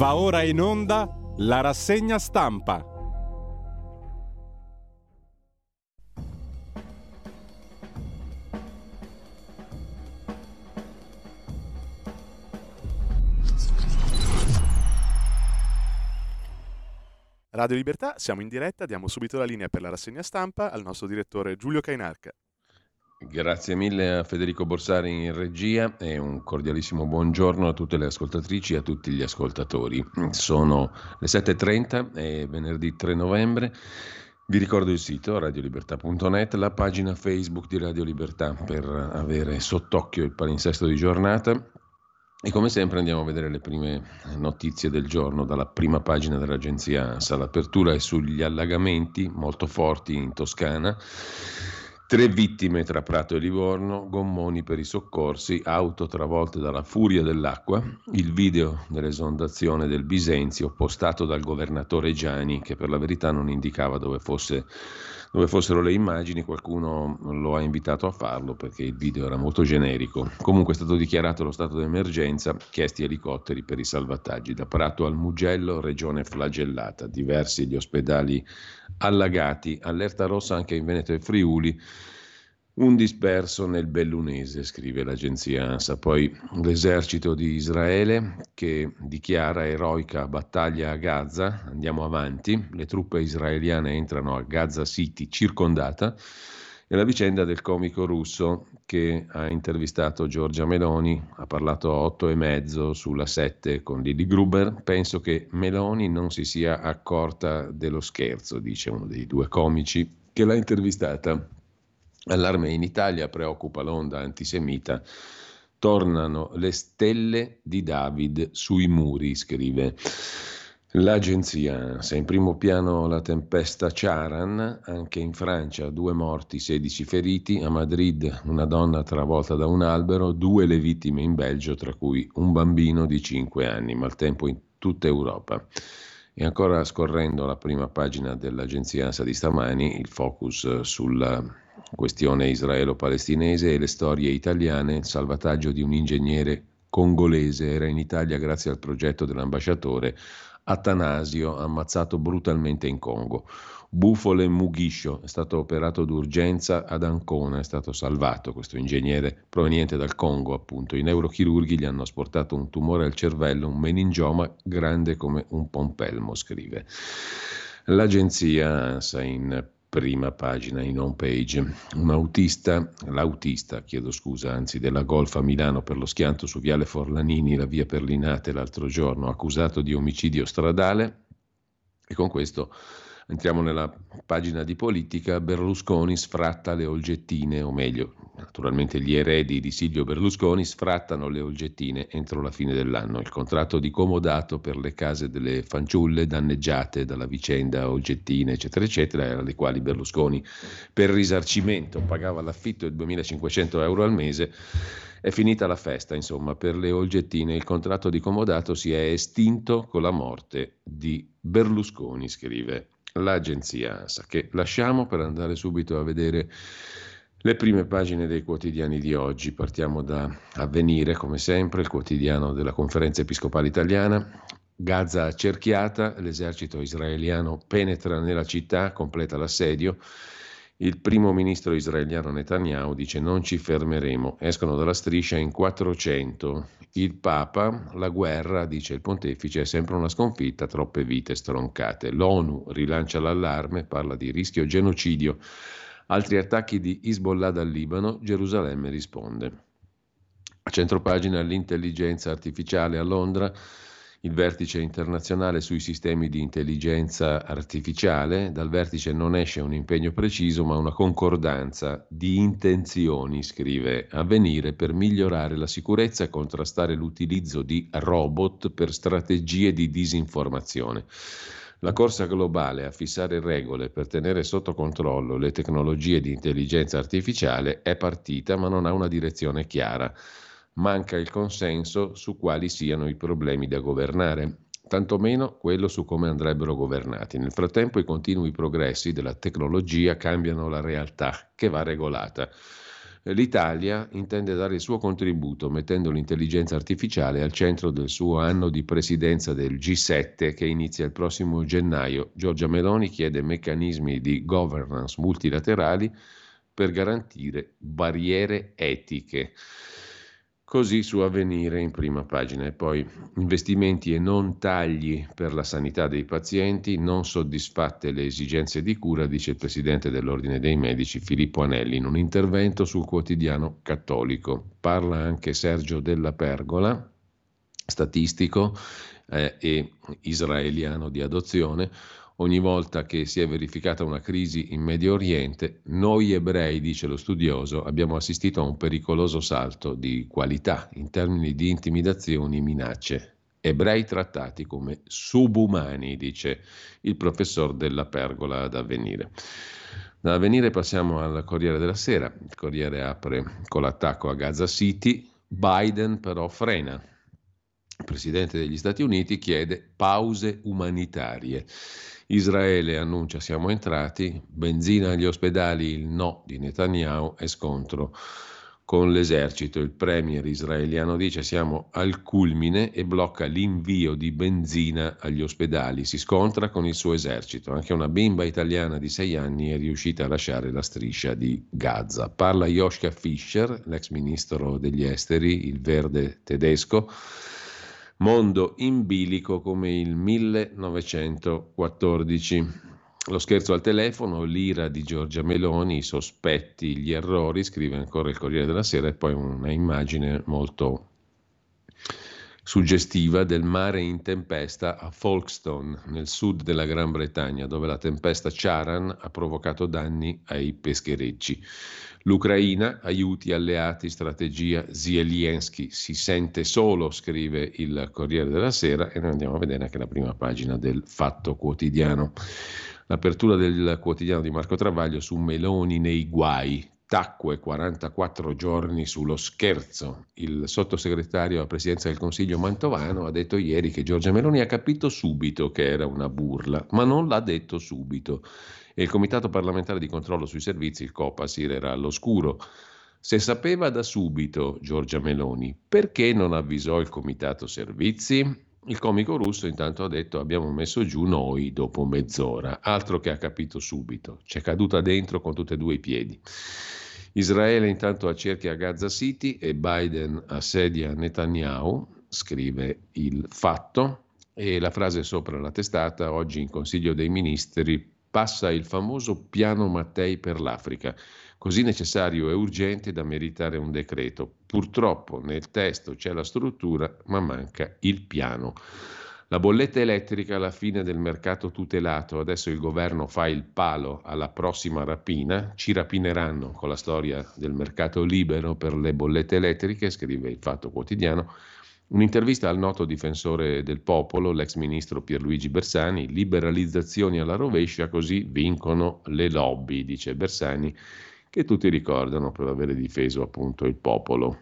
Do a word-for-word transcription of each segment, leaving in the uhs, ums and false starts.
Va ora in onda la rassegna stampa. Radio Libertà, siamo in diretta, diamo subito la linea per la rassegna stampa al nostro direttore Giulio Cainarca. Grazie mille a Federico Borsari in regia e un cordialissimo buongiorno a tutte le ascoltatrici e a tutti gli ascoltatori. Sono le sette e trenta, è venerdì tre novembre. Vi ricordo il sito radiolibertà punto net, la pagina Facebook di Radio Libertà per avere sott'occhio il palinsesto di giornata. E come sempre andiamo a vedere le prime notizie del giorno dalla prima pagina dell'agenzia ANSA. L'apertura è sugli allagamenti molto forti in Toscana. Tre vittime tra Prato e Livorno, gommoni per i soccorsi, auto travolte dalla furia dell'acqua, il video dell'esondazione del Bisenzio postato dal governatore Giani, che per la verità non indicava dove fosse, dove fossero le immagini, qualcuno lo ha invitato a farlo perché il video era molto generico. Comunque è stato dichiarato lo stato d'emergenza, chiesti elicotteri per i salvataggi. Da Prato al Mugello, regione flagellata, diversi gli ospedali allagati, allerta rossa anche in Veneto e Friuli, un disperso nel Bellunese, scrive l'agenzia ANSA. Poi l'esercito di Israele che dichiara eroica battaglia a Gaza, andiamo avanti, le truppe israeliane entrano a Gaza City circondata, e la vicenda del comico russo che ha intervistato Giorgia Meloni, ha parlato a otto e mezzo sulla sette con Lili Gruber. Penso che Meloni non si sia accorta dello scherzo, dice uno dei due comici che l'ha intervistata. Allarme in Italia, preoccupa l'onda antisemita, tornano le stelle di David sui muri, scrive l'agenzia. Se in primo piano la tempesta Charan, anche in Francia due morti, sedici feriti, a Madrid una donna travolta da un albero, due le vittime in Belgio, tra cui un bambino di cinque anni, maltempo in tutta Europa. E ancora scorrendo la prima pagina dell'agenzia ANSA di stamani, il focus sulla questione israelo-palestinese e le storie italiane, il salvataggio di un ingegnere congolese, era in Italia grazie al progetto dell'ambasciatore Atanasio, ammazzato brutalmente in Congo. Bufole Mugiscio è stato operato d'urgenza ad Ancona, è stato salvato questo ingegnere proveniente dal Congo, appunto. I neurochirurghi gli hanno asportato un tumore al cervello, un meningioma grande come un pompelmo, scrive l'agenzia ANSA in prima pagina, in home page. Un autista, l'autista, chiedo scusa, anzi della Golf a Milano per lo schianto su Viale Forlanini, la via Perlinate l'altro giorno, accusato di omicidio stradale. E con questo entriamo nella pagina di politica. Berlusconi sfratta le Olgettine, o meglio, naturalmente gli eredi di Silvio Berlusconi sfrattano le Olgettine entro la fine dell'anno. Il contratto di comodato per le case delle fanciulle danneggiate dalla vicenda Olgettine, eccetera, eccetera, alle quali Berlusconi per risarcimento pagava l'affitto di duemilacinquecento euro al mese. È finita la festa, insomma, per le Olgettine. Il contratto di comodato si è estinto con la morte di Berlusconi, scrive l'agenzia ANSA, che lasciamo per andare subito a vedere le prime pagine dei quotidiani di oggi. Partiamo da Avvenire, come sempre, il quotidiano della Conferenza Episcopale Italiana. Gaza accerchiata, l'esercito israeliano penetra nella città, completa l'assedio. Il primo ministro israeliano Netanyahu dice: non ci fermeremo, escono dalla striscia in quattrocento. Il Papa, la guerra, dice il pontefice, è sempre una sconfitta, troppe vite stroncate. L'ONU rilancia l'allarme, parla di rischio genocidio. Altri attacchi di Hezbollah dal Libano, Gerusalemme risponde. A centropagina l'intelligenza artificiale a Londra, il vertice internazionale sui sistemi di intelligenza artificiale. Dal vertice non esce un impegno preciso, ma una concordanza di intenzioni, scrive Avvenire, per migliorare la sicurezza e contrastare l'utilizzo di robot per strategie di disinformazione. La corsa globale a fissare regole per tenere sotto controllo le tecnologie di intelligenza artificiale è partita, ma non ha una direzione chiara. Manca il consenso su quali siano i problemi da governare, tantomeno quello su come andrebbero governati. Nel frattempo i continui progressi della tecnologia cambiano la realtà, che va regolata. L'Italia intende dare il suo contributo mettendo l'intelligenza artificiale al centro del suo anno di presidenza del G sette che inizia il prossimo gennaio. Giorgia Meloni chiede meccanismi di governance multilaterali per garantire barriere etiche. Così su Avvenire in prima pagina. E poi investimenti e non tagli per la sanità dei pazienti, non soddisfatte le esigenze di cura, dice il presidente dell'Ordine dei Medici Filippo Anelli in un intervento sul quotidiano Cattolico. Parla anche Sergio Della Pergola, statistico eh, e israeliano di adozione. Ogni volta che si è verificata una crisi in Medio Oriente, noi ebrei, dice lo studioso, abbiamo assistito a un pericoloso salto di qualità in termini di intimidazioni e minacce. Ebrei trattati come subumani, dice il professor Della Pergola ad Avvenire. Da Avvenire passiamo al Corriere della Sera. Il Corriere apre con l'attacco a Gaza City, Biden però frena. Il presidente degli Stati Uniti chiede pause umanitarie. Israele annuncia siamo entrati, benzina agli ospedali, il no di Netanyahu e scontro con l'esercito. Il premier israeliano dice siamo al culmine e blocca l'invio di benzina agli ospedali. Si scontra con il suo esercito. Anche una bimba italiana di sei anni è riuscita a lasciare la striscia di Gaza. Parla Joschka Fischer, l'ex ministro degli esteri, il verde tedesco. Mondo in bilico come il millenovecentoquattordici. Lo scherzo al telefono, l'ira di Giorgia Meloni, i sospetti, gli errori, scrive ancora il Corriere della Sera, e poi una immagine molto suggestiva del mare in tempesta a Folkestone, nel sud della Gran Bretagna, dove la tempesta Charan ha provocato danni ai pescherecci. L'Ucraina, aiuti alleati, strategia Zelensky, si sente solo, scrive il Corriere della Sera, e noi andiamo a vedere anche la prima pagina del Fatto Quotidiano. L'apertura del quotidiano di Marco Travaglio su Meloni nei guai. Tacque quarantaquattro giorni sullo scherzo. Il sottosegretario alla presidenza del Consiglio Mantovano ha detto ieri che Giorgia Meloni ha capito subito che era una burla, ma non l'ha detto subito. E il Comitato parlamentare di controllo sui servizi, il Copasir, era all'oscuro. Se sapeva da subito Giorgia Meloni, perché non avvisò il Comitato Servizi? Il comico russo intanto ha detto abbiamo messo giù noi dopo mezz'ora, altro che ha capito subito, c'è caduta dentro con tutti e due i piedi. Israele intanto accerchia Gaza City e Biden assedia Netanyahu, scrive il Fatto, e la frase sopra la testata, oggi in Consiglio dei Ministri passa il famoso piano Mattei per l'Africa, così necessario e urgente da meritare un decreto. Purtroppo nel testo c'è la struttura, ma manca il piano. La bolletta elettrica alla fine del mercato tutelato, adesso il governo fa il palo alla prossima rapina, ci rapineranno con la storia del mercato libero per le bollette elettriche, scrive il Fatto Quotidiano. Un'intervista al noto difensore del popolo, l'ex ministro Pierluigi Bersani, liberalizzazioni alla rovescia, così vincono le lobby, dice Bersani, che tutti ricordano per avere difeso appunto il popolo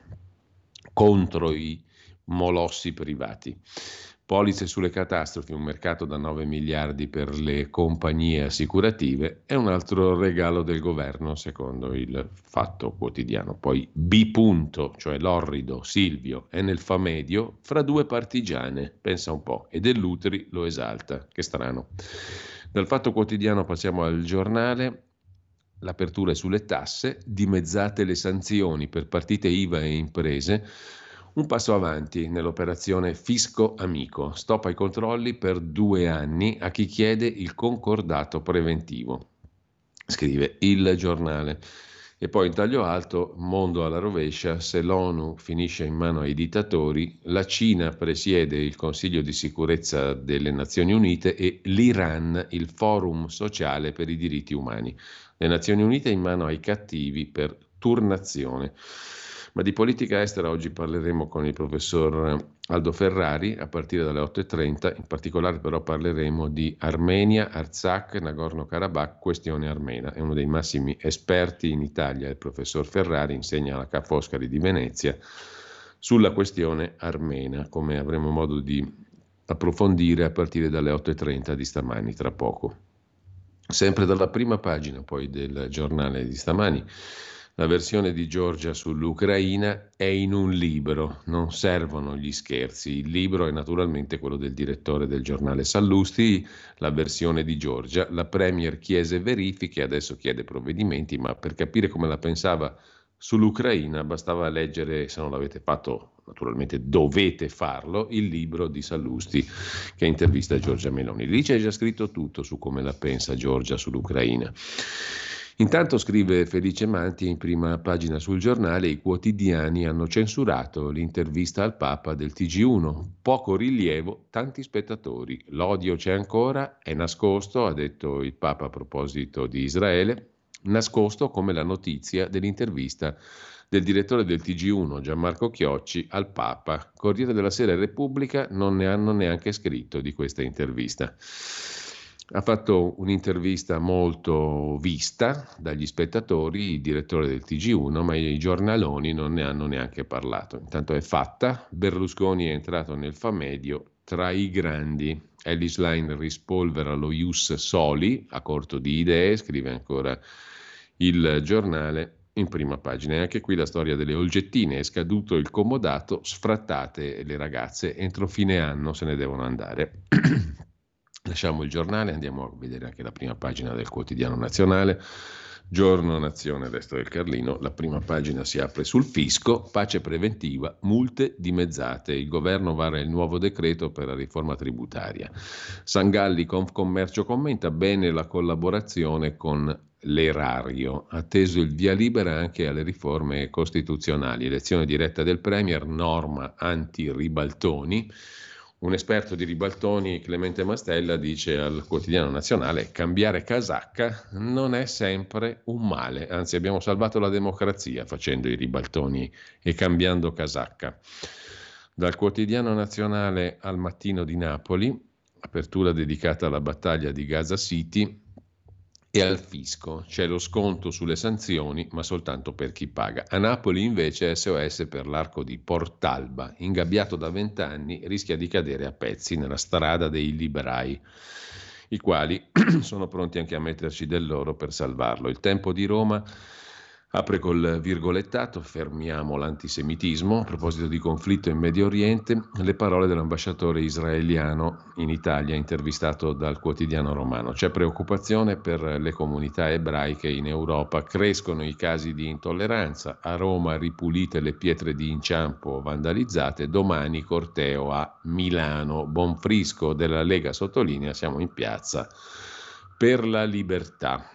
contro i molossi privati. Polizze sulle catastrofi, un mercato da nove miliardi per le compagnie assicurative è un altro regalo del governo, secondo il Fatto Quotidiano. Poi B. Punto, cioè l'orrido Silvio, è nel Famedio fra due partigiane, pensa un po', e Dell'Utri lo esalta, che strano. Dal Fatto Quotidiano passiamo al Giornale. L'apertura è sulle tasse, dimezzate le sanzioni per partite I V A e imprese. Un passo avanti nell'operazione Fisco Amico, stop ai controlli per due anni a chi chiede il concordato preventivo, scrive il Giornale. E poi in taglio alto, mondo alla rovescia, se l'ONU finisce in mano ai dittatori, la Cina presiede il Consiglio di sicurezza delle Nazioni Unite e l'Iran il Forum sociale per i diritti umani. Le Nazioni Unite in mano ai cattivi per turnazione. Ma di politica estera oggi parleremo con il professor Aldo Ferrari a partire dalle otto e trenta, in particolare però parleremo di Armenia, Artsakh, Nagorno-Karabakh, questione armena. È uno dei massimi esperti in Italia, il professor Ferrari, insegna alla Ca' Foscari di Venezia sulla questione armena, come avremo modo di approfondire a partire dalle otto e trenta di stamani, tra poco. Sempre dalla prima pagina poi del giornale di stamani, La versione di Giorgia sull'Ucraina è in un libro, non servono gli scherzi. Il libro è naturalmente quello del direttore del giornale Sallusti, la versione di Giorgia. La Premier chiese verifiche, adesso chiede provvedimenti, ma per capire come la pensava sull'Ucraina bastava leggere, se non l'avete fatto naturalmente dovete farlo, il libro di Sallusti che intervista Giorgia Meloni. Lì c'è già scritto tutto su come la pensa Giorgia sull'Ucraina. Intanto, scrive Felice Manti in prima pagina sul giornale, i quotidiani hanno censurato l'intervista al Papa del T G uno. Poco rilievo, tanti spettatori. L'odio c'è ancora, è nascosto, ha detto il Papa a proposito di Israele, nascosto come la notizia dell'intervista del direttore del T G uno, Gianmarco Chiocci, al Papa. Corriere della Sera e Repubblica non ne hanno neanche scritto di questa intervista. Ha fatto un'intervista molto vista dagli spettatori, il direttore del T G uno, ma i giornaloni non ne hanno neanche parlato. Intanto è fatta, Berlusconi è entrato nel Famedio tra i grandi. Ellis Line rispolvera lo ius soli, a corto di idee, scrive ancora il giornale in prima pagina. E anche qui la storia delle olgettine, è scaduto il comodato, sfrattate le ragazze, entro fine anno se ne devono andare. Lasciamo il giornale, andiamo a vedere anche la prima pagina del Quotidiano Nazionale. Giorno Nazione, Resto del Carlino, la prima pagina si apre sul fisco, pace preventiva, multe dimezzate. Il governo vara il nuovo decreto per la riforma tributaria. Sangalli, Confcommercio commenta bene la collaborazione con l'erario, atteso il via libera anche alle riforme costituzionali, elezione diretta del Premier, norma anti-ribaltoni. Un esperto di ribaltoni, Clemente Mastella, dice al Quotidiano Nazionale: cambiare casacca non è sempre un male, anzi abbiamo salvato la democrazia facendo i ribaltoni e cambiando casacca. Dal Quotidiano Nazionale al Mattino di Napoli, apertura dedicata alla battaglia di Gaza City e al fisco. C'è lo sconto sulle sanzioni, ma soltanto per chi paga. A Napoli invece S O S per l'arco di Portalba, ingabbiato da vent'anni, rischia di cadere a pezzi nella strada dei liberai, i quali sono pronti anche a metterci del loro per salvarlo. Il Tempo di Roma apre col virgolettato: fermiamo l'antisemitismo. A proposito di conflitto in Medio Oriente, le parole dell'ambasciatore israeliano in Italia, intervistato dal Quotidiano Romano. C'è preoccupazione per le comunità ebraiche in Europa, crescono i casi di intolleranza. A Roma ripulite le pietre di inciampo vandalizzate, domani corteo a Milano. Bonfrisco della Lega sottolinea: siamo in piazza per la libertà.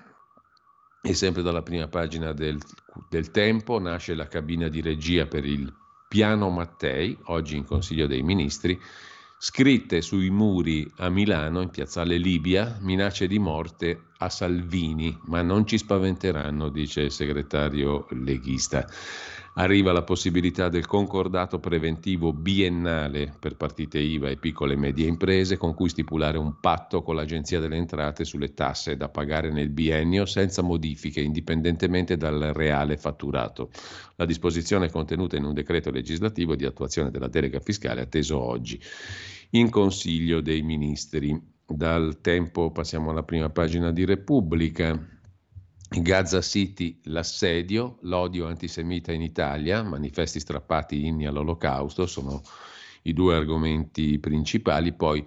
E sempre dalla prima pagina del, del Tempo nasce la cabina di regia per il Piano Mattei, oggi in Consiglio dei Ministri, scritte sui muri a Milano, in piazzale Libia, minacce di morte a Salvini, ma non ci spaventeranno, dice il segretario leghista. Arriva la possibilità del concordato preventivo biennale per partite I V A e piccole e medie imprese, con cui stipulare un patto con l'Agenzia delle Entrate sulle tasse da pagare nel biennio senza modifiche, indipendentemente dal reale fatturato. La disposizione è contenuta in un decreto legislativo di attuazione della delega fiscale atteso oggi in Consiglio dei Ministri. Dal Tempo passiamo alla prima pagina di Repubblica. Gaza City, l'assedio, l'odio antisemita in Italia, manifesti strappati inni all'Olocausto, sono i due argomenti principali. Poi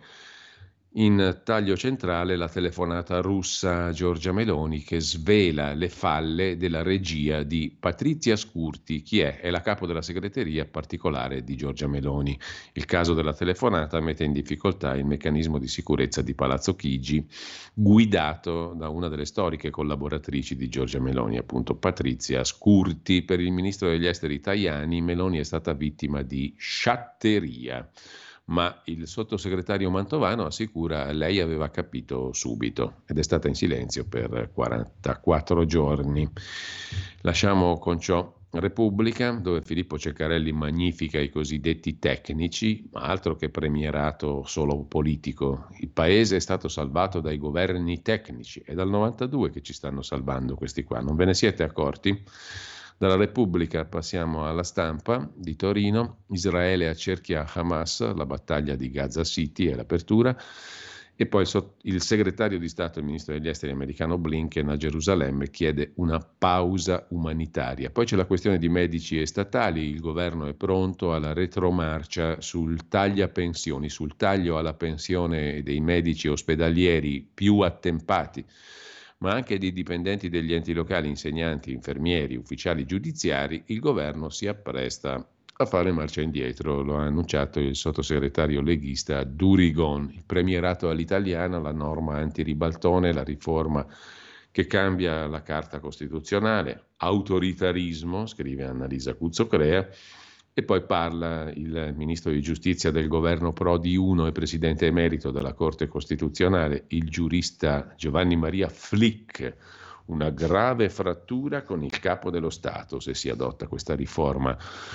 in taglio centrale la telefonata russa a Giorgia Meloni che svela le falle della regia di Patrizia Scurti. Chi è? È la capo della segreteria particolare di Giorgia Meloni. Il caso della telefonata mette in difficoltà il meccanismo di sicurezza di Palazzo Chigi, guidato da una delle storiche collaboratrici di Giorgia Meloni, appunto Patrizia Scurti. Per il ministro degli esteri Tajani, Meloni è stata vittima di sciatteria, ma il sottosegretario Mantovano assicura lei aveva capito subito ed è stata in silenzio per quarantaquattro giorni. Lasciamo con ciò Repubblica, dove Filippo Ceccarelli magnifica i cosiddetti tecnici, ma altro che premierato solo politico. Il paese è stato salvato dai governi tecnici, è dal novantadue che ci stanno salvando questi qua, non ve ne siete accorti? Dalla Repubblica passiamo alla Stampa di Torino. Israele accerchia Hamas, la battaglia di Gaza City è l'apertura. E poi il segretario di Stato e il ministro degli esteri americano Blinken a Gerusalemme chiede una pausa umanitaria. Poi c'è la questione di medici e statali, il governo è pronto alla retromarcia sul taglia pensioni, sul taglio alla pensione dei medici ospedalieri più attempati, ma anche di dipendenti degli enti locali, insegnanti, infermieri, ufficiali giudiziari. Il governo si appresta a fare marcia indietro, lo ha annunciato il sottosegretario leghista Durigon. Il premierato all'italiana, la norma antiribaltone, la riforma che cambia la Carta Costituzionale, autoritarismo, scrive Annalisa Cuzzocrea, e poi parla il ministro di giustizia del governo Prodi uno e presidente emerito della Corte Costituzionale, il giurista Giovanni Maria Flick. Una grave frattura con il capo dello Stato se si adotta questa riforma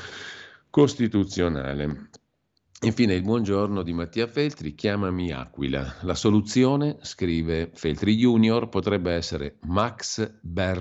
costituzionale. Infine il buongiorno di Mattia Feltri, chiamami Aquila. La soluzione, scrive Feltri Junior, potrebbe essere Max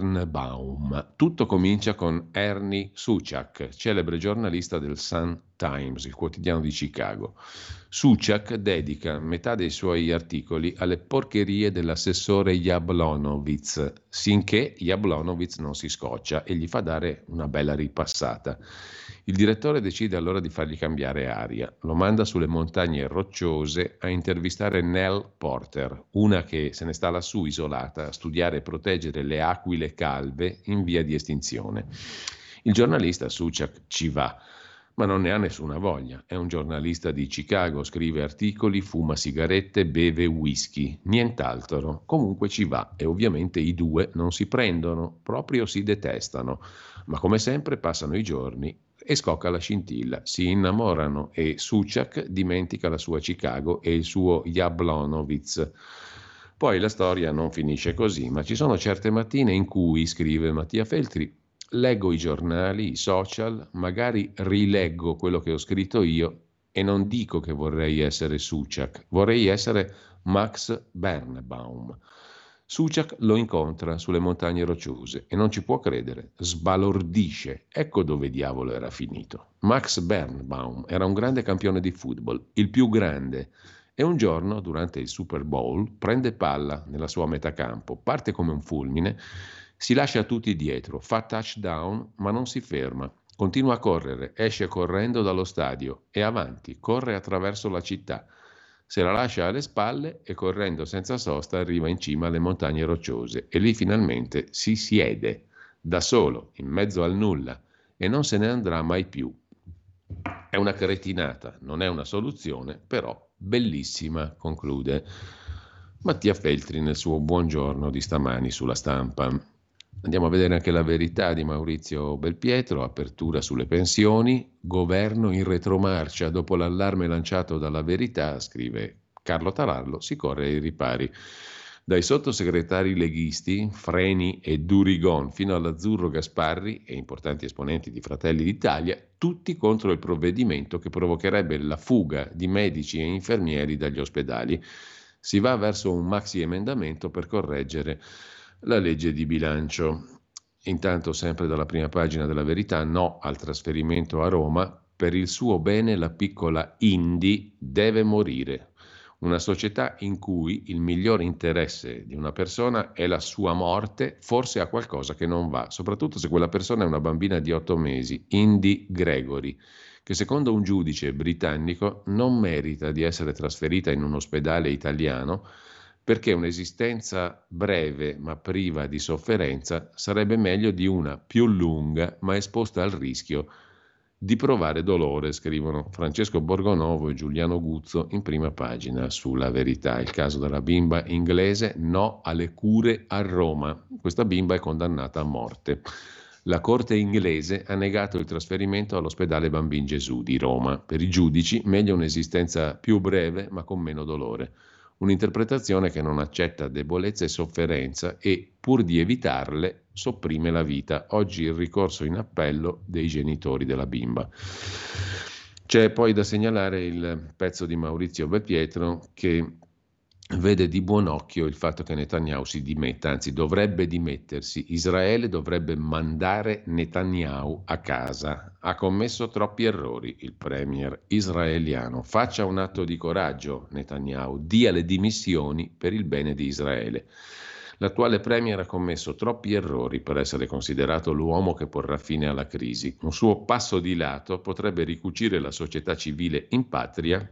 Birnbaum. Tutto comincia con Ernie Suchak, celebre giornalista del Sun Times, il quotidiano di Chicago. Suchak dedica metà dei suoi articoli alle porcherie dell'assessore Jablonowicz, sinché Jablonowicz non si scoccia e gli fa dare una bella ripassata. Il direttore decide allora di fargli cambiare aria. Lo manda sulle montagne rocciose a intervistare Nell Porter, una che se ne sta lassù isolata a studiare e proteggere le aquile calve in via di estinzione. Il giornalista Suchak ci va, ma non ne ha nessuna voglia. È un giornalista di Chicago, scrive articoli, fuma sigarette, beve whisky, nient'altro. Comunque ci va e ovviamente i due non si prendono, proprio si detestano. Ma come sempre passano i giorni e scocca la scintilla, si innamorano e Suchak dimentica la sua Chicago e il suo Jablonowicz. Poi la storia non finisce così, ma ci sono certe mattine in cui, scrive Mattia Feltri, leggo i giornali, i social, magari rileggo quello che ho scritto io e non dico che vorrei essere Suchak, vorrei essere Max Birnbaum. Suchak lo incontra sulle montagne rocciose e non ci può credere, sbalordisce, ecco dove diavolo era finito. Max Birnbaum era un grande campione di football, il più grande, e un giorno, durante il Super Bowl, prende palla nella sua metacampo, parte come un fulmine, si lascia tutti dietro, fa touchdown ma non si ferma, continua a correre, esce correndo dallo stadio e avanti, corre attraverso la città. Se la lascia alle spalle e correndo senza sosta arriva in cima alle montagne rocciose e lì finalmente si siede da solo in mezzo al nulla e non se ne andrà mai più. È una cretinata, non è una soluzione, però bellissima, conclude Mattia Feltri nel suo buongiorno di stamani sulla Stampa. Andiamo a vedere anche la verità di Maurizio Belpietro, apertura sulle pensioni, governo in retromarcia dopo l'allarme lanciato dalla Verità, scrive Carlo Tarallo, si corre ai ripari. Dai sottosegretari leghisti, Freni e Durigon, fino all'azzurro Gasparri e importanti esponenti di Fratelli d'Italia, tutti contro il provvedimento che provocherebbe la fuga di medici e infermieri dagli ospedali. Si va verso un maxi emendamento per correggere la legge di bilancio. Intanto, sempre dalla prima pagina della Verità, no al trasferimento a Roma, per il suo bene la piccola Indy deve morire. Una società in cui il miglior interesse di una persona è la sua morte, forse ha qualcosa che non va, soprattutto se quella persona è una bambina di otto mesi, Indy Gregory, che secondo un giudice britannico non merita di essere trasferita in un ospedale italiano perché un'esistenza breve ma priva di sofferenza sarebbe meglio di una più lunga ma esposta al rischio di provare dolore, scrivono Francesco Borgonovo e Giuliano Guzzo in prima pagina sulla Verità. Il caso della bimba inglese, no alle cure a Roma. Questa bimba è condannata a morte. La corte inglese ha negato il trasferimento all'ospedale Bambin Gesù di Roma. Per i giudici meglio un'esistenza più breve ma con meno dolore. Un'interpretazione che non accetta debolezza e sofferenza e, pur di evitarle, sopprime la vita. Oggi il ricorso in appello dei genitori della bimba. C'è poi da segnalare il pezzo di Maurizio Belpietro che vede di buon occhio il fatto che Netanyahu si dimetta, anzi dovrebbe dimettersi. Israele dovrebbe mandare Netanyahu a casa. Ha commesso troppi errori il premier israeliano. Faccia un atto di coraggio, Netanyahu, dia le dimissioni per il bene di Israele. L'attuale premier ha commesso troppi errori per essere considerato l'uomo che porrà fine alla crisi. Un suo passo di lato potrebbe ricucire la società civile in patria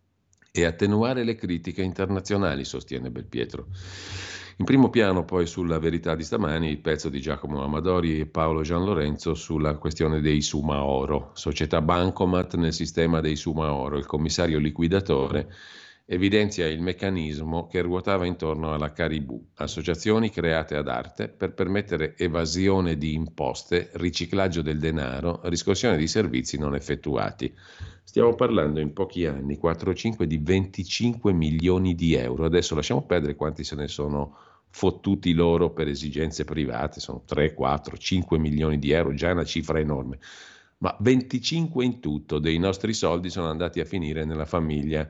e attenuare le critiche internazionali, sostiene Belpietro. In primo piano poi sulla Verità di stamani il pezzo di Giacomo Amadori e Paolo Gianlorenzo sulla questione dei Sumaoro, società bancomat nel sistema dei Sumaoro. Il commissario liquidatore evidenzia il meccanismo che ruotava intorno alla Caribou, associazioni create ad arte per permettere evasione di imposte, riciclaggio del denaro, riscossione di servizi non effettuati. Stiamo parlando in pochi anni, quattro cinque, di venticinque milioni di euro. Adesso lasciamo perdere quanti se ne sono fottuti loro per esigenze private, sono tre, quattro, cinque milioni di euro, già è una cifra enorme. Ma venticinque in tutto dei nostri soldi sono andati a finire nella famiglia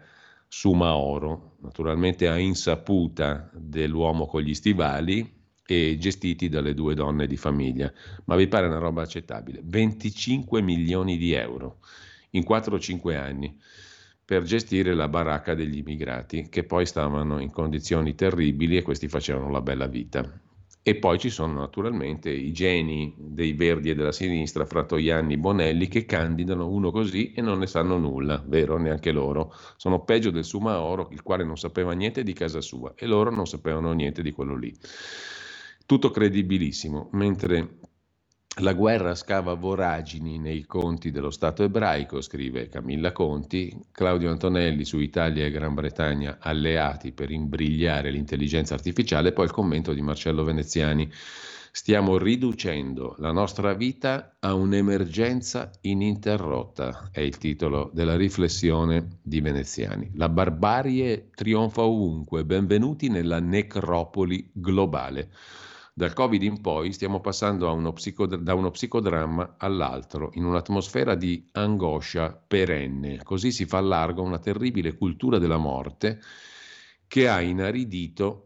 Sumaoro, naturalmente a insaputa dell'uomo con gli stivali e gestiti dalle due donne di famiglia. Ma vi pare una roba accettabile? venticinque milioni di euro in quattro o cinque anni per gestire la baracca degli immigrati che poi stavano in condizioni terribili e questi facevano la bella vita. E poi ci sono naturalmente i geni dei Verdi e della sinistra, Fratoianni e Bonelli, che candidano uno così e non ne sanno nulla, vero? Neanche loro. Sono peggio del Sumaoro, il quale non sapeva niente di casa sua e loro non sapevano niente di quello lì. Tutto credibilissimo, mentre la guerra scava voragini nei conti dello Stato ebraico, scrive Camilla Conti. Claudio Antonelli su Italia e Gran Bretagna alleati per imbrigliare l'intelligenza artificiale, poi il commento di Marcello Veneziani. Stiamo riducendo la nostra vita a un'emergenza ininterrotta, è il titolo della riflessione di Veneziani. La barbarie trionfa ovunque, benvenuti nella necropoli globale. Dal Covid in poi stiamo passando a uno psicod- da uno psicodramma all'altro, in un'atmosfera di angoscia perenne. Così si fa largo una terribile cultura della morte che ha inaridito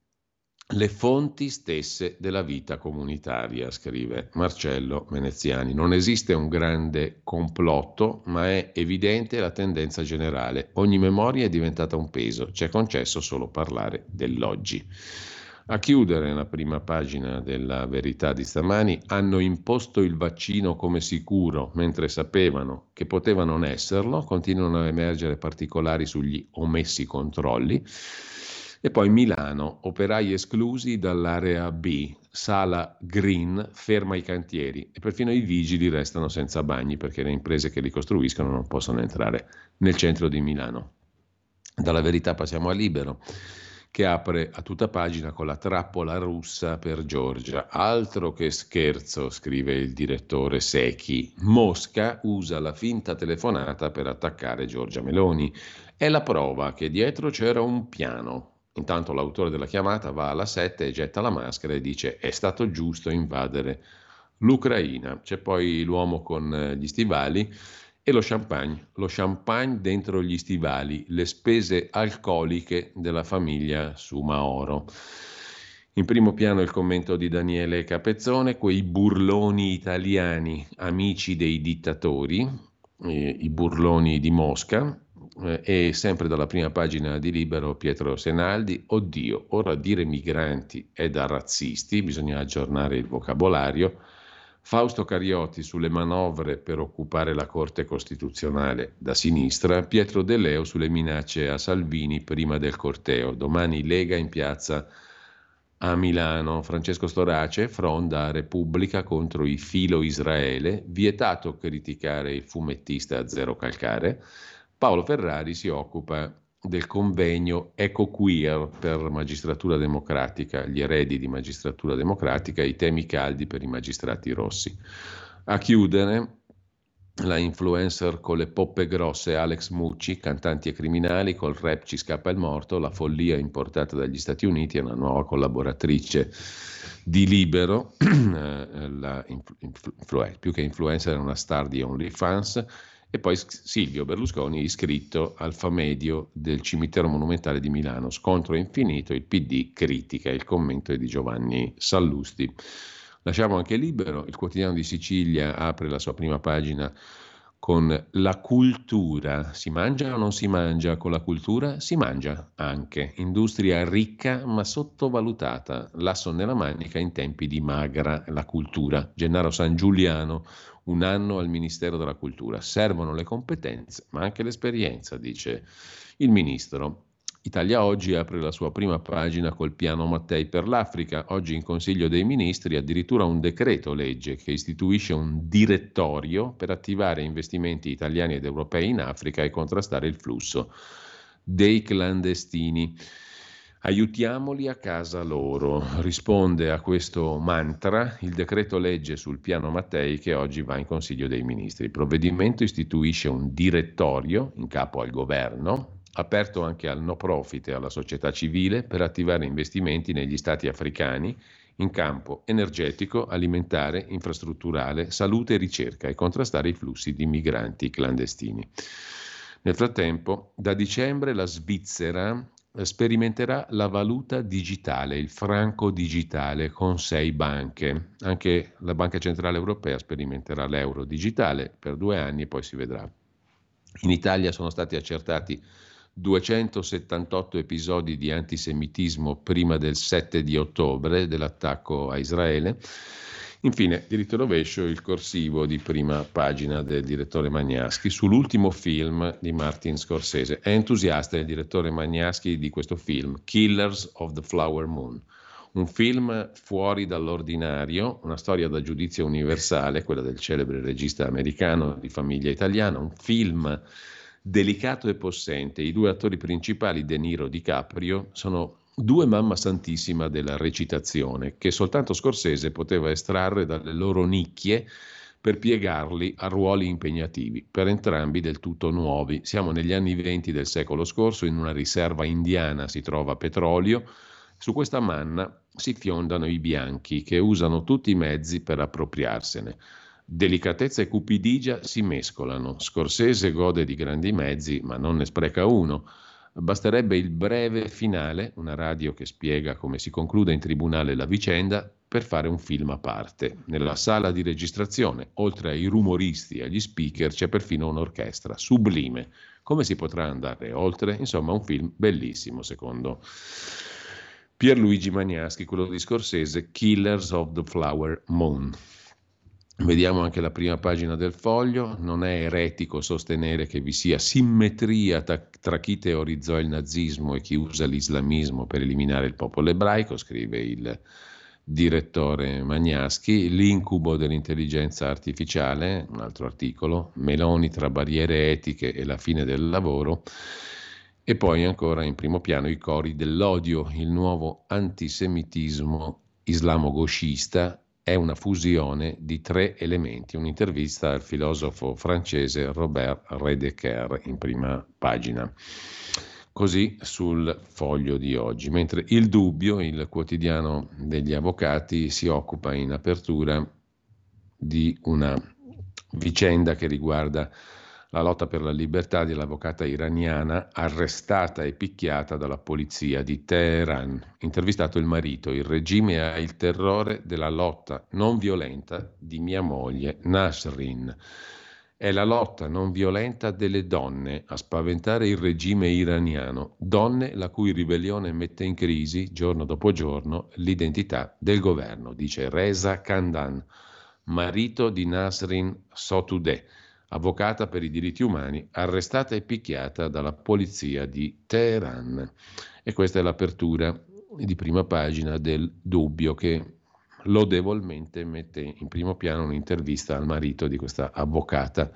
le fonti stesse della vita comunitaria, scrive Marcello Veneziani. Non esiste un grande complotto, ma è evidente la tendenza generale. Ogni memoria è diventata un peso, c'è concesso solo parlare dell'oggi. A chiudere la prima pagina della Verità di stamani, hanno imposto il vaccino come sicuro, mentre sapevano che poteva non esserlo, continuano a emergere particolari sugli omessi controlli. E poi Milano, operai esclusi dall'area B, sala green, ferma i cantieri e perfino i vigili restano senza bagni perché le imprese che li costruiscono non possono entrare nel centro di Milano. Dalla Verità passiamo a Libero, che apre a tutta pagina con la trappola russa per Giorgia. Altro che scherzo, scrive il direttore Secchi. Mosca usa la finta telefonata per attaccare Giorgia Meloni. È la prova che dietro c'era un piano. Intanto l'autore della chiamata va alla sette e getta la maschera e dice: è stato giusto invadere l'Ucraina. C'è poi l'uomo con gli stivali e lo champagne, lo champagne dentro gli stivali, le spese alcoliche della famiglia Sumaoro. In primo piano il commento di Daniele Capezzone, quei burloni italiani, amici dei dittatori, eh, i burloni di Mosca, eh, e sempre dalla prima pagina di Libero Pietro Senaldi, oddio, ora dire migranti è da razzisti, bisogna aggiornare il vocabolario. Fausto Cariotti sulle manovre per occupare la Corte Costituzionale da sinistra, Pietro De Leo sulle minacce a Salvini prima del corteo. Domani Lega in piazza a Milano. Francesco Storace fronda a Repubblica contro i filo Israele, vietato criticare il fumettista Zero Calcare. Paolo Ferrari si occupa del convegno EcoQueer per Magistratura Democratica, gli eredi di Magistratura Democratica, i temi caldi per i magistrati rossi. A chiudere, la influencer con le poppe grosse Alex Mucci, cantanti e criminali, col rap ci scappa il morto, la follia importata dagli Stati Uniti, è una nuova collaboratrice di Libero, la influ- influ- più che influencer è una star di OnlyFans, E poi Silvio Berlusconi iscritto al Famedio del cimitero monumentale di Milano. Scontro infinito, il P D critica, il commento è di Giovanni Sallusti. Lasciamo anche Libero, il quotidiano di Sicilia apre la sua prima pagina con la cultura. Si mangia o non si mangia con la cultura? Si mangia anche. Industria ricca ma sottovalutata. L'asso nella manica in tempi di magra la cultura. Gennaro San Giuliano, un anno al Ministero della Cultura. Servono le competenze ma anche l'esperienza, dice il ministro. Italia Oggi apre la sua prima pagina col piano Mattei per l'Africa. Oggi in Consiglio dei Ministri addirittura un decreto legge che istituisce un direttorio per attivare investimenti italiani ed europei in Africa e contrastare il flusso dei clandestini. Aiutiamoli a casa loro, risponde a questo mantra il decreto legge sul piano Mattei che oggi va in Consiglio dei Ministri. Il provvedimento istituisce un direttorio in capo al governo, aperto anche al no profit e alla società civile per attivare investimenti negli stati africani in campo energetico, alimentare, infrastrutturale, salute e ricerca e contrastare i flussi di migranti clandestini. Nel frattempo, da dicembre la Svizzera sperimenterà la valuta digitale, il franco digitale con sei banche. Anche la Banca Centrale Europea sperimenterà l'euro digitale per due anni e poi si vedrà. In Italia sono stati accertati duecentosettantotto episodi di antisemitismo prima del sette di ottobre, dell'attacco a Israele. Infine, diritto rovescio, il corsivo di prima pagina del direttore Magnaschi sull'ultimo film di Martin Scorsese. È entusiasta il direttore Magnaschi di questo film, Killers of the Flower Moon. Un film fuori dall'ordinario, una storia da giudizio universale, quella del celebre regista americano di famiglia italiana, un film delicato e possente. I due attori principali, De Niro e DiCaprio, sono due mamma santissima della recitazione che soltanto Scorsese poteva estrarre dalle loro nicchie per piegarli a ruoli impegnativi, per entrambi del tutto nuovi. Siamo negli anni venti del secolo scorso, in una riserva indiana si trova petrolio. Su questa manna si fiondano i bianchi che usano tutti i mezzi per appropriarsene. Delicatezza e cupidigia si mescolano. Scorsese gode di grandi mezzi, ma non ne spreca uno. Basterebbe il breve finale, una radio che spiega come si conclude in tribunale la vicenda, per fare un film a parte. Nella sala di registrazione, oltre ai rumoristi e agli speaker, c'è perfino un'orchestra sublime. Come si potrà andare oltre? Insomma, un film bellissimo, secondo Pierluigi Magnaschi, quello di Scorsese, Killers of the Flower Moon. Vediamo anche la prima pagina del Foglio. Non è eretico sostenere che vi sia simmetria tra, tra chi teorizzò il nazismo e chi usa l'islamismo per eliminare il popolo ebraico, scrive il direttore Magnaschi. L'incubo dell'intelligenza artificiale, un altro articolo, Meloni tra barriere etiche e la fine del lavoro. E poi ancora in primo piano i cori dell'odio, il nuovo antisemitismo islamo-gauchista. È una fusione di tre elementi. Un'intervista al filosofo francese Robert Redeker in prima pagina. Così sul Foglio di oggi. Mentre Il Dubbio, il quotidiano degli avvocati, si occupa in apertura di una vicenda che riguarda la lotta per la libertà dell'avvocata iraniana arrestata e picchiata dalla polizia di Teheran. Intervistato il marito, il regime ha il terrore della lotta non violenta di mia moglie Nasrin. È la lotta non violenta delle donne a spaventare il regime iraniano, donne la cui ribellione mette in crisi giorno dopo giorno l'identità del governo, dice Reza Khandan, marito di Nasrin Sotoudeh, avvocata per i diritti umani, arrestata e picchiata dalla polizia di Teheran. E questa è l'apertura di prima pagina del Dubbio, che lodevolmente mette in primo piano un'intervista al marito di questa avvocata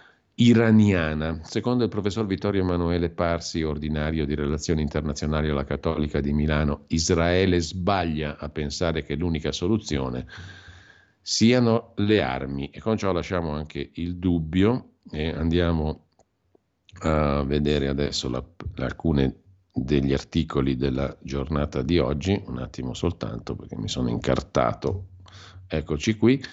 iraniana. Secondo il professor Vittorio Emanuele Parsi, ordinario di relazioni internazionali alla Cattolica di Milano, Israele sbaglia a pensare che l'unica soluzione siano le armi. E con ciò lasciamo anche il Dubbio e andiamo a vedere adesso la, alcune degli articoli della giornata di oggi. Un attimo soltanto perché mi sono incartato. Eccoci qui.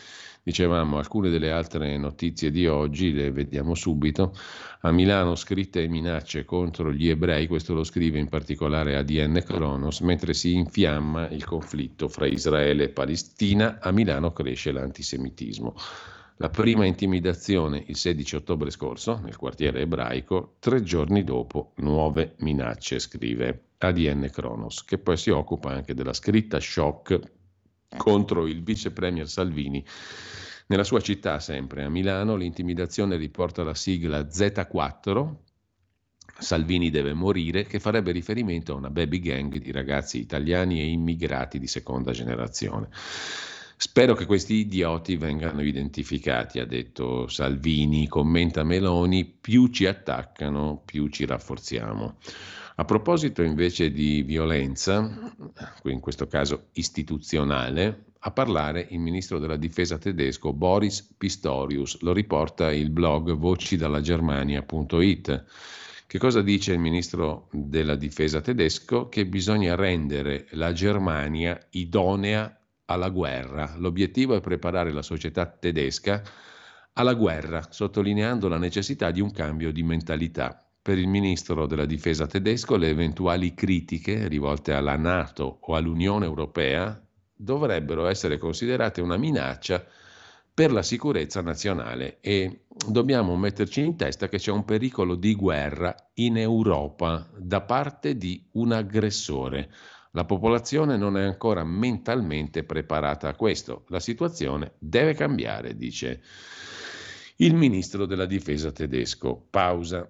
Dicevamo, alcune delle altre notizie di oggi le vediamo subito. A Milano scritte e minacce contro gli ebrei, questo lo scrive in particolare A D N Kronos, mentre si infiamma il conflitto fra Israele e Palestina, a Milano cresce l'antisemitismo. La prima intimidazione il sedici ottobre scorso nel quartiere ebraico, tre giorni dopo nuove minacce, scrive A D N Kronos, che poi si occupa anche della scritta shock contro il vice premier Salvini. Nella sua città, sempre a Milano, l'intimidazione riporta la sigla Z quattro, Salvini deve morire, che farebbe riferimento a una baby gang di ragazzi italiani e immigrati di seconda generazione. Spero che questi idioti vengano identificati, ha detto Salvini, commenta Meloni, più ci attaccano, più ci rafforziamo. A proposito invece di violenza, in questo caso istituzionale, a parlare il ministro della difesa tedesco Boris Pistorius, lo riporta il blog voci dalla germania punto it. Che cosa dice il ministro della difesa tedesco? Che bisogna rendere la Germania idonea alla guerra. L'obiettivo è preparare la società tedesca alla guerra, sottolineando la necessità di un cambio di mentalità. Per il ministro della difesa tedesco le eventuali critiche rivolte alla NATO o all'Unione Europea dovrebbero essere considerate una minaccia per la sicurezza nazionale e dobbiamo metterci in testa che c'è un pericolo di guerra in Europa da parte di un aggressore. La popolazione non è ancora mentalmente preparata a questo. La situazione deve cambiare, dice il ministro della difesa tedesco. Pausa.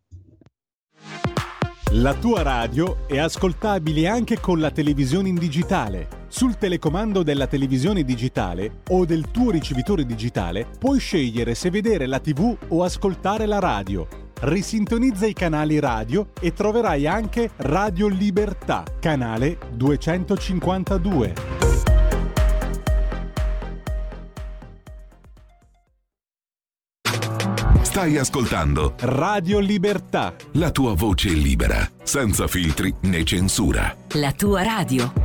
La tua radio è ascoltabile anche con la televisione in digitale. Sul telecomando della televisione digitale o del tuo ricevitore digitale puoi scegliere se vedere la tivù o ascoltare la radio. Risintonizza i canali radio e troverai anche Radio Libertà, canale duecentocinquantadue. Stai ascoltando Radio Libertà, la tua voce libera, senza filtri né censura. La tua radio.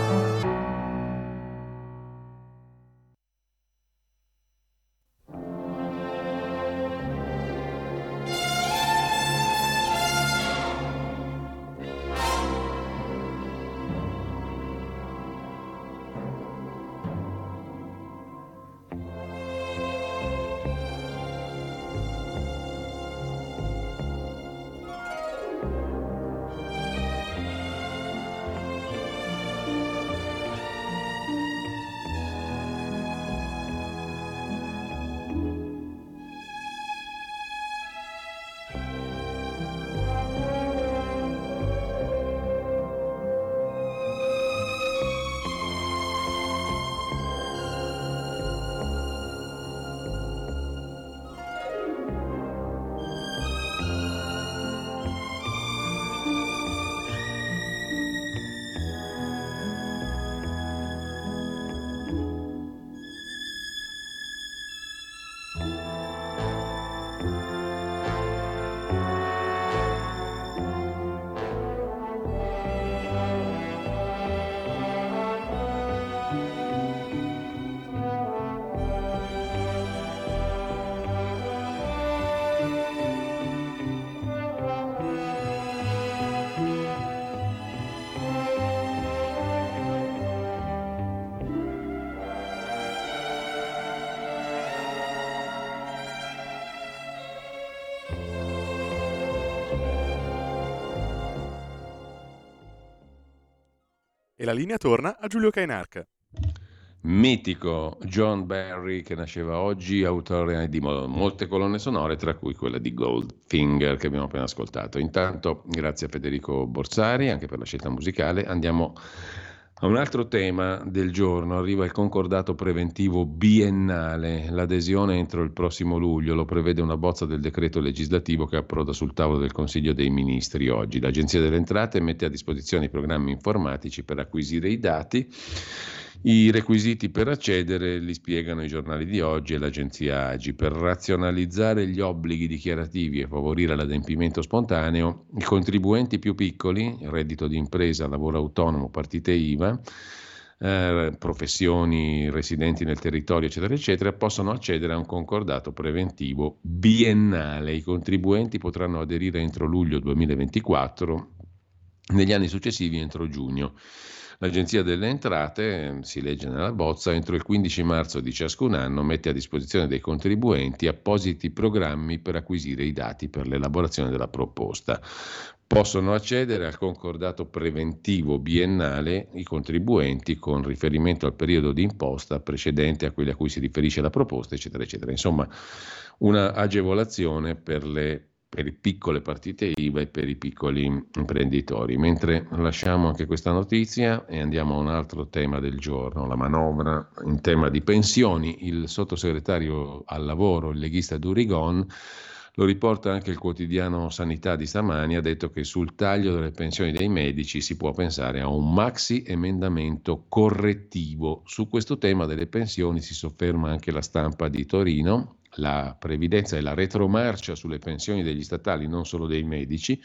E la linea torna a Giulio Cainarca. Mitico John Barry, che nasceva oggi, autore di molte colonne sonore, tra cui quella di Goldfinger che abbiamo appena ascoltato. Intanto, grazie a Federico Borsari anche per la scelta musicale. Andiamo a un altro tema del giorno. Arriva il concordato preventivo biennale. L'adesione entro il prossimo luglio lo prevede una bozza del decreto legislativo che approda sul tavolo del Consiglio dei Ministri oggi. L'Agenzia delle Entrate mette a disposizione i programmi informatici per acquisire i dati. I requisiti per accedere li spiegano i giornali di oggi e l'agenzia Agi. Per razionalizzare gli obblighi dichiarativi e favorire l'adempimento spontaneo, i contribuenti più piccoli, reddito di impresa, lavoro autonomo, partite I V A, eh, professioni, residenti nel territorio, eccetera, eccetera, possono accedere a un concordato preventivo biennale. I contribuenti potranno aderire entro luglio duemilaventiquattro, negli anni successivi entro giugno. L'Agenzia delle Entrate, si legge nella bozza, entro il quindici marzo di ciascun anno mette a disposizione dei contribuenti appositi programmi per acquisire i dati per l'elaborazione della proposta. Possono accedere al concordato preventivo biennale i contribuenti con riferimento al periodo di imposta precedente a quelli a cui si riferisce la proposta, eccetera, eccetera. Insomma, una agevolazione per le per le piccole partite I V A e per i piccoli imprenditori. Mentre lasciamo anche questa notizia e andiamo a un altro tema del giorno, la manovra in tema di pensioni. Il sottosegretario al lavoro, il leghista Durigon, lo riporta anche il quotidiano Sanità di stamani, ha detto che sul taglio delle pensioni dei medici si può pensare a un maxi emendamento correttivo. Su questo tema delle pensioni si sofferma anche la Stampa di Torino. La previdenza e la retromarcia sulle pensioni degli statali, non solo dei medici,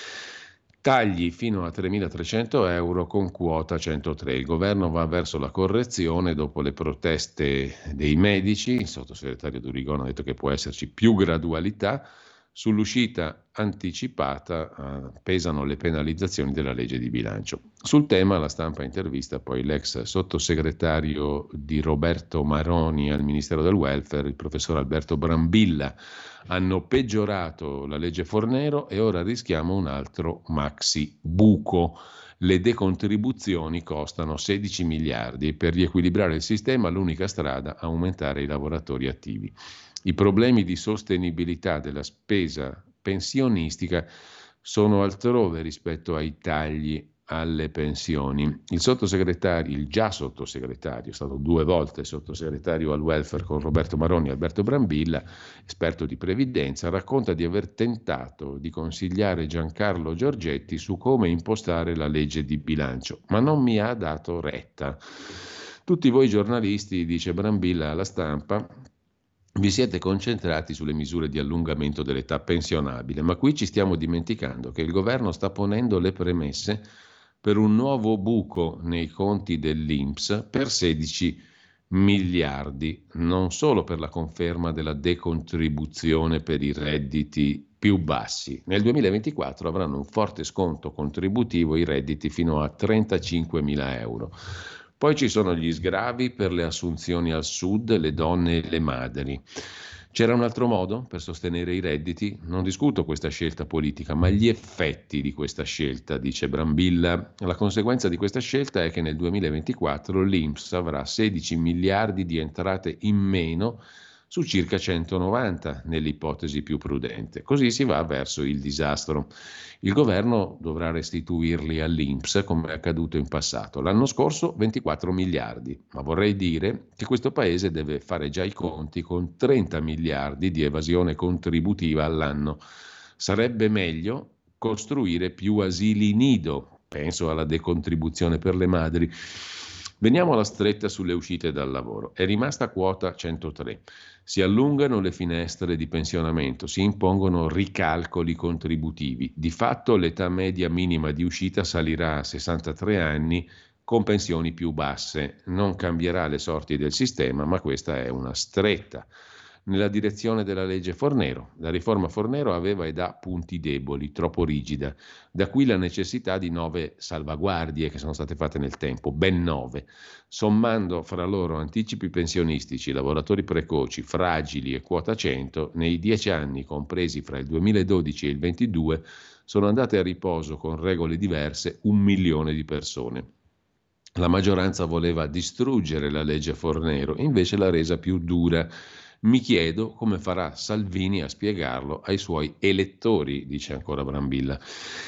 tagli fino a tremilatrecento euro con quota centotré. Il governo va verso la correzione dopo le proteste dei medici. Il sottosegretario Durigon ha detto che può esserci più gradualità. Sull'uscita anticipata eh, pesano le penalizzazioni della legge di bilancio. Sul tema la Stampa intervista poi l'ex sottosegretario di Roberto Maroni al Ministero del Welfare, il professor Alberto Brambilla. Hanno peggiorato la legge Fornero e ora rischiamo un altro maxi buco. Le decontribuzioni costano sedici miliardi e per riequilibrare il sistema l'unica strada è aumentare i lavoratori attivi. I problemi di sostenibilità della spesa pensionistica sono altrove rispetto ai tagli alle pensioni. Il sottosegretario, il già sottosegretario, è stato due volte sottosegretario al welfare con Roberto Maroni, Alberto Brambilla, esperto di previdenza, racconta di aver tentato di consigliare Giancarlo Giorgetti su come impostare la legge di bilancio, ma non mi ha dato retta. Tutti voi giornalisti, dice Brambilla alla Stampa, vi siete concentrati sulle misure di allungamento dell'età pensionabile, ma qui ci stiamo dimenticando che il governo sta ponendo le premesse per un nuovo buco nei conti dell'I N P S per sedici miliardi, non solo per la conferma della decontribuzione per i redditi più bassi. Nel duemilaventiquattro avranno un forte sconto contributivo i redditi fino a trentacinquemila euro. Poi ci sono gli sgravi per le assunzioni al sud, le donne e le madri. C'era un altro modo per sostenere i redditi? Non discuto questa scelta politica, ma gli effetti di questa scelta, dice Brambilla. La conseguenza di questa scelta è che nel duemilaventiquattro l'I N P S avrà sedici miliardi di entrate in meno su circa centonovanta nell'ipotesi più prudente. Così si va verso il disastro. Il governo dovrà restituirli all'I N P S come è accaduto in passato. L'anno scorso ventiquattro miliardi, ma vorrei dire che questo paese deve fare già i conti con trenta miliardi di evasione contributiva all'anno. Sarebbe meglio costruire più asili nido, penso alla decontribuzione per le madri. Veniamo alla stretta sulle uscite dal lavoro. È rimasta quota centotré. Si allungano le finestre di pensionamento, si impongono ricalcoli contributivi. Di fatto l'età media minima di uscita salirà a sessantatré anni con pensioni più basse. Non cambierà le sorti del sistema, ma questa è una stretta nella direzione della legge Fornero. La riforma Fornero aveva ed ha punti deboli, troppo rigida. Da qui la necessità di nove salvaguardie che sono state fatte nel tempo, ben nove. Sommando fra loro anticipi pensionistici, lavoratori precoci, fragili e quota cento, nei dieci anni compresi fra il duemiladodici e il ventidue sono andate a riposo con regole diverse un milione di persone. La maggioranza voleva distruggere la legge Fornero, invece l'ha resa più dura. Mi chiedo come farà Salvini a spiegarlo ai suoi elettori, dice ancora Brambilla.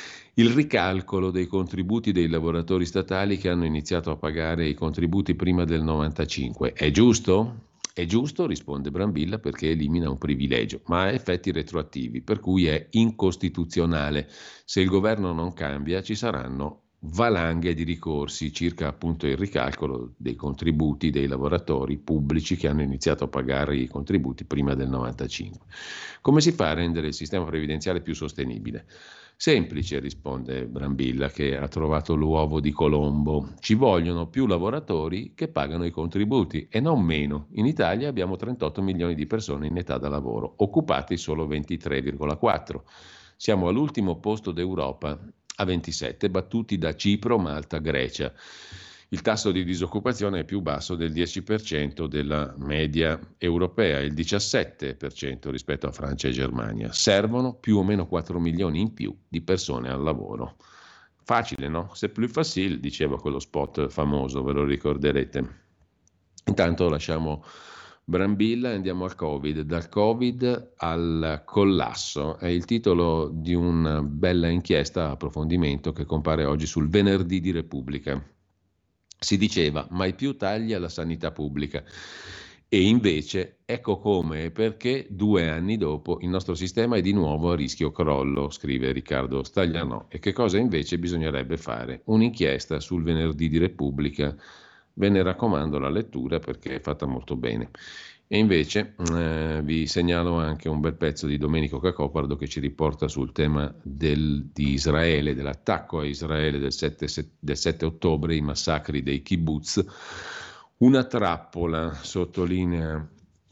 Il ricalcolo dei contributi dei lavoratori statali che hanno iniziato a pagare i contributi prima del novantacinque. È giusto? È giusto, risponde Brambilla, perché elimina un privilegio, ma ha effetti retroattivi, per cui è incostituzionale. Se il governo non cambia, ci saranno valanghe di ricorsi circa appunto il ricalcolo dei contributi dei lavoratori pubblici che hanno iniziato a pagare i contributi prima del novantacinque. Come si fa a rendere il sistema previdenziale più sostenibile? Semplice, risponde Brambilla, che ha trovato l'uovo di Colombo. Ci vogliono più lavoratori che pagano i contributi e non meno. In Italia abbiamo trentotto milioni di persone in età da lavoro, occupati solo ventitré virgola quattro. Siamo all'ultimo posto d'Europa, a ventisette, battuti da Cipro, Malta, Grecia. Il tasso di disoccupazione è più basso del dieci per cento della media europea, il diciassette per cento rispetto a Francia e Germania. Servono più o meno quattro milioni in più di persone al lavoro. Facile, no? C'est plus facile, diceva quello spot famoso, ve lo ricorderete. Intanto lasciamo Brambilla e andiamo al Covid. Dal Covid al collasso è il titolo di una bella inchiesta, approfondimento, che compare oggi sul Venerdì di Repubblica. Si diceva mai più tagli alla sanità pubblica e invece ecco come e perché due anni dopo il nostro sistema è di nuovo a rischio crollo, scrive Riccardo Staglianò. E che cosa invece bisognerebbe fare? Un'inchiesta sul Venerdì di Repubblica. Ve ne raccomando la lettura perché è fatta molto bene. E invece eh, vi segnalo anche un bel pezzo di Domenico Cacopardo che ci riporta sul tema del, di Israele, dell'attacco a Israele del sette, del sette ottobre, i massacri dei kibbutz. Una trappola, sottolinea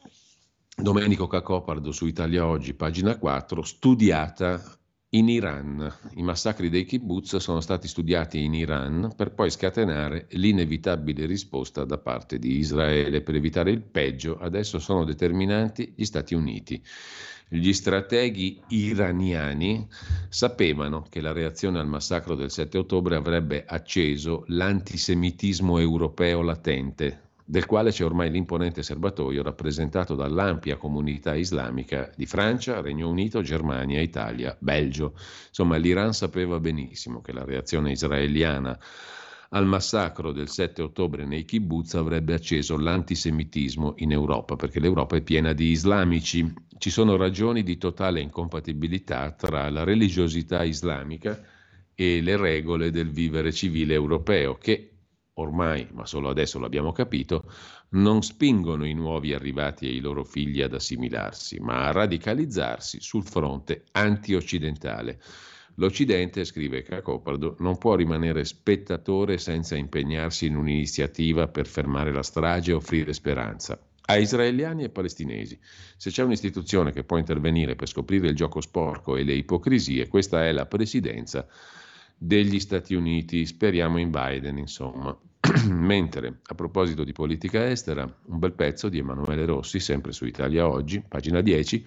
Domenico Cacopardo su Italia Oggi, pagina quattro, studiata in Iran. I massacri dei kibbutz sono stati studiati in Iran per poi scatenare l'inevitabile risposta da parte di Israele. Per evitare il peggio, adesso sono determinanti gli Stati Uniti. Gli strateghi iraniani sapevano che la reazione al massacro del sette ottobre avrebbe acceso l'antisemitismo europeo latente, del quale c'è ormai l'imponente serbatoio rappresentato dall'ampia comunità islamica di Francia, Regno Unito, Germania, Italia, Belgio. Insomma, l'Iran sapeva benissimo che la reazione israeliana al massacro del sette ottobre nei kibbutz avrebbe acceso l'antisemitismo in Europa, perché l'Europa è piena di islamici. Ci sono ragioni di totale incompatibilità tra la religiosità islamica e le regole del vivere civile europeo, che ormai, ma solo adesso l'abbiamo capito, non spingono i nuovi arrivati e i loro figli ad assimilarsi, ma a radicalizzarsi sul fronte anti-occidentale. L'Occidente, scrive Cacopardo, non può rimanere spettatore senza impegnarsi in un'iniziativa per fermare la strage e offrire speranza a israeliani e palestinesi. Se c'è un'istituzione che può intervenire per scoprire il gioco sporco e le ipocrisie, questa è la Presidenza degli Stati Uniti. Speriamo in Biden, insomma. Mentre, a proposito di politica estera, un bel pezzo di Emanuele Rossi, sempre su Italia Oggi, pagina dieci,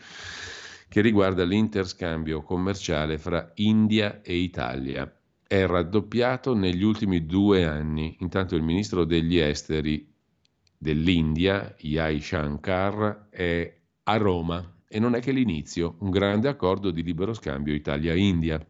che riguarda l'interscambio commerciale fra India e Italia. È raddoppiato negli ultimi due anni. Intanto il ministro degli esteri dell'India, Jai Shankar, è a Roma e non è che l'inizio, un grande accordo di libero scambio Italia-India.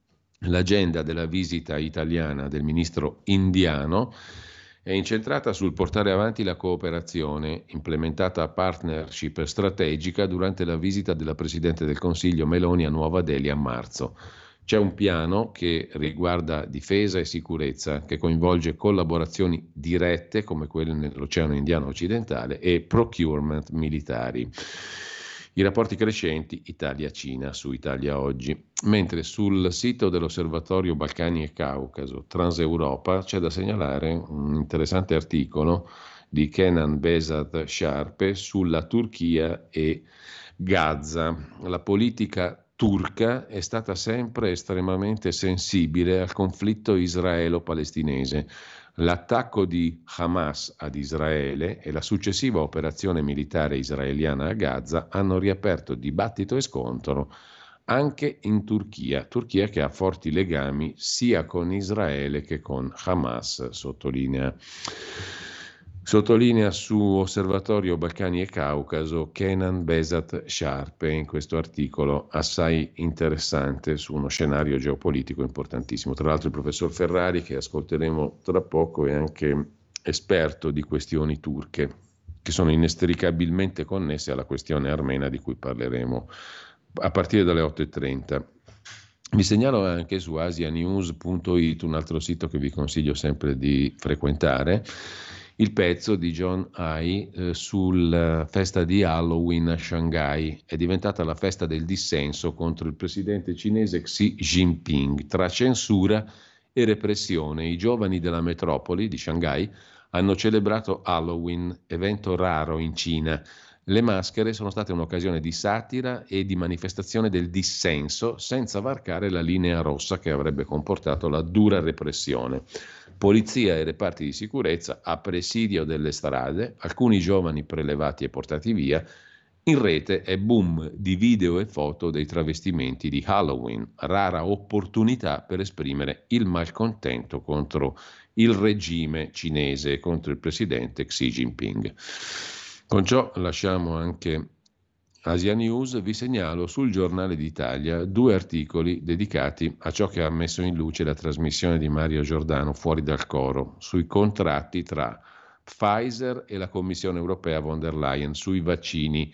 L'agenda della visita italiana del ministro indiano è incentrata sul portare avanti la cooperazione implementata a partnership strategica durante la visita della Presidente del Consiglio Meloni a Nuova Delhi a marzo. C'è un piano che riguarda difesa e sicurezza, che coinvolge collaborazioni dirette come quelle nell'Oceano Indiano occidentale e procurement militari. I rapporti crescenti Italia-Cina su Italia Oggi. Mentre sul sito dell'Osservatorio Balcani e Caucaso Transeuropa c'è da segnalare un interessante articolo di Kenan Behzad Sharpe sulla Turchia e Gaza. La politica turca è stata sempre estremamente sensibile al conflitto israelo-palestinese. L'attacco di Hamas ad Israele e la successiva operazione militare israeliana a Gaza hanno riaperto dibattito e scontro anche in Turchia, Turchia che ha forti legami sia con Israele che con Hamas, sottolinea. Sottolinea su Osservatorio Balcani e Caucaso Kenan Behzad Sharpe in questo articolo assai interessante su uno scenario geopolitico importantissimo. Tra l'altro il professor Ferrari, che ascolteremo tra poco, è anche esperto di questioni turche, che sono inestricabilmente connesse alla questione armena di cui parleremo a partire dalle otto e trenta. Vi segnalo anche su asianews punto it, un altro sito che vi consiglio sempre di frequentare, il pezzo di John Hai eh, sulla festa di Halloween a Shanghai. È diventata la festa del dissenso contro il presidente cinese Xi Jinping. Tra censura e repressione, i giovani della metropoli di Shanghai hanno celebrato Halloween, evento raro in Cina. Le maschere sono state un'occasione di satira e di manifestazione del dissenso, senza varcare la linea rossa che avrebbe comportato la dura repressione. Polizia e reparti di sicurezza a presidio delle strade, alcuni giovani prelevati e portati via. In rete è boom di video e foto dei travestimenti di Halloween, rara opportunità per esprimere il malcontento contro il regime cinese, contro il presidente Xi Jinping. Con ciò lasciamo anche Asia News. Vi segnalo sul Giornale d'Italia due articoli dedicati a ciò che ha messo in luce la trasmissione di Mario Giordano, Fuori dal coro, sui contratti tra Pfizer e la Commissione europea von der Leyen sui vaccini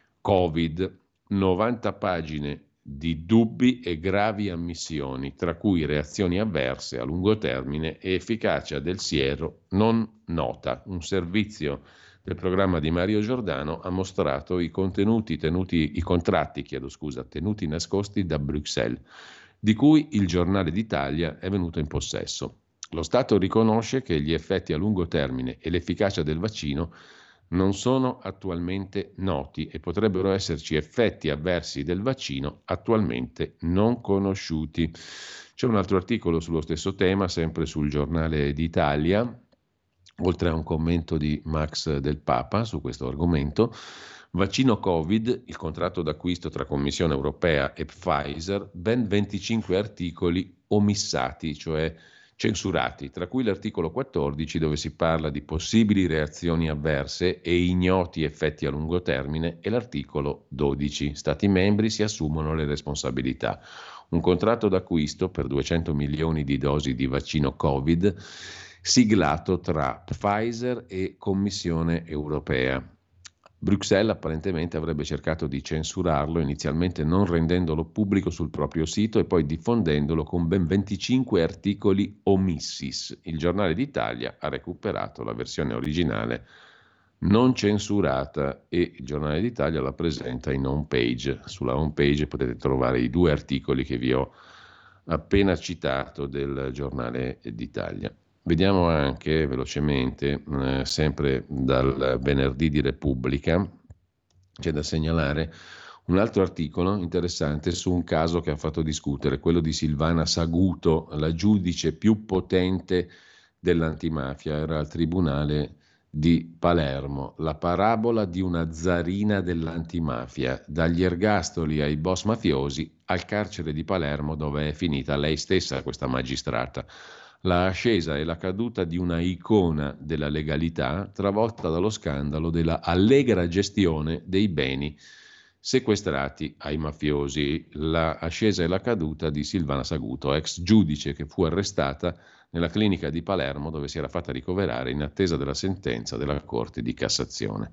Covid. novanta pagine di dubbi e gravi ammissioni, tra cui reazioni avverse a lungo termine e efficacia del siero non nota. Un servizio del programma di Mario Giordano ha mostrato i contenuti tenuti, i contratti, chiedo scusa, tenuti nascosti da Bruxelles, di cui il Giornale d'Italia è venuto in possesso. Lo Stato riconosce che gli effetti a lungo termine e l'efficacia del vaccino non sono attualmente noti e potrebbero esserci effetti avversi del vaccino attualmente non conosciuti. C'è un altro articolo sullo stesso tema, sempre sul Giornale d'Italia, oltre a un commento di Max Del Papa su questo argomento. Vaccino Covid, il contratto d'acquisto tra Commissione europea e Pfizer, ben venticinque articoli omissati, cioè censurati, tra cui l'articolo quattordici, dove si parla di possibili reazioni avverse e ignoti effetti a lungo termine, e l'articolo dodici, Stati membri si assumono le responsabilità. Un contratto d'acquisto per duecento milioni di dosi di vaccino Covid siglato tra Pfizer e Commissione europea. Bruxelles apparentemente avrebbe cercato di censurarlo, inizialmente non rendendolo pubblico sul proprio sito e poi diffondendolo con ben venticinque articoli omissis. Il Giornale d'Italia ha recuperato la versione originale non censurata e il Giornale d'Italia la presenta in home page. Sulla home page potete trovare i due articoli che vi ho appena citato del Giornale d'Italia. Vediamo anche velocemente, eh, sempre dal venerdì di Repubblica, c'è da segnalare un altro articolo interessante su un caso che ha fatto discutere, quello di Silvana Saguto, la giudice più potente dell'antimafia, era al Tribunale di Palermo. La parabola di una zarina dell'antimafia, dagli ergastoli ai boss mafiosi al carcere di Palermo, dove è finita lei stessa, questa magistrata. La ascesa e la caduta di una icona della legalità travolta dallo scandalo della allegra gestione dei beni sequestrati ai mafiosi. La ascesa e la caduta di Silvana Saguto, ex giudice che fu arrestata nella clinica di Palermo dove si era fatta ricoverare in attesa della sentenza della Corte di Cassazione.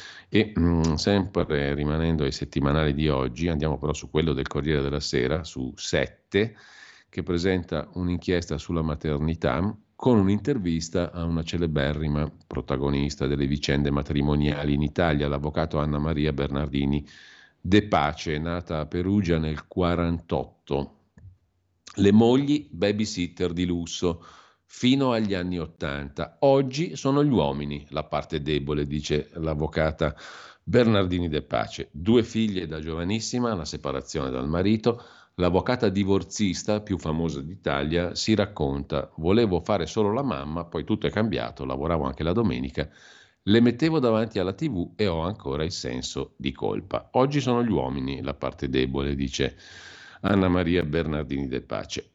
E mh, sempre rimanendo ai settimanali di oggi, andiamo però su quello del Corriere della Sera, su sette, che presenta un'inchiesta sulla maternità con un'intervista a una celeberrima protagonista delle vicende matrimoniali in Italia, l'avvocato Anna Maria Bernardini De Pace, nata a Perugia nel quarantotto. Le mogli babysitter di lusso fino agli anni ottanta. Oggi sono gli uomini la parte debole, dice l'avvocata Bernardini De Pace. Due figlie da giovanissima, la separazione dal marito. L'avvocata divorzista più famosa d'Italia si racconta: volevo fare solo la mamma, poi tutto è cambiato, lavoravo anche la domenica, le mettevo davanti alla tivù e ho ancora il senso di colpa. Oggi sono gli uomini la parte debole, dice Anna Maria Bernardini De Pace.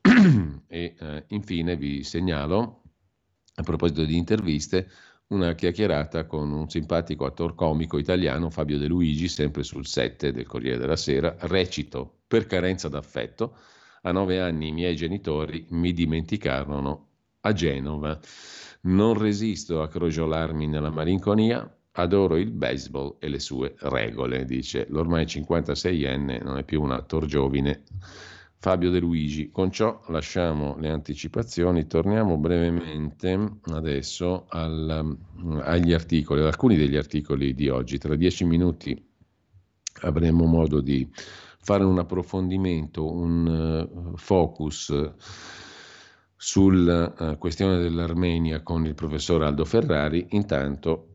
E eh, infine vi segnalo, a proposito di interviste, una chiacchierata con un simpatico attor comico italiano, Fabio De Luigi, sempre sul sette del Corriere della Sera. Recito: per carenza d'affetto, a nove anni i miei genitori mi dimenticarono a Genova. Non resisto a crogiolarmi nella malinconia, adoro il baseball e le sue regole, dice l'ormai cinquantaseienne, non è più un attore giovine, Fabio De Luigi. Con ciò lasciamo le anticipazioni, torniamo brevemente adesso al, agli articoli, ad alcuni degli articoli di oggi. Tra dieci minuti avremo modo di fare un approfondimento, un uh, focus sulla uh, questione dell'Armenia con il professor Aldo Ferrari. Intanto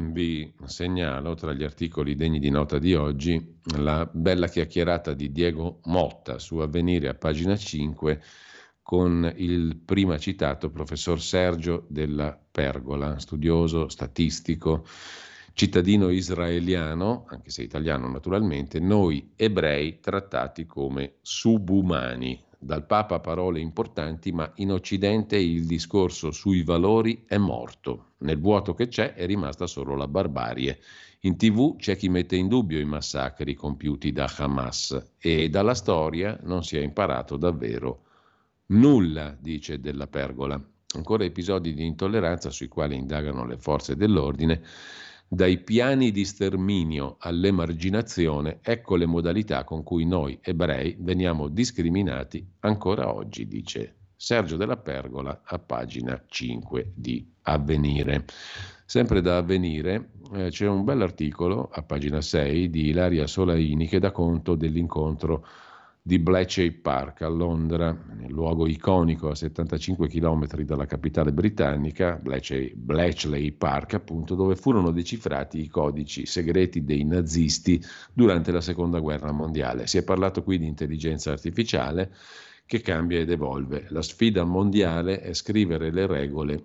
vi segnalo tra gli articoli degni di nota di oggi la bella chiacchierata di Diego Motta su Avvenire a pagina cinque con il prima citato professor Sergio Della Pergola, studioso, statistico, cittadino israeliano, anche se italiano naturalmente, noi ebrei trattati come subumani. Dal Papa parole importanti, ma in Occidente il discorso sui valori è morto. Nel vuoto che c'è è rimasta solo la barbarie. In tivù c'è chi mette in dubbio i massacri compiuti da Hamas e dalla storia non si è imparato davvero nulla, dice Della Pergola. Ancora episodi di intolleranza sui quali indagano le forze dell'ordine. Dai piani di sterminio all'emarginazione, ecco le modalità con cui noi ebrei veniamo discriminati ancora oggi, dice Sergio Della Pergola a pagina cinque di Avvenire. Sempre da Avvenire eh, c'è un bell'articolo a pagina sei di Ilaria Solaini che dà conto dell'incontro di Bletchley Park a Londra, nel luogo iconico a settantacinque chilometri dalla capitale britannica, Bletchley, Bletchley Park appunto, dove furono decifrati i codici segreti dei nazisti durante la seconda guerra mondiale. Si è parlato qui di intelligenza artificiale che cambia ed evolve. La sfida mondiale è scrivere le regole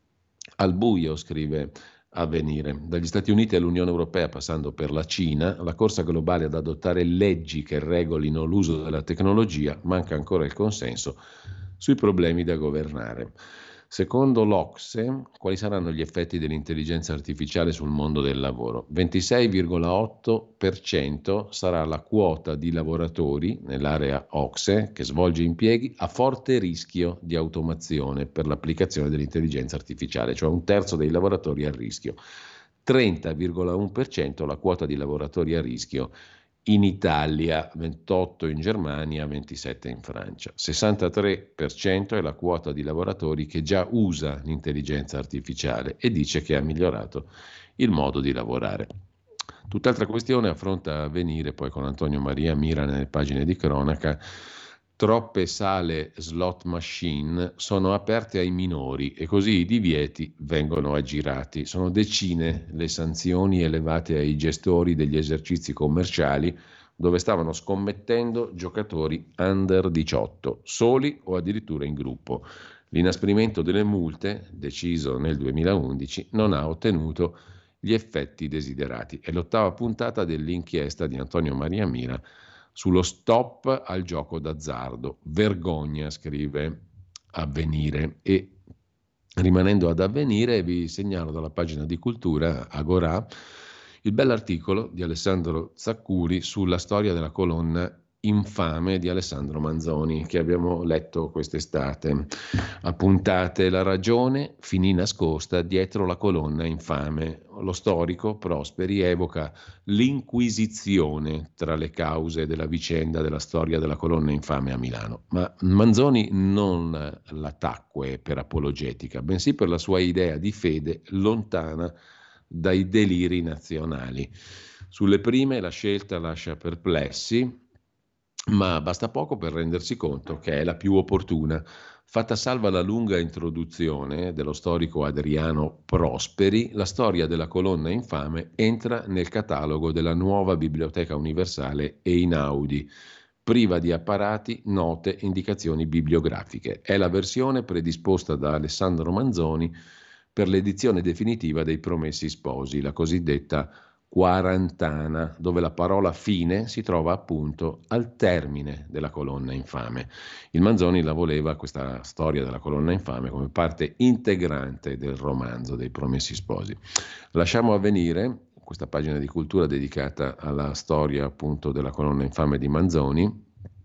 al buio, scrive Avvenire. Dagli Stati Uniti all'Unione Europea, passando per la Cina, la corsa globale ad adottare leggi che regolino l'uso della tecnologia, manca ancora il consenso sui problemi da governare. Secondo l'Ocse, quali saranno gli effetti dell'intelligenza artificiale sul mondo del lavoro? ventisei virgola otto per cento sarà la quota di lavoratori nell'area Ocse che svolge impieghi a forte rischio di automazione per l'applicazione dell'intelligenza artificiale, cioè un terzo dei lavoratori a rischio. trenta virgola uno per cento la quota di lavoratori a rischio in Italia, ventotto in Germania, ventisette in Francia. sessantatré per cento è la quota di lavoratori che già usa l'intelligenza artificiale e dice che ha migliorato il modo di lavorare. Tutt'altra questione affronta Avvenire poi con Antonio Maria Mira nelle pagine di cronaca. Troppe sale slot machine sono aperte ai minori e così i divieti vengono aggirati. Sono decine le sanzioni elevate ai gestori degli esercizi commerciali dove stavano scommettendo giocatori under diciotto, soli o addirittura in gruppo. L'inasprimento delle multe, deciso nel duemilaundici, non ha ottenuto gli effetti desiderati. È l'ottava puntata dell'inchiesta di Antonio Maria Mira sullo stop al gioco d'azzardo. Vergogna, scrive Avvenire. E rimanendo ad Avvenire vi segnalo dalla pagina di Cultura Agorà il bell'articolo di Alessandro Zaccuri sulla storia della colonna infame di Alessandro Manzoni che abbiamo letto quest'estate. A puntate la ragione finì nascosta dietro la colonna infame. Lo storico Prosperi evoca l'inquisizione tra le cause della vicenda della storia della colonna infame a Milano, ma Manzoni non la tacque per apologetica, bensì per la sua idea di fede lontana dai deliri nazionali. Sulle prime la scelta lascia perplessi, ma basta poco per rendersi conto che è la più opportuna. Fatta salva la lunga introduzione dello storico Adriano Prosperi, la storia della colonna infame entra nel catalogo della nuova Biblioteca Universale Einaudi, priva di apparati, note, indicazioni bibliografiche. È la versione predisposta da Alessandro Manzoni per l'edizione definitiva dei Promessi Sposi, la cosiddetta quarantana, dove la parola fine si trova appunto al termine della colonna infame. Il Manzoni la voleva, questa storia della colonna infame, come parte integrante del romanzo dei Promessi Sposi. Lasciamo Avvenire, questa pagina di cultura dedicata alla storia appunto della colonna infame di Manzoni,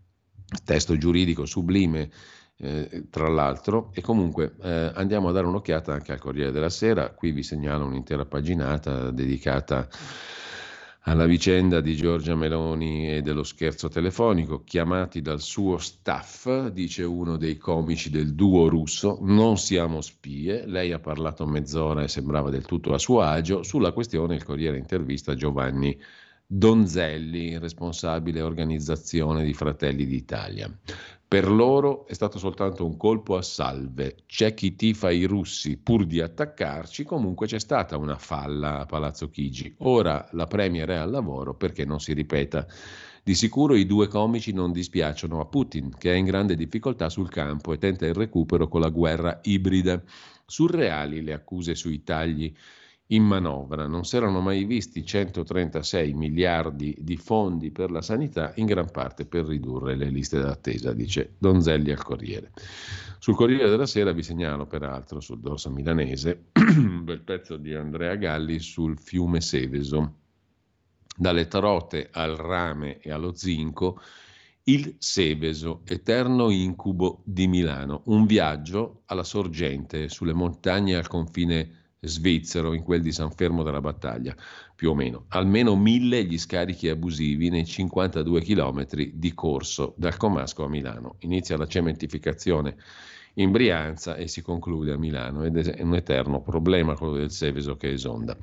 testo giuridico sublime, Eh, tra l'altro, e comunque eh, andiamo a dare un'occhiata anche al Corriere della Sera. Qui vi segnalo un'intera paginata dedicata alla vicenda di Giorgia Meloni e dello scherzo telefonico, chiamati dal suo staff, dice uno dei comici del duo russo, non siamo spie, lei ha parlato mezz'ora e sembrava del tutto a suo agio, sulla questione il Corriere intervista Giovanni Donzelli, responsabile organizzazione di Fratelli d'Italia. Per loro è stato soltanto un colpo a salve. C'è chi tifa i russi pur di attaccarci, comunque c'è stata una falla a Palazzo Chigi. Ora la Premier è al lavoro perché non si ripeta. Di sicuro i due comici non dispiacciono a Putin, che è in grande difficoltà sul campo e tenta il recupero con la guerra ibrida. Surreali le accuse sui tagli in manovra. Non si erano mai visti centotrentasei miliardi di fondi per la sanità, in gran parte per ridurre le liste d'attesa, dice Donzelli al Corriere. Sul Corriere della Sera vi segnalo peraltro sul dorso milanese un bel pezzo di Andrea Galli sul fiume Seveso. Dalle Trote al Rame e allo Zinco, il Seveso, eterno incubo di Milano. Un viaggio alla sorgente sulle montagne al confine svizzero, in quel di San Fermo della Battaglia, più o meno. Almeno mille gli scarichi abusivi nei cinquantadue chilometri di corso dal Comasco a Milano. Inizia la cementificazione in Brianza e si conclude a Milano ed è un eterno problema quello del Seveso che esonda.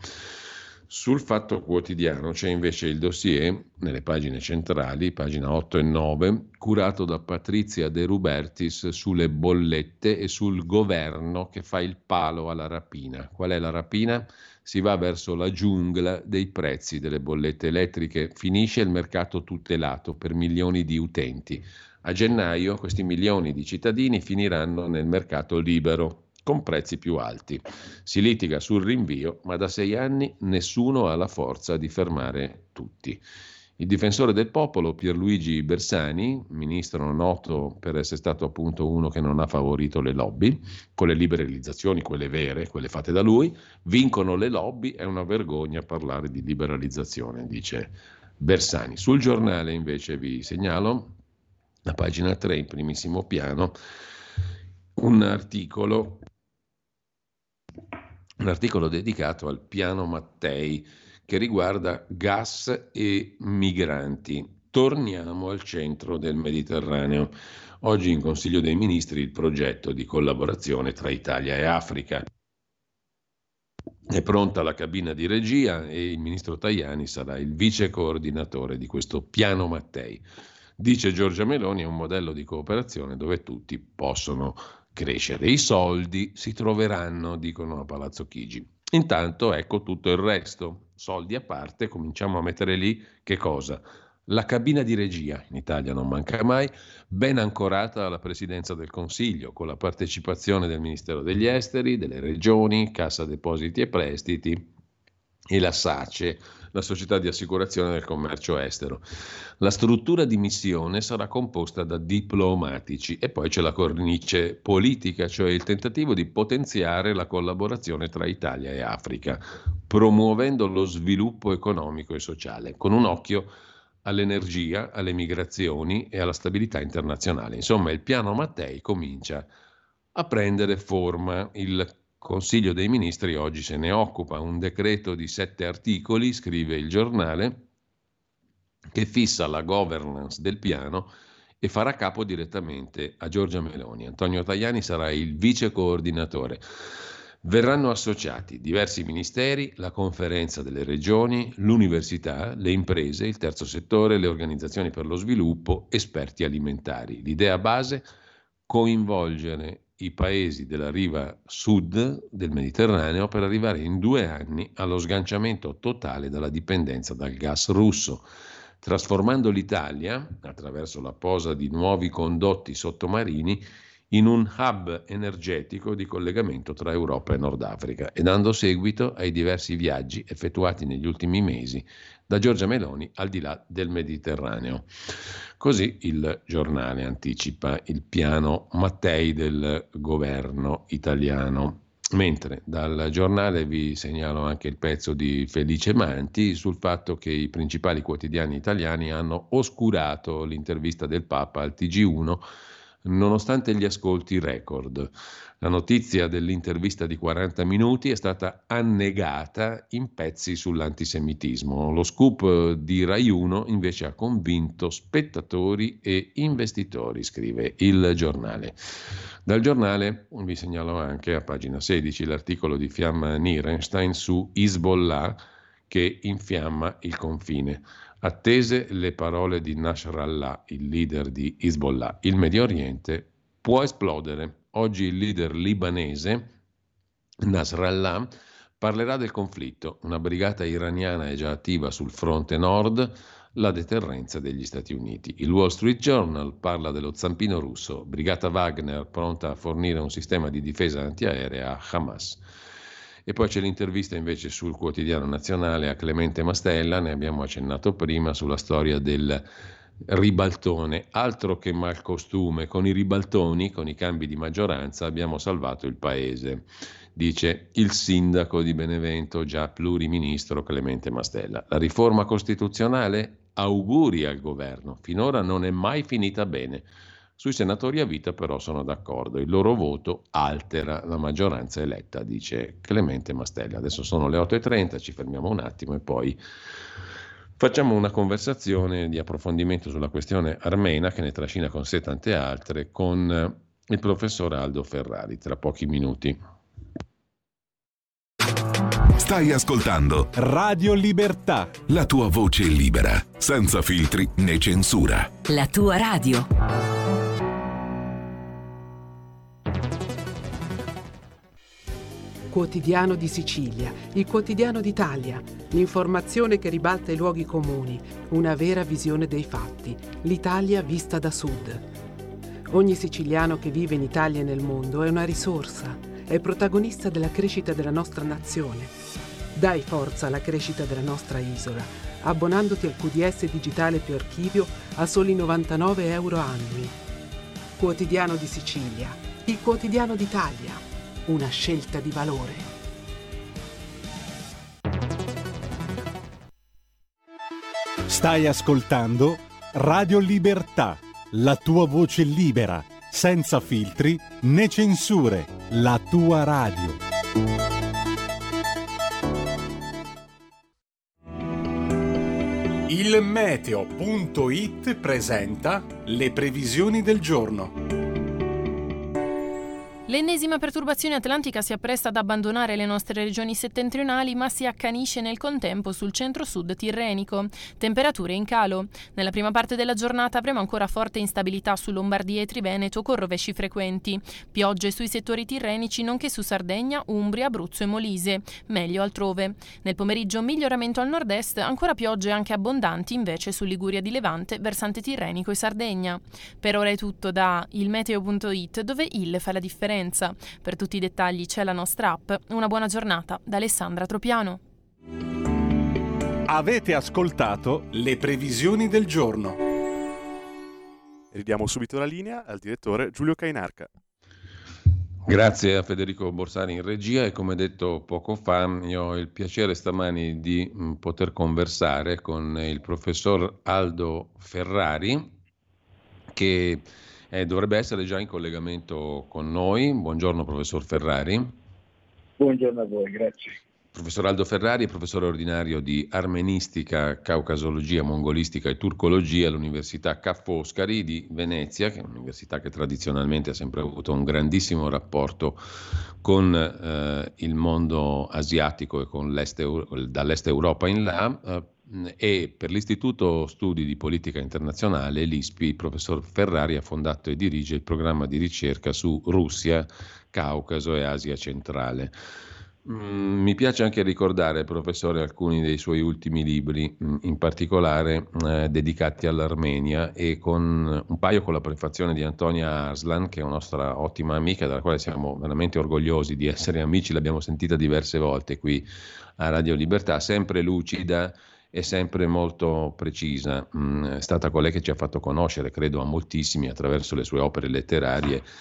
Sul Fatto Quotidiano c'è invece il dossier, nelle pagine centrali, pagina otto e nove, curato da Patrizia De Rubertis sulle bollette e sul governo che fa il palo alla rapina. Qual è la rapina? Si va verso la giungla dei prezzi delle bollette elettriche, finisce il mercato tutelato per milioni di utenti. A gennaio questi milioni di cittadini finiranno nel mercato libero, con prezzi più alti. Si litiga sul rinvio, ma da sei anni nessuno ha la forza di fermare tutti. Il difensore del popolo, Pierluigi Bersani, ministro noto per essere stato appunto uno che non ha favorito le lobby, con le liberalizzazioni, quelle vere, quelle fatte da lui, vincono le lobby, è una vergogna parlare di liberalizzazione, dice Bersani. Sul Giornale invece vi segnalo, la pagina tre, in primissimo piano, un articolo un articolo dedicato al piano Mattei che riguarda gas e migranti. Torniamo al centro del Mediterraneo. Oggi in Consiglio dei Ministri il progetto di collaborazione tra Italia e Africa. È pronta la cabina di regia e il ministro Tajani sarà il vice coordinatore di questo piano Mattei. Dice Giorgia Meloni, è un modello di cooperazione dove tutti possono crescere. I soldi si troveranno, dicono a Palazzo Chigi. Intanto ecco tutto il resto. Soldi a parte, cominciamo a mettere lì che cosa? La cabina di regia, in Italia non manca mai, ben ancorata alla Presidenza del Consiglio, con la partecipazione del Ministero degli Esteri, delle Regioni, Cassa Depositi e Prestiti e la SACE, la Società di Assicurazione del Commercio Estero. La struttura di missione sarà composta da diplomatici e poi c'è la cornice politica, cioè il tentativo di potenziare la collaborazione tra Italia e Africa, promuovendo lo sviluppo economico e sociale, con un occhio all'energia, alle migrazioni e alla stabilità internazionale. Insomma, il piano Mattei comincia a prendere forma. Il Consiglio dei Ministri oggi se ne occupa, un decreto di sette articoli, scrive il Giornale, che fissa la governance del piano e farà capo direttamente a Giorgia Meloni. Antonio Tajani sarà il vice coordinatore. Verranno associati diversi ministeri, la conferenza delle regioni, l'università, le imprese, il terzo settore, le organizzazioni per lo sviluppo, esperti alimentari. L'idea base: coinvolgere i paesi della riva sud del Mediterraneo per arrivare in due anni allo sganciamento totale dalla dipendenza dal gas russo, trasformando l'Italia, attraverso la posa di nuovi condotti sottomarini, in un hub energetico di collegamento tra Europa e Nord Africa e dando seguito ai diversi viaggi effettuati negli ultimi mesi da Giorgia Meloni al di là del Mediterraneo. Così il Giornale anticipa il piano Mattei del governo italiano. Mentre dal Giornale vi segnalo anche il pezzo di Felice Manti sul fatto che i principali quotidiani italiani hanno oscurato l'intervista del Papa al T G uno nonostante gli ascolti record. La notizia dell'intervista di quaranta minuti è stata annegata in pezzi sull'antisemitismo. Lo scoop di Rai uno invece ha convinto spettatori e investitori, scrive il giornale. Dal giornale vi segnalo anche a pagina sedici l'articolo di Fiamma Nierenstein su Hezbollah che infiamma il confine. Attese le parole di Nasrallah, il leader di Hezbollah. Il Medio Oriente può esplodere. Oggi il leader libanese, Nasrallah, parlerà del conflitto. Una brigata iraniana è già attiva sul fronte nord, la deterrenza degli Stati Uniti. Il Wall Street Journal parla dello zampino russo, brigata Wagner pronta a fornire un sistema di difesa antiaerea a Hamas. E poi c'è l'intervista invece sul Quotidiano Nazionale a Clemente Mastella, ne abbiamo accennato prima, sulla storia del ribaltone, altro che malcostume, con i ribaltoni, con i cambi di maggioranza abbiamo salvato il paese, dice il sindaco di Benevento, già pluriministro Clemente Mastella. La riforma costituzionale, auguri al governo, finora non è mai finita bene. Sui senatori a vita però sono d'accordo, il loro voto altera la maggioranza eletta, dice Clemente Mastella. Adesso sono le otto e trenta, ci fermiamo un attimo e poi facciamo una conversazione di approfondimento sulla questione armena che ne trascina con sé tante altre con il professor Aldo Ferrari tra pochi minuti. Stai ascoltando Radio Libertà, la tua voce libera, senza filtri né censura. La tua radio. Quotidiano di Sicilia, il quotidiano d'Italia, l'informazione che ribalta i luoghi comuni, una vera visione dei fatti, l'Italia vista da sud. Ogni siciliano che vive in Italia e nel mondo è una risorsa, è protagonista della crescita della nostra nazione. Dai forza alla crescita della nostra isola, abbonandoti al Q D S digitale più archivio a soli novantanove euro annui. Quotidiano di Sicilia, il quotidiano d'Italia, una scelta di valore. Stai ascoltando Radio Libertà, la tua voce libera, senza filtri né censure, la tua radio. Il meteo punto it presenta le previsioni del giorno. L'ennesima perturbazione atlantica si appresta ad abbandonare le nostre regioni settentrionali, ma si accanisce nel contempo sul centro-sud tirrenico. Temperature in calo. Nella prima parte della giornata avremo ancora forte instabilità su Lombardia e Triveneto con rovesci frequenti. Piogge sui settori tirrenici nonché su Sardegna, Umbria, Abruzzo e Molise. Meglio altrove. Nel pomeriggio miglioramento al nord-est, ancora piogge anche abbondanti invece su Liguria di Levante, versante tirrenico e Sardegna. Per ora è tutto da il meteo punto it, dove il fa la differenza. Per tutti i dettagli c'è la nostra app. Una buona giornata da Alessandra Tropiano. Avete ascoltato le previsioni del giorno. Ridiamo subito la linea al direttore Giulio Cainarca. Grazie a Federico Borsari in regia e come detto poco fa io ho il piacere stamani di mh, poter conversare con il professor Aldo Ferrari che Eh, dovrebbe essere già in collegamento con noi. Buongiorno professor Ferrari. Buongiorno a voi, grazie. Professor Aldo Ferrari è professore ordinario di Armenistica, Caucasologia, Mongolistica e Turcologia all'Università Ca' Foscari di Venezia, che è un'università che tradizionalmente ha sempre avuto un grandissimo rapporto con eh, il mondo asiatico e con l'est, dall'est Europa in là. Eh, E per l'Istituto Studi di Politica Internazionale, l'I S P I, il professor Ferrari ha fondato e dirige il programma di ricerca su Russia, Caucaso e Asia centrale. Mm, mi piace anche ricordare, professore, alcuni dei suoi ultimi libri, in particolare eh, dedicati all'Armenia e con un paio con la prefazione di Antonia Arslan, che è una nostra ottima amica, della quale siamo veramente orgogliosi di essere amici, l'abbiamo sentita diverse volte qui a Radio Libertà, sempre lucida è sempre molto precisa, mm, è stata colei che ci ha fatto conoscere, credo, a moltissimi attraverso le sue opere letterarie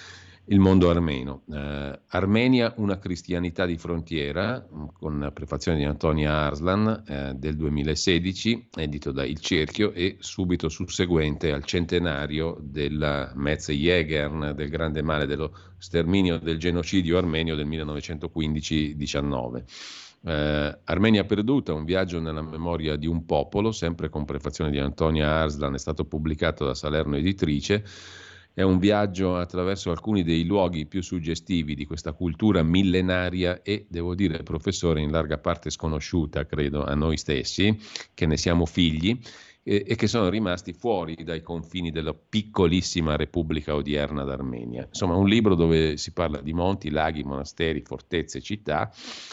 il mondo armeno. Eh, Armenia, una cristianità di frontiera, con la prefazione di Antonia Arslan eh, del duemilasedici, edito da Il Cerchio, e subito susseguente al centenario della Metz-Jägern, del grande male, dello sterminio del genocidio armenio del millenovecentoquindici diciannove. Eh, Armenia perduta, un viaggio nella memoria di un popolo, sempre con prefazione di Antonia Arslan, è stato pubblicato da Salerno Editrice. È un viaggio attraverso alcuni dei luoghi più suggestivi di questa cultura millenaria e, devo dire, professore, in larga parte sconosciuta, credo, a noi stessi, che ne siamo figli, e, e che sono rimasti fuori dai confini della piccolissima repubblica odierna d'Armenia. Insomma, un libro dove si parla di monti, laghi, monasteri, fortezze, città,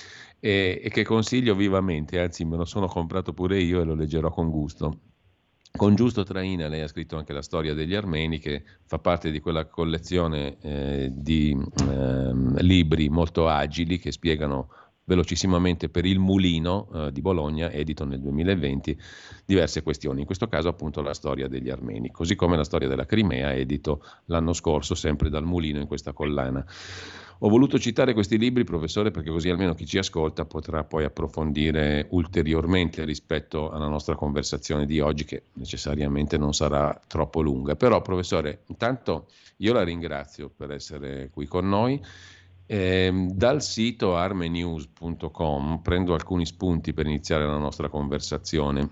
e, e che consiglio vivamente, anzi me lo sono comprato pure io e lo leggerò con gusto. Con Giusto Traina lei ha scritto anche la storia degli armeni, che fa parte di quella collezione eh, di eh, libri molto agili che spiegano velocissimamente per Il Mulino eh, di Bologna, edito nel duemilaventi, diverse questioni. In questo caso appunto la storia degli armeni, così come la storia della Crimea, edito l'anno scorso sempre dal Mulino in questa collana. Ho voluto citare questi libri, professore, perché così almeno chi ci ascolta potrà poi approfondire ulteriormente rispetto alla nostra conversazione di oggi, che necessariamente non sarà troppo lunga. Però, professore, intanto io la ringrazio per essere qui con noi. Eh, dal sito arme news punto com prendo alcuni spunti per iniziare la nostra conversazione.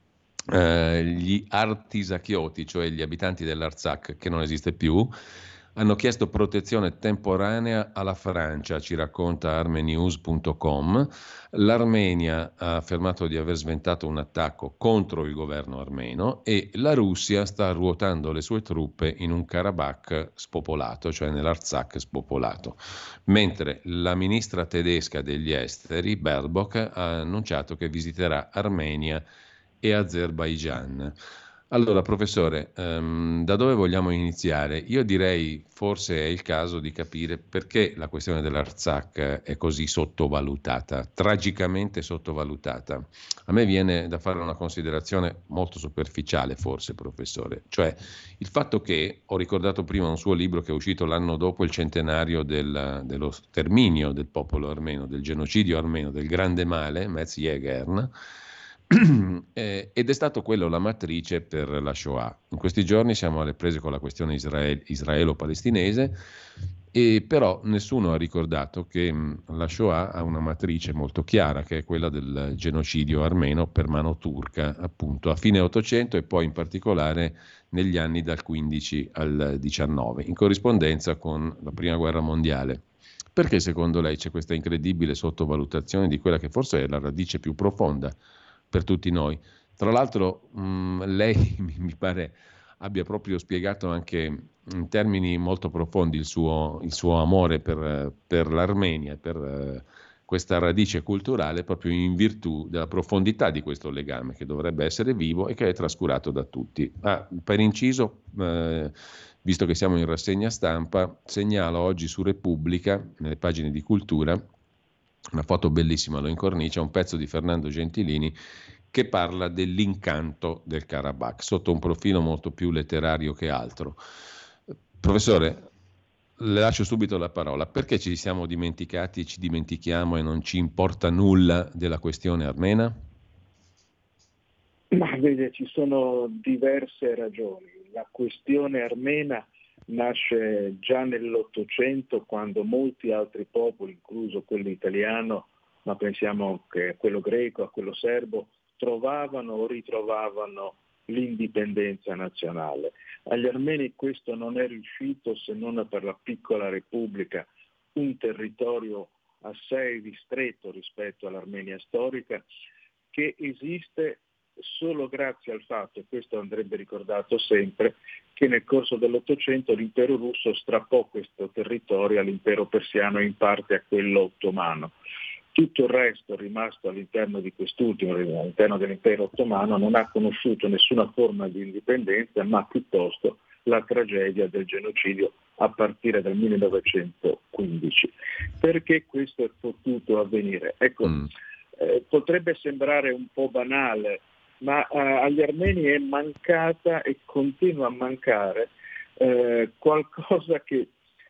Eh, gli artisachioti, cioè gli abitanti dell'Artsakh, che non esiste più, hanno chiesto protezione temporanea alla Francia, ci racconta arme news punto com. L'Armenia ha affermato di aver sventato un attacco contro il governo armeno e la Russia sta ruotando le sue truppe in un Karabakh spopolato, cioè nell'Artsakh spopolato. Mentre la ministra tedesca degli esteri, Baerbock, ha annunciato che visiterà Armenia e Azerbaigian. Allora, professore, um, da dove vogliamo iniziare? Io direi forse è il caso di capire perché la questione dell'Artsakh è così sottovalutata, tragicamente sottovalutata. A me viene da fare una considerazione molto superficiale, forse, professore, cioè il fatto che, ho ricordato prima un suo libro che è uscito l'anno dopo il centenario del, dello sterminio del popolo armeno, del genocidio armeno, del grande male, Metz-Jägern, eh, ed è stato quello la matrice per la Shoah. In questi giorni siamo alle prese con la questione israel- israelo-palestinese, e però nessuno ha ricordato che mh, la Shoah ha una matrice molto chiara, che è quella del genocidio armeno per mano turca, appunto a fine Ottocento e poi in particolare negli anni dal quindici al diciannove, in corrispondenza con la Prima Guerra Mondiale. Perché secondo lei c'è questa incredibile sottovalutazione di quella che forse è la radice più profonda per tutti noi? Tra l'altro mh, lei mi pare abbia proprio spiegato anche in termini molto profondi il suo, il suo amore per, per l'Armenia, per uh, questa radice culturale, proprio in virtù della profondità di questo legame che dovrebbe essere vivo e che è trascurato da tutti. Ah, per inciso, eh, visto che siamo in rassegna stampa, segnalo oggi su Repubblica, nelle pagine di cultura, una foto bellissima, lo incornicia, un pezzo di Fernando Gentilini che parla dell'incanto del Karabakh, sotto un profilo molto più letterario che altro. Professore, le lascio subito la parola. Perché ci siamo dimenticati, ci dimentichiamo e non ci importa nulla della questione armena? Ma vede, ci sono diverse ragioni. La questione armena nasce già nell'Ottocento, quando molti altri popoli, incluso quello italiano, ma pensiamo che a quello greco, a quello serbo, trovavano o ritrovavano l'indipendenza nazionale. Agli armeni questo non è riuscito, se non per la piccola repubblica, un territorio assai ristretto rispetto all'Armenia storica, che esiste solo grazie al fatto, e questo andrebbe ricordato sempre, che nel corso dell'Ottocento l'impero russo strappò questo territorio all'impero persiano e in parte a quello ottomano. Tutto il resto rimasto all'interno di quest'ultimo, all'interno dell'impero ottomano, non ha conosciuto nessuna forma di indipendenza, ma piuttosto la tragedia del genocidio a partire dal millenovecentoquindici. Perché questo è potuto avvenire? Ecco, mm. eh, potrebbe sembrare un po' banale, ma eh, agli armeni è mancata e continua a mancare eh, qualcosa che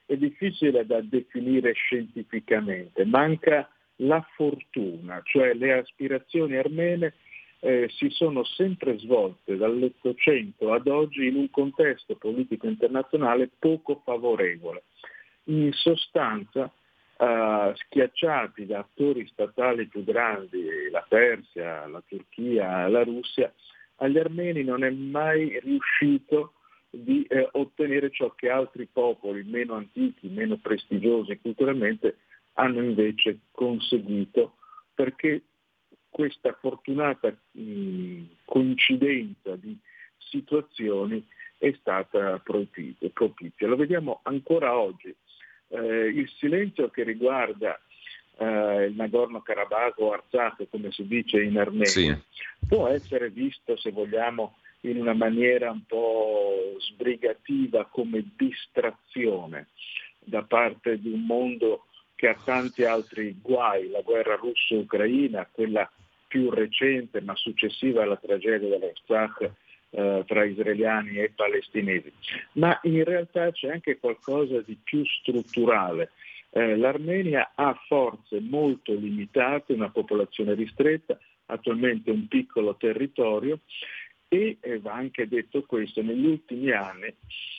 è difficile da definire scientificamente, manca la fortuna, cioè le aspirazioni armene eh, si sono sempre svolte dall'Ottocento ad oggi in un contesto politico internazionale poco favorevole. In sostanza, Uh, schiacciati da attori statali più grandi, la Persia, la Turchia, la Russia, agli armeni non è mai riuscito di eh, ottenere ciò che altri popoli meno antichi, meno prestigiosi culturalmente hanno invece conseguito, perché questa fortunata mh, coincidenza di situazioni è stata propizia. Lo vediamo ancora oggi. Eh, il silenzio che riguarda eh, il Nagorno-Karabakh o Artsakh, come si dice in Armenia, sì, può essere visto, se vogliamo, in una maniera un po' sbrigativa come distrazione da parte di un mondo che ha tanti altri guai, la guerra russo-ucraina, quella più recente ma successiva alla tragedia dell'Artsakh eh, tra israeliani e palestinesi. Ma in realtà c'è anche qualcosa di più strutturale. Eh, L'Armenia ha forze molto limitate, una popolazione ristretta, attualmente un piccolo territorio e, eh, va anche detto questo, negli ultimi anni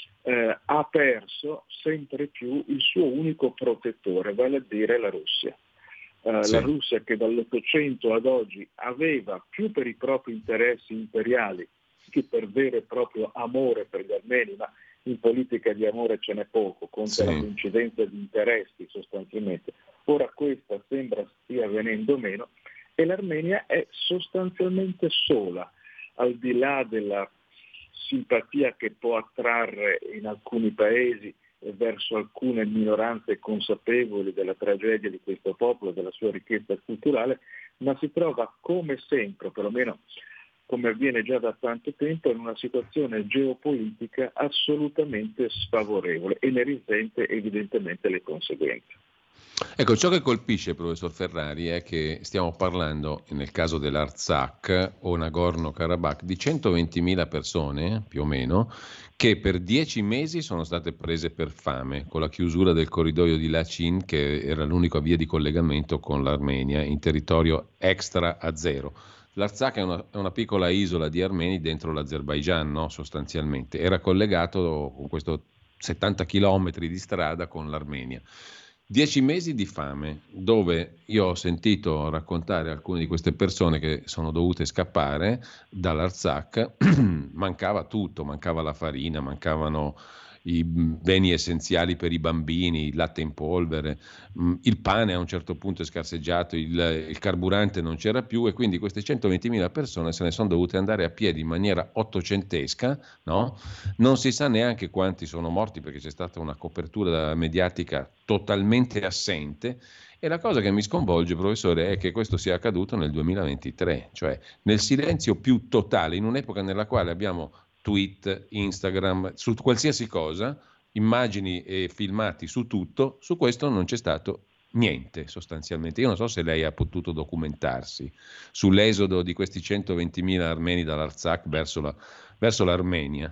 eh, ha perso sempre più il suo unico protettore, vale a dire la Russia. Uh, sì. La Russia che dall'Ottocento ad oggi aveva più per i propri interessi imperiali che per vero e proprio amore per gli armeni, ma in politica di amore ce n'è poco, conta sì. la coincidenza di interessi sostanzialmente. Ora questa sembra stia venendo meno e l'Armenia è sostanzialmente sola, al di là della simpatia che può attrarre in alcuni paesi verso alcune minoranze consapevoli della tragedia di questo popolo, della sua ricchezza culturale, ma si trova come sempre, perlomeno come avviene già da tanto tempo, in una situazione geopolitica assolutamente sfavorevole e ne risente evidentemente le conseguenze. Ecco, ciò che colpisce, professor Ferrari, è che stiamo parlando, nel caso dell'Artsakh o Nagorno-Karabakh, di centoventimila persone, più o meno, che per dieci mesi sono state prese per fame, con la chiusura del corridoio di Lachin, che era l'unica via di collegamento con l'Armenia, in territorio extra-azero. L'Artsakh è una, è una piccola isola di armeni dentro l'Azerbaigian, no? Sostanzialmente. Era collegato con questo settanta chilometri di strada con l'Armenia. Dieci mesi di fame, dove io ho sentito raccontare alcune di queste persone che sono dovute scappare dall'Artsakh, mancava tutto, mancava la farina, mancavano i beni essenziali per i bambini, il latte in polvere, il pane a un certo punto è scarseggiato, il, il carburante non c'era più e quindi queste centoventimila persone se ne sono dovute andare a piedi in maniera ottocentesca, no? Non si sa neanche quanti sono morti perché c'è stata una copertura mediatica totalmente assente. E la cosa che mi sconvolge, professore, è che questo sia accaduto nel duemilaventitré, cioè nel silenzio più totale, in un'epoca nella quale abbiamo tweet, Instagram, su qualsiasi cosa, immagini e filmati su tutto, su questo non c'è stato niente sostanzialmente. Io non so se lei ha potuto documentarsi sull'esodo di questi centoventimila armeni dall'Artsakh verso, la, verso l'Armenia.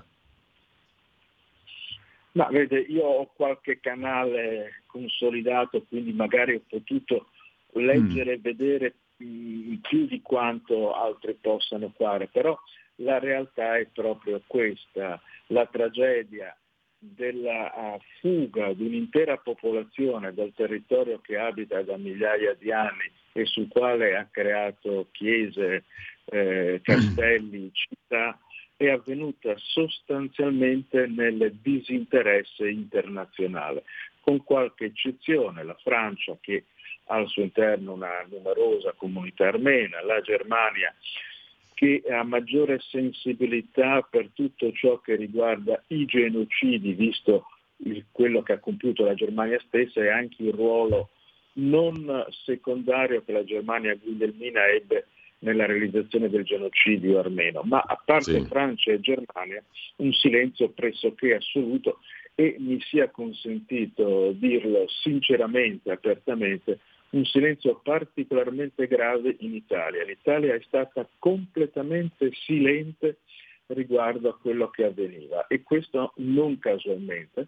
Ma vede, io ho qualche canale consolidato, quindi magari ho potuto leggere e mm. vedere mh, più di quanto altri possano fare, però la realtà è proprio questa, la tragedia della fuga di un'intera popolazione dal territorio che abita da migliaia di anni e sul quale ha creato chiese, eh, castelli, città, è avvenuta sostanzialmente nel disinteresse internazionale, con qualche eccezione, la Francia che ha al suo interno una numerosa comunità armena, la Germania che ha maggiore sensibilità per tutto ciò che riguarda i genocidi, visto il, quello che ha compiuto la Germania stessa e anche il ruolo non secondario che la Germania guglielmina ebbe nella realizzazione del genocidio armeno, ma a parte sì. Francia e Germania un silenzio pressoché assoluto e mi sia consentito dirlo sinceramente, apertamente, un silenzio particolarmente grave in Italia. L'Italia è stata completamente silente riguardo a quello che avveniva e questo non casualmente,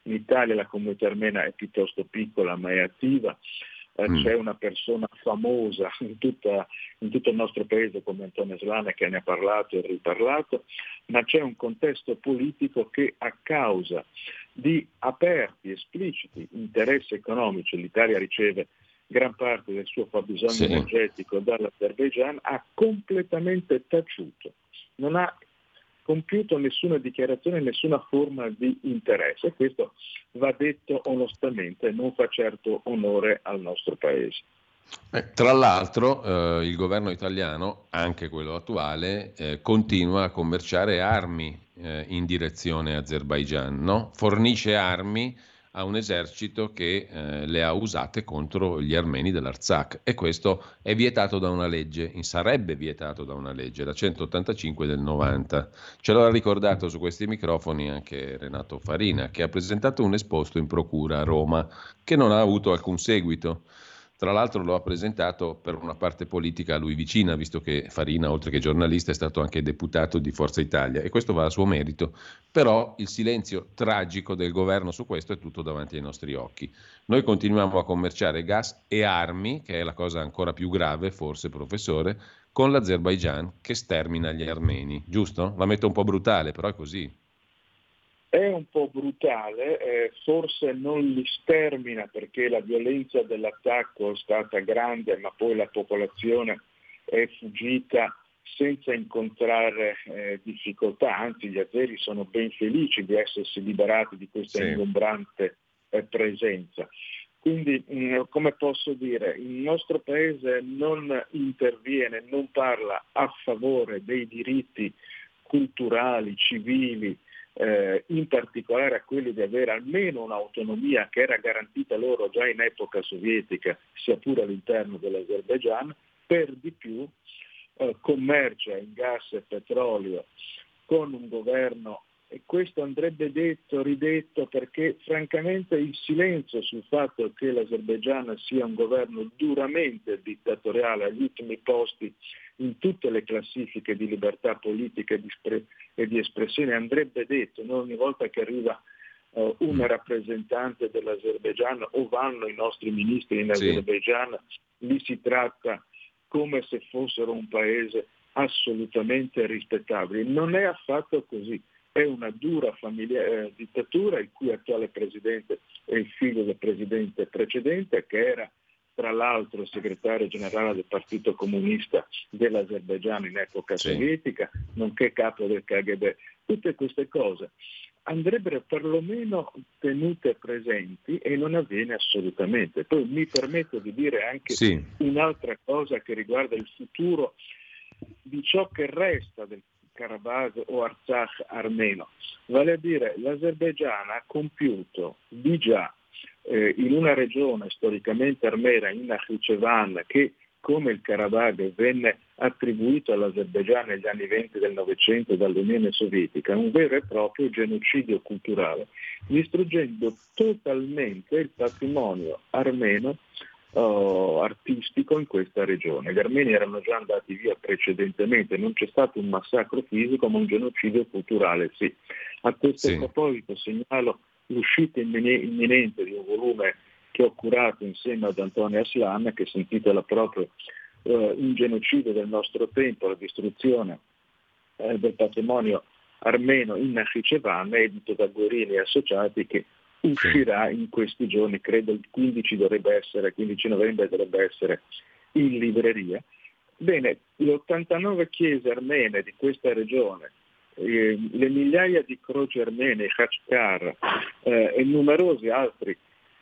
In Italia la comunità armena è piuttosto piccola ma è attiva. Eh, mm. C'è una persona famosa in, tutta, in tutto il nostro paese come Antonio Aslan che ne ha parlato e riparlato, ma c'è un contesto politico che a causa di aperti, espliciti interessi economici, l'Italia riceve gran parte del suo fabbisogno sì. energetico dall'Azerbaigian, ha completamente taciuto, non ha compiuto nessuna dichiarazione, nessuna forma di interesse, e questo va detto onestamente, non fa certo onore al nostro paese. Eh, tra l'altro eh, il governo italiano, anche quello attuale, eh, continua a commerciare armi eh, in direzione Azerbaigian, no? Fornisce armi a un esercito che eh, le ha usate contro gli armeni dell'Artsakh, e questo è vietato da una legge, sarebbe vietato da una legge, la centottantacinque del novanta. Ce l'ha ricordato su questi microfoni anche Renato Farina, che ha presentato un esposto in procura a Roma che non ha avuto alcun seguito. Tra l'altro lo ha presentato per una parte politica a lui vicina, visto che Farina, oltre che giornalista, è stato anche deputato di Forza Italia, e questo va a suo merito. Però il silenzio tragico del governo su questo è tutto davanti ai nostri occhi. Noi continuiamo a commerciare gas e armi, che è la cosa ancora più grave, forse, professore, con l'Azerbaigian che stermina gli armeni, giusto? La metto un po' brutale, però è così. È un po' brutale, eh, forse non li stermina perché la violenza dell'attacco è stata grande, ma poi la popolazione è fuggita senza incontrare eh, difficoltà, anzi gli azeri sono ben felici di essersi liberati di questa sì. ingombrante eh, presenza. Quindi, mh, come posso dire, il nostro paese non interviene, non parla a favore dei diritti culturali, civili, Eh, in particolare a quelli di avere almeno un'autonomia che era garantita loro già in epoca sovietica, sia pure all'interno dell'Azerbaigian. Per di più eh, commercia in gas e petrolio con un governo, e questo andrebbe detto, ridetto, perché francamente il silenzio sul fatto che l'Azerbaigian sia un governo duramente dittatoriale agli ultimi posti in tutte le classifiche di libertà politica e di, espre- e di espressione andrebbe detto, non ogni volta che arriva uh, un rappresentante dell'Azerbaigian o vanno i nostri ministri in sì. Azerbaigian, li si tratta come se fossero un paese assolutamente rispettabile. Non è affatto così, è una dura famiglia, eh, dittatura, il cui attuale presidente è il figlio del presidente precedente, che era tra l'altro segretario generale del Partito Comunista dell'Azerbaigian in epoca sì. sovietica, nonché capo del K G B. Tutte queste cose andrebbero perlomeno tenute presenti e non avviene assolutamente. Poi mi permetto di dire anche sì. un'altra cosa che riguarda il futuro di ciò che resta del Karabakh o Artsakh armeno, vale a dire l'Azerbaigian ha compiuto di già Eh, in una regione storicamente armena, in Nakhchivan, che come il Karabakh venne attribuito all'Azerbaigian negli anni venti del Novecento dall'Unione Sovietica, un vero e proprio genocidio culturale, distruggendo totalmente il patrimonio armeno oh, artistico in questa regione. Gli armeni erano già andati via precedentemente, non c'è stato un massacro fisico ma un genocidio culturale, sì. A questo sì. proposito segnalo l'uscita imminente di un volume che ho curato insieme ad Antonio Aslan, che si intitola proprio eh, Un genocidio del nostro tempo, la distruzione eh, del patrimonio armeno in Nakhchivan, edito da Guerini e Associati, che uscirà in questi giorni, credo il quindici dovrebbe essere, quindici novembre dovrebbe essere in libreria. Bene, le ottantanove chiese armene di questa regione, eh, le migliaia di croci armene, Khachkar eh, e numerosi altri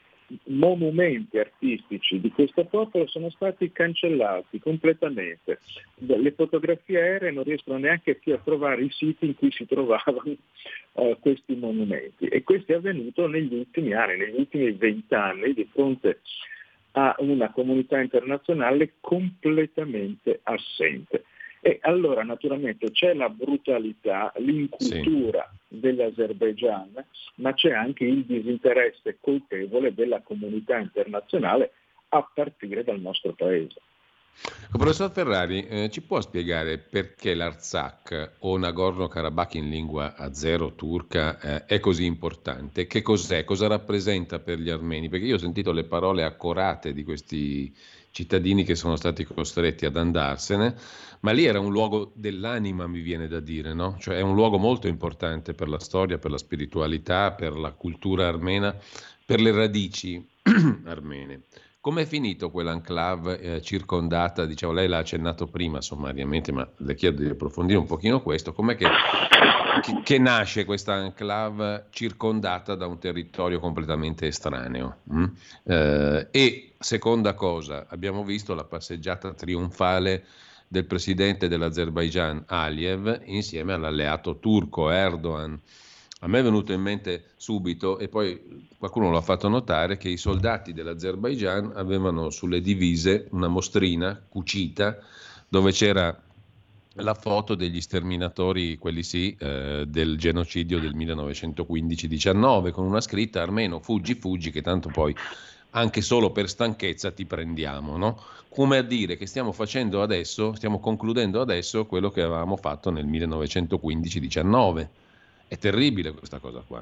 monumenti artistici di questo popolo sono stati cancellati completamente. Le fotografie aeree non riescono neanche più a trovare i siti in cui si trovavano uh, questi monumenti, e questo è avvenuto negli ultimi anni, negli ultimi vent'anni, di fronte a una comunità internazionale completamente assente. E allora naturalmente c'è la brutalità, l'incultura sì. dell'Azerbaigian, ma c'è anche il disinteresse colpevole della comunità internazionale a partire dal nostro paese. Professor Ferrari, eh, ci può spiegare perché l'Artsakh o Nagorno-Karabakh in lingua azero turca eh, è così importante? Che cos'è? Cosa rappresenta per gli armeni? Perché io ho sentito le parole accorate di questi cittadini che sono stati costretti ad andarsene, ma lì era un luogo dell'anima, mi viene da dire, no? Cioè è un luogo molto importante per la storia, per la spiritualità, per la cultura armena, per le radici armene. Come è finito quell'enclave eh, circondata, diciamo, lei l'ha accennato prima sommariamente, ma le chiedo di approfondire un pochino questo, com'è che, che, che nasce questa enclave circondata da un territorio completamente estraneo? Mm? Eh, e seconda cosa, abbiamo visto la passeggiata trionfale del presidente dell'Azerbaigian Aliyev insieme all'alleato turco Erdogan. A me è venuto in mente subito, e poi qualcuno l'ha fatto notare, che i soldati dell'Azerbaigian avevano sulle divise una mostrina cucita dove c'era la foto degli sterminatori, quelli sì, eh, del genocidio del millenovecentoquindici diciannove, con una scritta: armeno, fuggi, fuggi, che tanto poi anche solo per stanchezza ti prendiamo, no? Come a dire che stiamo facendo adesso, stiamo concludendo adesso quello che avevamo fatto nel millenovecentoquindici diciannove. È terribile questa cosa qua.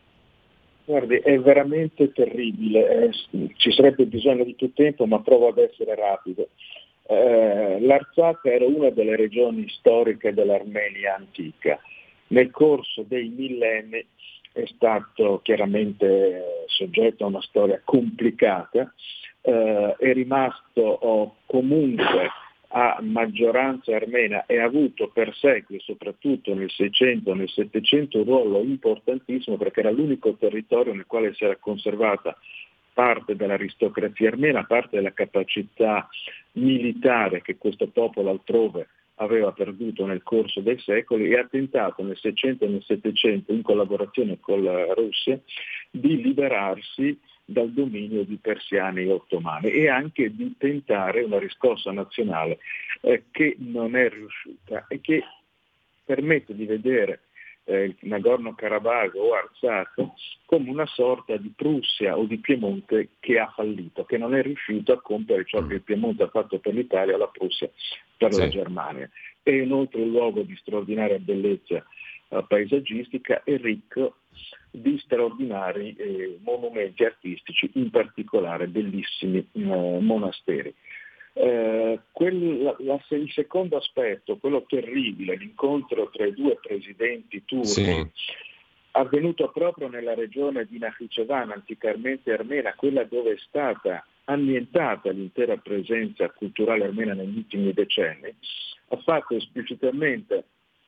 Guardi, è veramente terribile, eh, ci sarebbe bisogno di più tempo, ma provo ad essere rapido. Eh, L'Artsakh era una delle regioni storiche dell'Armenia antica. Nel corso dei millenni è stato chiaramente soggetto a una storia complicata, eh, è rimasto oh, comunque a maggioranza armena e ha avuto per secoli, soprattutto nel Seicento e nel Settecento, un ruolo importantissimo perché era l'unico territorio nel quale si era conservata parte dell'aristocrazia armena, parte della capacità militare che questo popolo altrove aveva perduto nel corso dei secoli, e ha tentato nel Seicento e nel Settecento, in collaborazione con la Russia, di liberarsi dal dominio di persiani e ottomani e anche di tentare una riscossa nazionale eh, che non è riuscita e che permette di vedere eh, il Nagorno-Karabakh o Artsakh come una sorta di Prussia o di Piemonte che ha fallito, che non è riuscito a compiere ciò che il Piemonte ha fatto per l'Italia o la Prussia per sì. la Germania. È inoltre un luogo di straordinaria bellezza eh, paesaggistica e ricco di straordinari eh, monumenti artistici, in particolare bellissimi eh, monasteri. Eh, quel, la, la, il secondo aspetto, quello terribile, l'incontro tra i due presidenti turchi, sì. avvenuto proprio nella regione di Nakhichevan, anticamente armena, quella dove è stata annientata l'intera presenza culturale armena negli ultimi decenni, ha fatto esplicitamente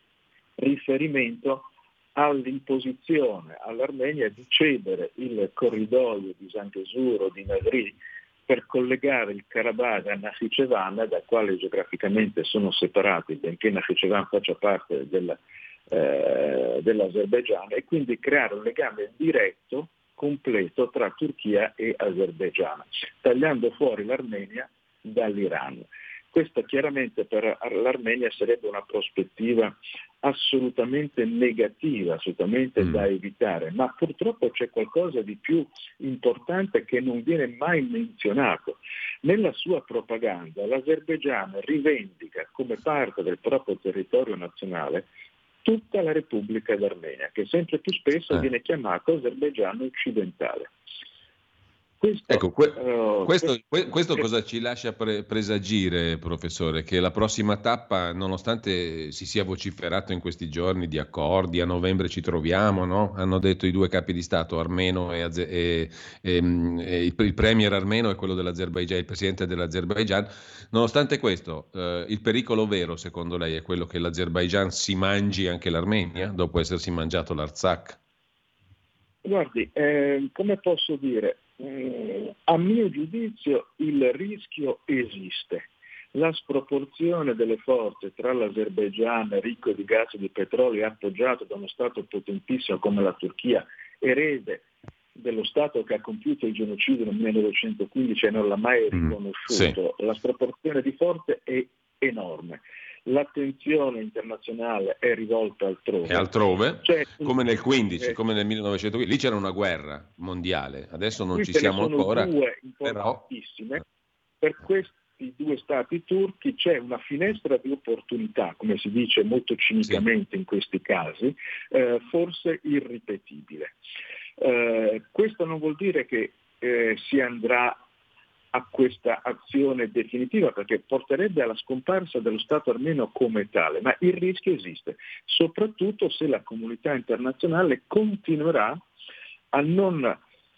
riferimento all'imposizione all'Armenia di cedere il corridoio di Zangezur o di Nagri per collegare il Karabakh a Nakhichevan, dal quale geograficamente sono separati, benché Nakhichevan faccia parte del, eh, dell'Azerbaigian, e quindi creare un legame diretto, completo tra Turchia e Azerbaigian, tagliando fuori l'Armenia dall'Iran. Questa chiaramente per l'Armenia sarebbe una prospettiva assolutamente negativa, assolutamente mm. da evitare, ma purtroppo c'è qualcosa di più importante che non viene mai menzionato. Nella sua propaganda l'Azerbaigian rivendica come parte del proprio territorio nazionale tutta la Repubblica d'Armenia, che sempre più spesso eh. viene chiamato Azerbaigian occidentale. Questo, ecco, que- uh, questo, que- questo cosa ci lascia pre- presagire, professore? Che la prossima tappa, nonostante si sia vociferato in questi giorni di accordi, a novembre ci troviamo, no? Hanno detto i due capi di Stato, armeno e, Aze- e, e, e il, il premier armeno e quello dell'Azerbaigian, il presidente dell'Azerbaigian. Nonostante questo, eh, il pericolo vero, secondo lei, è quello che l'Azerbaigian si mangi anche l'Armenia, dopo essersi mangiato l'Artsakh? Guardi, eh, come posso dire? Eh, a mio giudizio il rischio esiste. La sproporzione delle forze tra l'Azerbaigian ricco di gas e di petrolio e appoggiato da uno Stato potentissimo come la Turchia, erede dello Stato che ha compiuto il genocidio nel millenovecentoquindici e non l'ha mai riconosciuto, sì. La sproporzione di forze è enorme. L'attenzione internazionale è rivolta altrove. E altrove? C'è come nel quindici, eh, come nel millenovecentoquindici. Lì c'era una guerra mondiale, adesso non ci siamo ancora. Due importantissime. Però... Per, quest- i due stati turchi c'è una finestra di opportunità, come si dice molto cinicamente in questi casi, eh, forse irripetibile. Eh, questo non vuol dire che eh, si andrà a questa azione definitiva, perché porterebbe alla scomparsa dello Stato armeno come tale, ma il rischio esiste, soprattutto se la comunità internazionale continuerà a non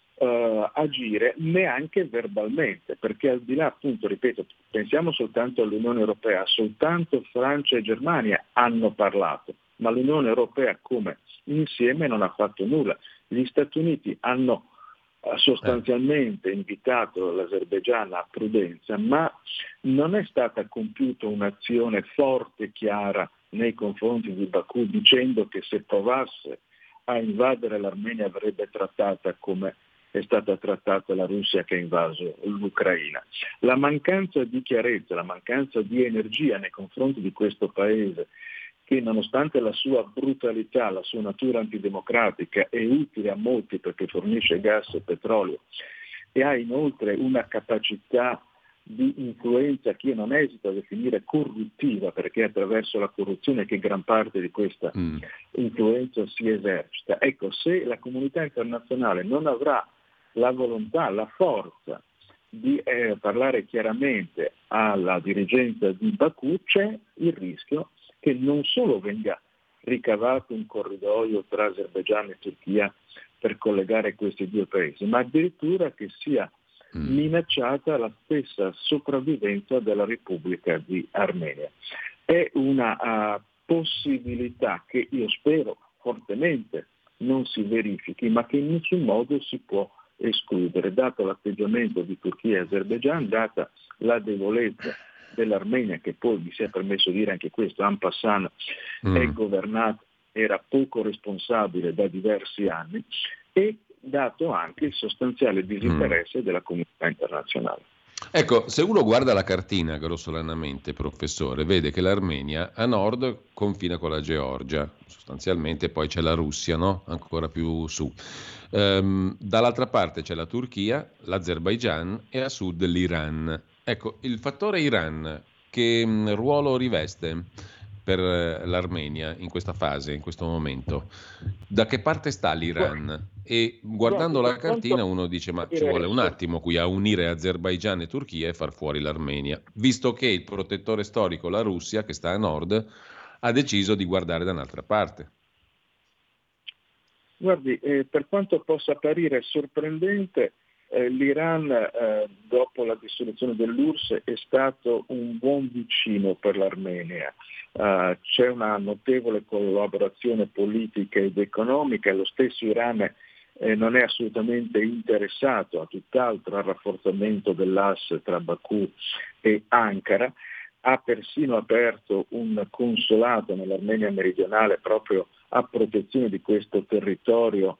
Uh, agire neanche verbalmente, perché al di là, appunto, ripeto, pensiamo soltanto all'Unione Europea, soltanto Francia e Germania hanno parlato, ma l'Unione Europea come insieme non ha fatto nulla. Gli Stati Uniti hanno uh, sostanzialmente invitato l'Azerbaigian a prudenza, ma non è stata compiuta un'azione forte e chiara nei confronti di Baku, dicendo che se provasse a invadere l'Armenia avrebbe trattata come è stata trattata la Russia che ha invaso l'Ucraina. La mancanza di chiarezza, la mancanza di energia nei confronti di questo paese, che nonostante la sua brutalità, la sua natura antidemocratica, è utile a molti perché fornisce gas e petrolio e ha inoltre una capacità di influenza che io non esito a definire corruttiva, perché è attraverso la corruzione che gran parte di questa mm. influenza si esercita. Ecco, se la comunità internazionale non avrà la volontà, la forza di eh, parlare chiaramente alla dirigenza di Baku, c'è il rischio che non solo venga ricavato un corridoio tra Azerbaigian e Turchia per collegare questi due paesi, ma addirittura che sia mm. minacciata la stessa sopravvivenza della Repubblica di Armenia. È una uh, possibilità che io spero fortemente non si verifichi, ma che in nessun modo si può escludere, dato l'atteggiamento di Turchia e Azerbaigian, data la debolezza dell'Armenia, che poi mi si è permesso dire anche questo, en passant mm. è governata, era poco responsabile da diversi anni, e dato anche il sostanziale disinteresse mm. della comunità internazionale. Ecco, se uno guarda la cartina grossolanamente, professore, vede che l'Armenia a nord confina con la Georgia, sostanzialmente poi c'è la Russia, no? Ancora più su. Ehm, dall'altra parte c'è la Turchia, l'Azerbaigian e a sud l'Iran. Ecco, il fattore Iran che mh, ruolo riveste per l'Armenia in questa fase, in questo momento? Da che parte sta l'Iran? E guardando la cartina uno dice ma ci vuole un attimo qui a unire Azerbaigian e Turchia e far fuori l'Armenia, visto che il protettore storico, la Russia, che sta a nord, ha deciso di guardare da un'altra parte. Guardi, eh, per quanto possa apparire sorprendente, eh, l'Iran eh, dopo la dissoluzione dell'U R S S è stato un buon vicino per l'Armenia. Uh, c'è una notevole collaborazione politica ed economica, lo stesso Iran eh, non è assolutamente interessato a tutt'altro al rafforzamento dell'asse tra Baku e Ankara, ha persino aperto un consolato nell'Armenia meridionale proprio a protezione di questo territorio,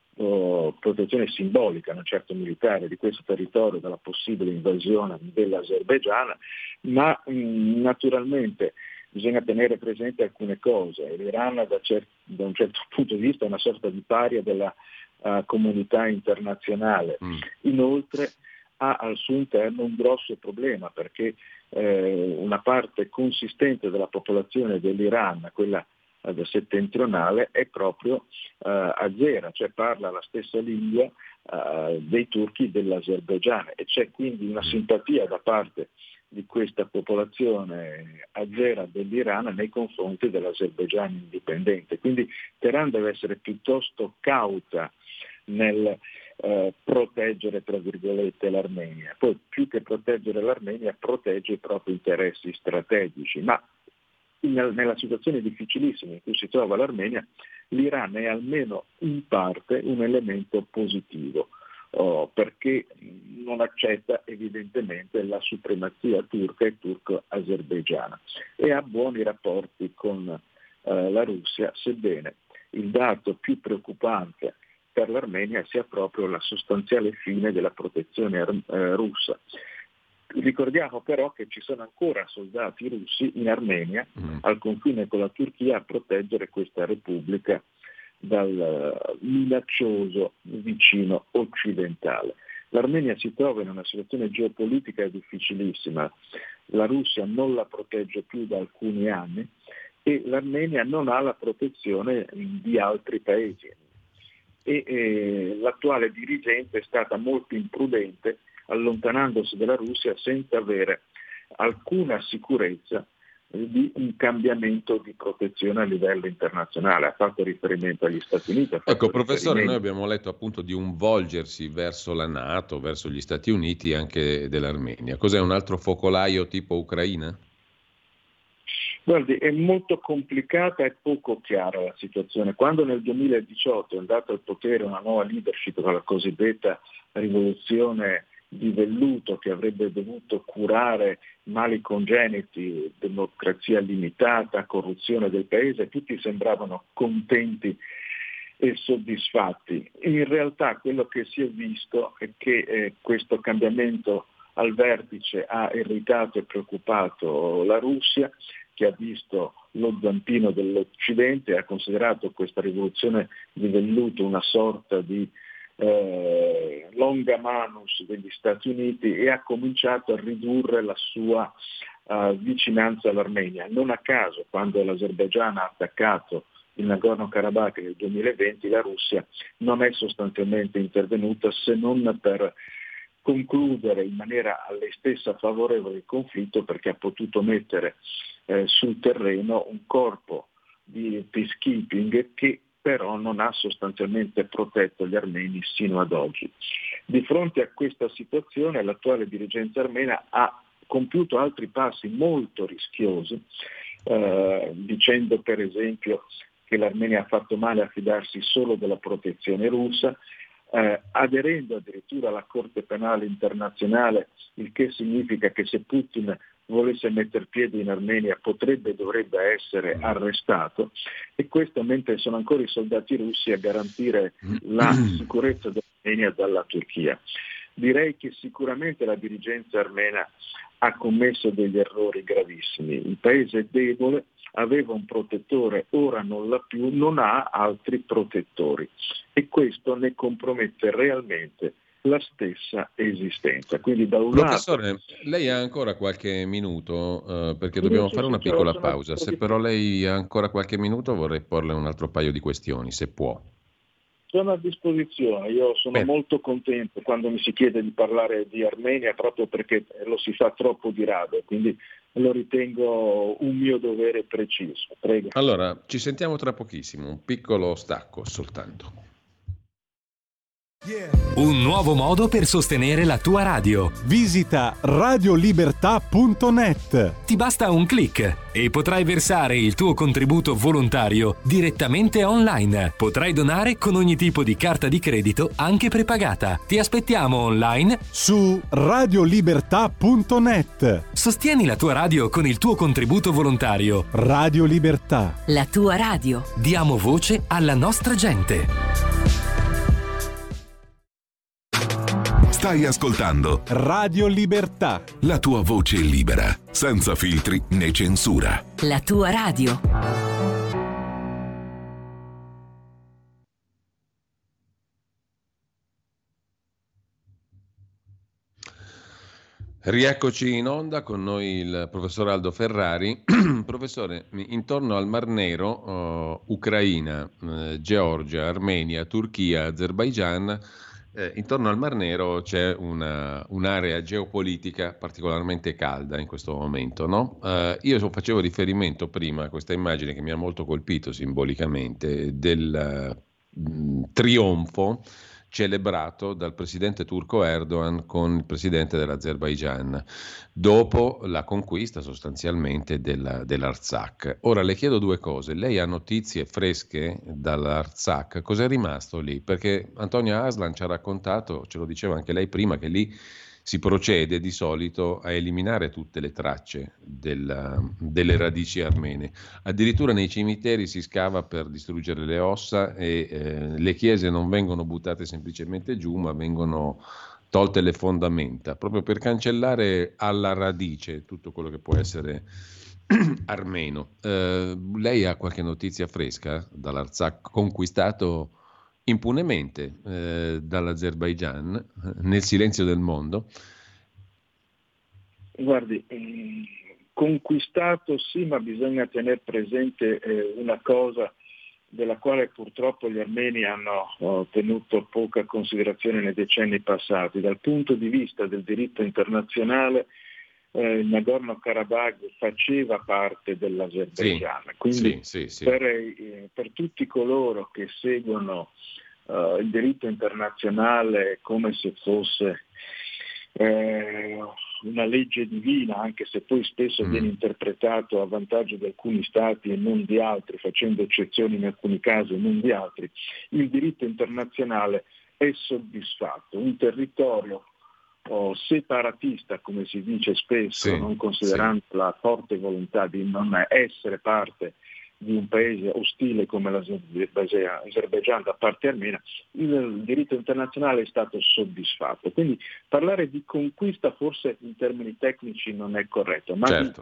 oh, protezione simbolica, non certo militare, di questo territorio dalla possibile invasione dell'Azerbaigian, ma mh, naturalmente bisogna tenere presente alcune cose. L'Iran da, cer- da un certo punto di vista è una sorta di paria della uh, comunità internazionale. Mm. Inoltre ha al suo interno un grosso problema, perché eh, una parte consistente della popolazione dell'Iran, quella uh, settentrionale, è proprio uh, azera, cioè parla la stessa lingua uh, dei turchi dell'Azerbaigian, e c'è quindi una simpatia da parte di questa popolazione azera dell'Iran nei confronti dell'Azerbaigian indipendente. Quindi Teheran deve essere piuttosto cauta nel eh, proteggere, tra virgolette, l'Armenia. Poi più che proteggere l'Armenia, protegge i propri interessi strategici, ma in, nella situazione difficilissima in cui si trova l'Armenia, l'Iran è almeno in parte un elemento positivo. Oh, perché non accetta evidentemente la supremazia turca e turco-azerbaigiana e ha buoni rapporti con eh, la Russia, sebbene il dato più preoccupante per l'Armenia sia proprio la sostanziale fine della protezione eh, russa. Ricordiamo però che ci sono ancora soldati russi in Armenia, mm. al confine con la Turchia, a proteggere questa repubblica dal minaccioso vicino occidentale. L'Armenia si trova in una situazione geopolitica difficilissima, la Russia non la protegge più da alcuni anni e l'Armenia non ha la protezione di altri paesi. E eh, l'attuale dirigente è stata molto imprudente, allontanandosi dalla Russia senza avere alcuna sicurezza di un cambiamento di protezione a livello internazionale. Ha fatto riferimento agli Stati Uniti. Ha fatto ecco, professore, riferimento... noi abbiamo letto appunto di un volgersi verso la NATO, verso gli Stati Uniti, anche dell'Armenia. Cos'è, un altro focolaio tipo Ucraina? Guardi, è molto complicata e poco chiara la situazione. Quando nel duemiladiciotto è andata al potere una nuova leadership con la cosiddetta rivoluzione di velluto che avrebbe dovuto curare mali congeniti, democrazia limitata, corruzione del paese, tutti sembravano contenti e soddisfatti. In realtà quello che si è visto è che eh, questo cambiamento al vertice ha irritato e preoccupato la Russia, che ha visto lo zampino dell'Occidente e ha considerato questa rivoluzione di velluto una sorta di eh, longa manus degli Stati Uniti e ha cominciato a ridurre la sua uh, vicinanza all'Armenia. Non a caso, quando l'Azerbaigian ha attaccato il Nagorno-Karabakh nel duemilaventi, la Russia non è sostanzialmente intervenuta se non per concludere in maniera a lei stessa favorevole il conflitto, perché ha potuto mettere eh, sul terreno un corpo di peacekeeping che però non ha sostanzialmente protetto gli armeni sino ad oggi. Di fronte a questa situazione l'attuale dirigenza armena ha compiuto altri passi molto rischiosi, eh, dicendo per esempio che l'Armenia ha fatto male a fidarsi solo della protezione russa, Eh, aderendo addirittura alla Corte Penale Internazionale, il che significa che se Putin volesse mettere piede in Armenia potrebbe e dovrebbe essere arrestato, e questo mentre sono ancora i soldati russi a garantire la sicurezza dell'Armenia dalla Turchia. Direi che sicuramente la dirigenza armena ha commesso degli errori gravissimi. Il paese è debole, aveva un protettore, ora non l'ha più, non ha altri protettori e questo ne compromette realmente la stessa esistenza. Quindi da un Professore, lato... lei ha ancora qualche minuto eh, perché dobbiamo fare una piccola pausa. Se però lei ha ancora qualche minuto vorrei porle un altro paio di questioni, se può. Sono a disposizione, io sono Beh. molto contento quando mi si chiede di parlare di Armenia proprio perché lo si fa troppo di rado, quindi lo ritengo un mio dovere preciso. Prego. Allora, ci sentiamo tra pochissimo, un piccolo stacco soltanto. Un nuovo modo per sostenere la tua radio. Visita radiolibertà punto net. Ti basta un click e potrai versare il tuo contributo volontario direttamente online. Potrai donare con ogni tipo di carta di credito, anche prepagata. Ti aspettiamo online su radiolibertà punto net. Sostieni la tua radio con il tuo contributo volontario. Radio Libertà. La tua radio. Diamo voce alla nostra gente. Stai ascoltando Radio Libertà. La tua voce libera, senza filtri né censura. La tua radio. Rieccoci in onda, con noi il professor Aldo Ferrari. Professore, intorno al Mar Nero, uh, Ucraina, uh, Georgia, Armenia, Turchia, Azerbaigian, Eh, intorno al Mar Nero c'è una, un'area geopolitica particolarmente calda in questo momento, no? Eh, io facevo riferimento prima a questa immagine che mi ha molto colpito simbolicamente del mh, trionfo celebrato dal presidente turco Erdogan con il presidente dell'Azerbaigian dopo la conquista sostanzialmente della, dell'Artsakh. Ora le chiedo due cose: lei ha notizie fresche dall'Artsakh? Cos'è rimasto lì? Perché Antonia Aslan ci ha raccontato, ce lo diceva anche lei prima, che lì si procede di solito a eliminare tutte le tracce della, delle radici armene. Addirittura nei cimiteri si scava per distruggere le ossa e eh, le chiese non vengono buttate semplicemente giù, ma vengono tolte le fondamenta, proprio per cancellare alla radice tutto quello che può essere armeno. Eh, lei ha qualche notizia fresca dall'Artsakh conquistato impunemente eh, dall'Azerbaigian, nel silenzio del mondo? Guardi, eh, conquistato sì, ma bisogna tenere presente eh, una cosa della quale purtroppo gli armeni hanno oh, tenuto poca considerazione nei decenni passati. Dal punto di vista del diritto internazionale, eh, il Nagorno-Karabakh faceva parte dell'Azerbaigian, sì, quindi sì, sì, sì. Per, eh, per tutti coloro che seguono uh, il diritto internazionale come se fosse eh, una legge divina, anche se poi spesso mm. viene interpretato a vantaggio di alcuni stati e non di altri, facendo eccezioni in alcuni casi e non di altri, il diritto internazionale è soddisfatto. Un territorio oh, separatista, come si dice spesso, sì, non considerando sì. la forte volontà di non essere parte di un paese ostile come l'Azerbaigian da parte armena, il diritto internazionale è stato soddisfatto. Quindi parlare di conquista forse in termini tecnici non è corretto, ma certo. di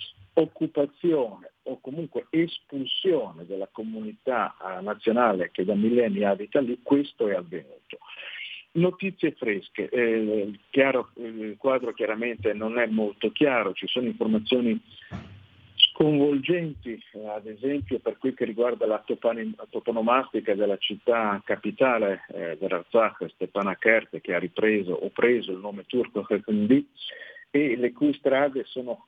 occupazione o comunque espulsione della comunità nazionale che da millenni abita lì, questo è avvenuto. Notizie fresche, eh, il, chiaro, il quadro chiaramente non è molto chiaro, ci sono informazioni sconvolgenti, ad esempio per quel che riguarda la toponomastica della città capitale eh, dell'Arzakh, Stepanakert, che ha ripreso o preso il nome turco Khekindi, e le cui strade sono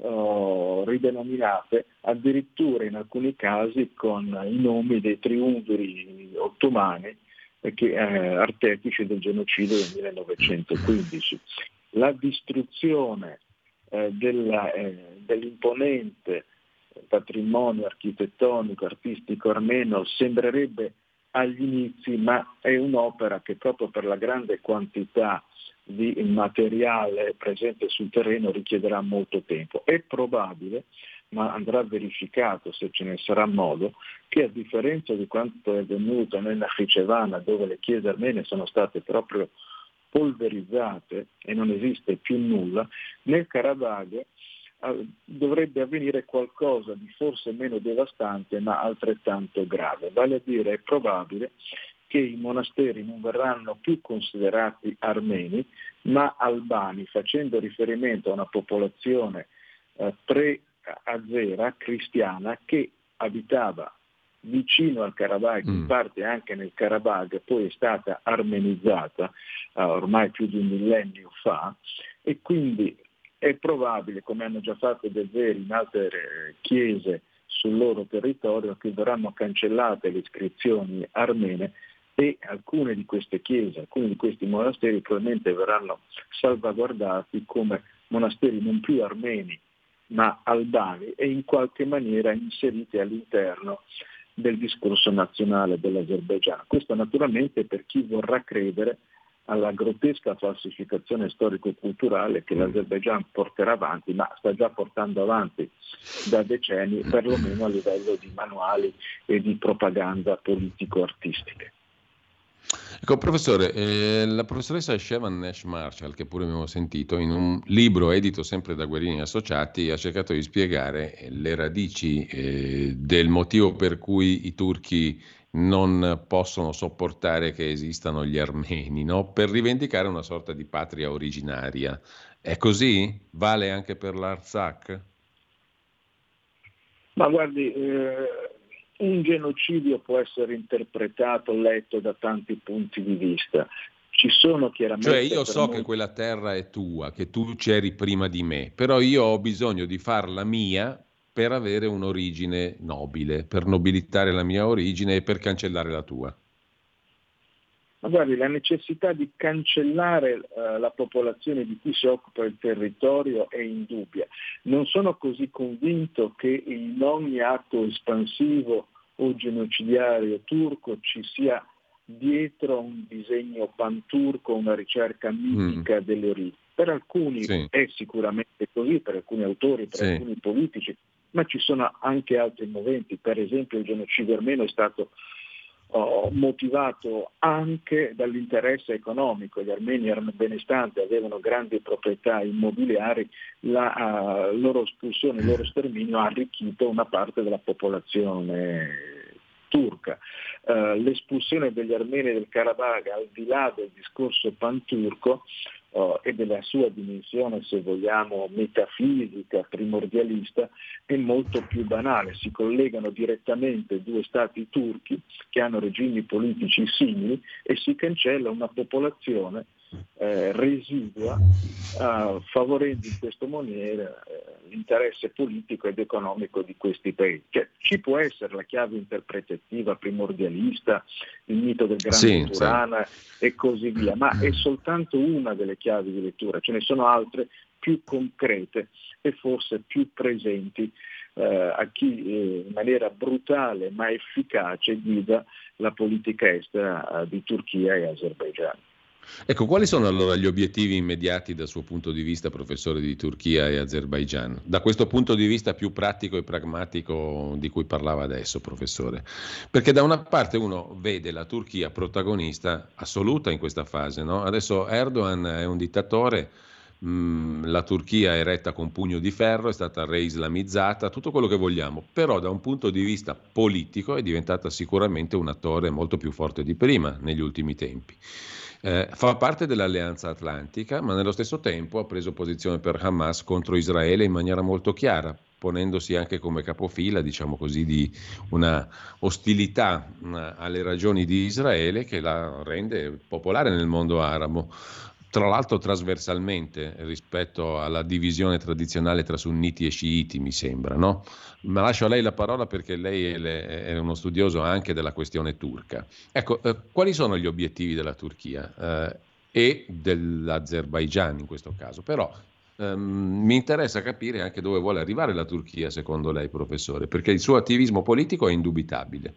uh, ridenominate addirittura in alcuni casi con i nomi dei triumviri ottomani eh, che, eh, artefici del genocidio del millenovecentoquindici. La distruzione eh, della, eh, dell'imponente patrimonio architettonico, artistico armeno sembrerebbe agli inizi, ma è un'opera che proprio per la grande quantità di materiale presente sul terreno richiederà molto tempo. È probabile, ma andrà verificato se ce ne sarà modo, che a differenza di quanto è avvenuto nel Nakhchivan, dove le chiese armene sono state proprio polverizzate e non esiste più nulla, nel Karabakh dovrebbe avvenire qualcosa di forse meno devastante ma altrettanto grave, vale a dire è probabile che i monasteri non verranno più considerati armeni ma albani, facendo riferimento a una popolazione eh, pre-azera cristiana che abitava vicino al Karabakh, in parte anche nel Karabakh, poi è stata armenizzata eh, ormai più di un millennio fa, e quindi è probabile, come hanno già fatto gli azeri in altre chiese sul loro territorio, che verranno cancellate le iscrizioni armene e alcune di queste chiese, alcuni di questi monasteri probabilmente verranno salvaguardati come monasteri non più armeni ma albani e in qualche maniera inseriti all'interno del discorso nazionale dell'Azerbaigian. Questo naturalmente per chi vorrà credere alla grottesca falsificazione storico-culturale che l'Azerbaigian porterà avanti, ma sta già portando avanti da decenni, perlomeno a livello di manuali e di propaganda politico-artistica. Ecco, professore, eh, la professoressa Shevan Nash Marshall, che pure abbiamo sentito, in un libro edito sempre da Guerini Associati, ha cercato di spiegare le radici eh, del motivo per cui i turchi non possono sopportare che esistano gli armeni, no? Per rivendicare una sorta di patria originaria. È così? Vale anche per l'Artsakh? Ma guardi, eh, un genocidio può essere interpretato, letto da tanti punti di vista. Ci sono chiaramente... Cioè io so molti... che quella terra è tua, che tu c'eri prima di me, però io ho bisogno di farla mia per avere un'origine nobile, per nobilitare la mia origine e per cancellare la tua. Ma guardi, la necessità di cancellare uh, la popolazione di cui si occupa il territorio è indubbia. Non sono così convinto che in ogni atto espansivo o genocidario turco ci sia dietro un disegno panturco, una ricerca mitica mm. delle origini. Per alcuni sì. è sicuramente così, per alcuni autori, per sì. alcuni politici, ma ci sono anche altri moventi. Per esempio il genocidio armeno è stato oh, motivato anche dall'interesse economico. Gli armeni erano benestanti, avevano grandi proprietà immobiliari, la uh, loro espulsione, il loro sterminio ha arricchito una parte della popolazione turca. Uh, l'espulsione degli armeni del Karabakh, al di là del discorso panturco uh, e della sua dimensione, se vogliamo, metafisica, primordialista, è molto più banale. Si collegano direttamente due stati turchi che hanno regimi politici simili e si cancella una popolazione Eh, residua, eh, favorendo in questa maniera eh, l'interesse politico ed economico di questi paesi. Cioè, ci può essere la chiave interpretativa primordialista, il mito del grande sì, Turana sì. e così via, ma è soltanto una delle chiavi di lettura, ce ne sono altre più concrete e forse più presenti eh, a chi eh, in maniera brutale ma efficace guida la politica estera eh, di Turchia e Azerbaigian. Ecco, quali sono allora gli obiettivi immediati dal suo punto di vista, professore, di Turchia e Azerbaigian? Da questo punto di vista più pratico e pragmatico di cui parlava adesso, professore. Perché da una parte uno vede la Turchia protagonista assoluta in questa fase, no? Adesso Erdogan è un dittatore, mh, la Turchia è retta con pugno di ferro, è stata reislamizzata, tutto quello che vogliamo, però da un punto di vista politico è diventata sicuramente un attore molto più forte di prima negli ultimi tempi. Eh, fa parte dell'Alleanza Atlantica, ma nello stesso tempo ha preso posizione per Hamas contro Israele in maniera molto chiara, ponendosi anche come capofila, diciamo così, di una ostilità una, alle ragioni di Israele che la rende popolare nel mondo arabo. Tra l'altro trasversalmente rispetto alla divisione tradizionale tra sunniti e sciiti, mi sembra, no? Ma lascio a lei la parola perché lei è uno studioso anche della questione turca. Ecco, eh, quali sono gli obiettivi della Turchia eh, e dell'Azerbaigian in questo caso? Però ehm, mi interessa capire anche dove vuole arrivare la Turchia, secondo lei, professore, perché il suo attivismo politico è indubitabile.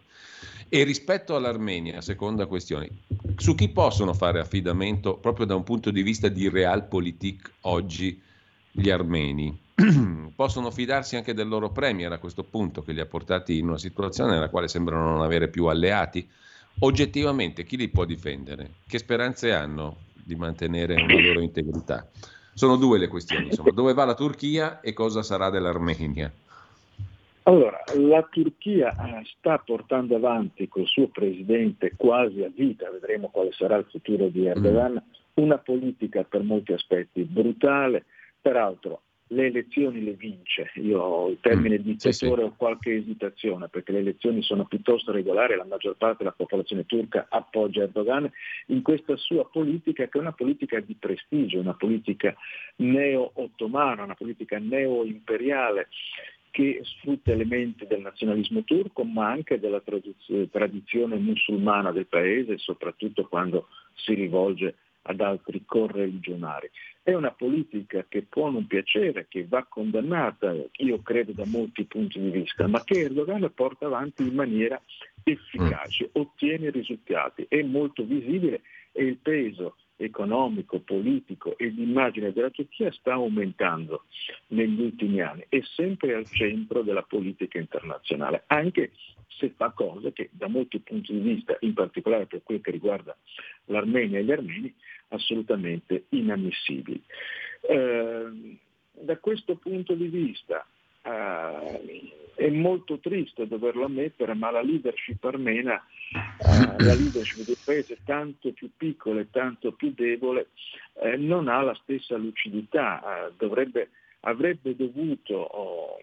E rispetto all'Armenia, seconda questione, su chi possono fare affidamento proprio da un punto di vista di realpolitik oggi gli armeni? Possono fidarsi anche del loro premier a questo punto, che li ha portati in una situazione nella quale sembrano non avere più alleati? Oggettivamente chi li può difendere? Che speranze hanno di mantenere una loro integrità? Sono due le questioni, insomma, dove va la Turchia e cosa sarà dell'Armenia? Allora, la Turchia sta portando avanti col suo presidente quasi a vita, vedremo quale sarà il futuro di Erdogan, mm. una politica per molti aspetti brutale, peraltro le elezioni le vince, io ho il termine mm. dittatore, sì, sì. ho qualche esitazione perché le elezioni sono piuttosto regolari, la maggior parte della popolazione turca appoggia Erdogan in questa sua politica che è una politica di prestigio, una politica neo-ottomana, una politica neo-imperiale, che sfrutta elementi del nazionalismo turco ma anche della tradiz- tradizione musulmana del paese, soprattutto quando si rivolge ad altri correligionari. È una politica che può non piacere, che va condannata, io credo da molti punti di vista, ma che Erdogan porta avanti in maniera efficace, ottiene risultati, è molto visibile e il peso economico, politico e di immagine della Turchia sta aumentando negli ultimi anni, è sempre al centro della politica internazionale, anche se fa cose che da molti punti di vista, in particolare per quel che riguarda l'Armenia e gli armeni, assolutamente inammissibili. Eh, da questo punto di vista eh, è molto triste doverlo ammettere, ma la leadership armena, eh, la leadership del paese tanto più piccolo e tanto più debole, eh, non ha la stessa lucidità, eh, dovrebbe, avrebbe dovuto oh,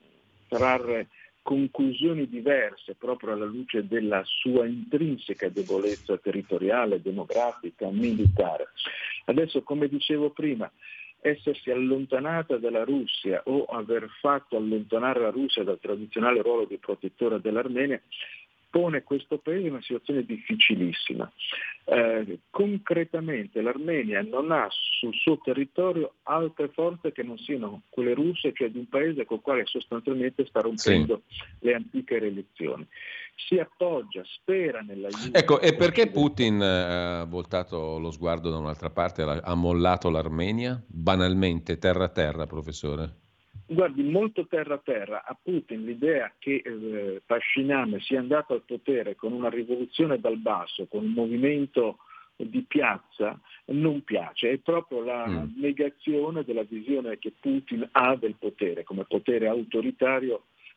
trarre conclusioni diverse proprio alla luce della sua intrinseca debolezza territoriale, demografica, militare. Adesso, come dicevo prima, essersi allontanata dalla Russia o aver fatto allontanare la Russia dal tradizionale ruolo di protettore dell'Armenia pone questo paese in una situazione difficilissima. Eh, concretamente l'Armenia non ha sul suo territorio altre forze che non siano quelle russe, cioè di un paese col quale sostanzialmente sta rompendo sì. le antiche relazioni. Si appoggia, spera nell'aiuto. Ecco, e perché Putin ha voltato lo sguardo da un'altra parte, ha mollato l'Armenia? Banalmente, terra a terra, professore? Guardi, molto terra a terra. A Putin l'idea che eh, Pashinyan sia andato al potere con una rivoluzione dal basso, con un movimento di piazza, non piace. È proprio la mm. negazione della visione che Putin ha del potere, come potere autoritario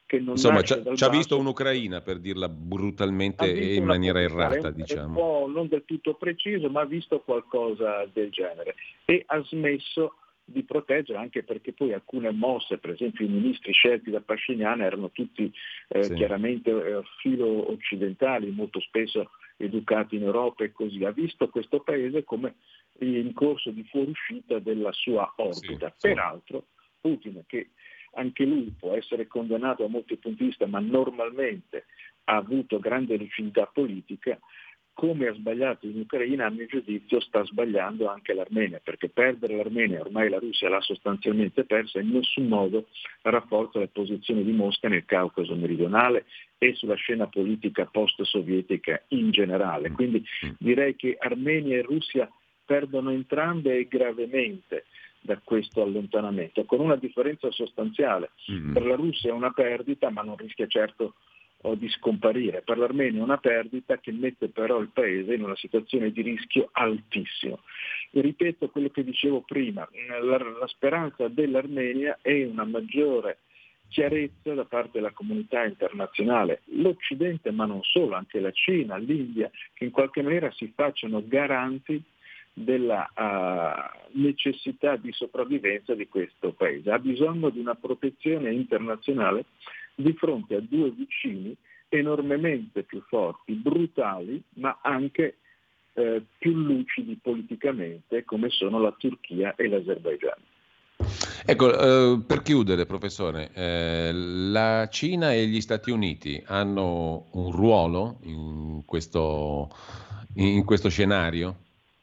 che non Insomma, nasce ci dal ha basso. visto un'Ucraina, per dirla brutalmente e in maniera errata, diciamo. Un po' non del tutto preciso, ma ha visto qualcosa del genere e ha smesso di proteggere, anche perché poi alcune mosse, per esempio i ministri scelti da Pashinyan erano tutti eh, sì. chiaramente eh, filo occidentali, molto spesso educati in Europa e così. Ha visto questo paese come in corso di fuoriuscita della sua orbita. Sì, Peraltro Putin, che anche lui può essere condannato da molti punti di vista, ma normalmente ha avuto grande lucidità politica, come ha sbagliato in Ucraina, a mio giudizio sta sbagliando anche l'Armenia, perché perdere l'Armenia, ormai la Russia l'ha sostanzialmente persa, in nessun modo rafforza le posizioni di Mosca nel Caucaso meridionale e sulla scena politica post-sovietica in generale. Quindi direi che Armenia e Russia perdono entrambe e gravemente da questo allontanamento, con una differenza sostanziale. Mm. Per la Russia è una perdita, ma non rischia certo o di scomparire. Per l'Armenia è una perdita che mette però il paese in una situazione di rischio altissimo. E ripeto quello che dicevo prima, la, la speranza dell'Armenia è una maggiore chiarezza da parte della comunità internazionale, l'Occidente ma non solo, anche la Cina, l'India, che in qualche maniera si facciano garanti della uh, necessità di sopravvivenza di questo paese. Ha bisogno di una protezione internazionale di fronte a due vicini enormemente più forti, brutali, ma anche eh, più lucidi politicamente, come sono la Turchia e l'Azerbaigian. Ecco, eh, per chiudere, professore, eh, la Cina e gli Stati Uniti hanno un ruolo in questo, in questo scenario?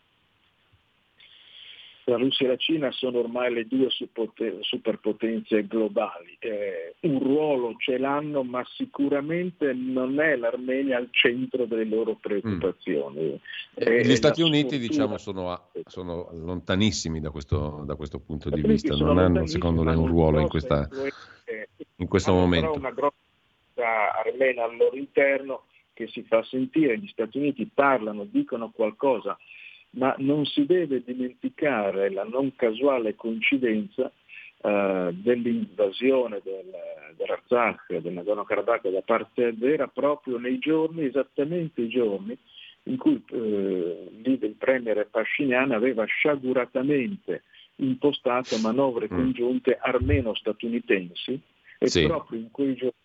La Russia e la Cina sono ormai le due superpotenze globali. Eh, un ruolo ce l'hanno, ma sicuramente non è l'Armenia al centro delle loro preoccupazioni. Mm. Eh, gli Stati Uniti, diciamo, sono, a, sono lontanissimi da questo, da questo punto di vista, non hanno, secondo lei, un ruolo in, questa, in questo momento. Però una grossa armena al loro interno che si fa sentire, gli Stati Uniti parlano, dicono qualcosa, ma non si deve dimenticare la non casuale coincidenza uh, dell'invasione del, dell'Artsakh, del Nagorno-Karabakh da parte azera proprio nei giorni, esattamente i giorni, in cui uh, lì il premier Pashinyan aveva sciaguratamente impostato manovre congiunte armeno-statunitensi e sì. proprio in quei giorni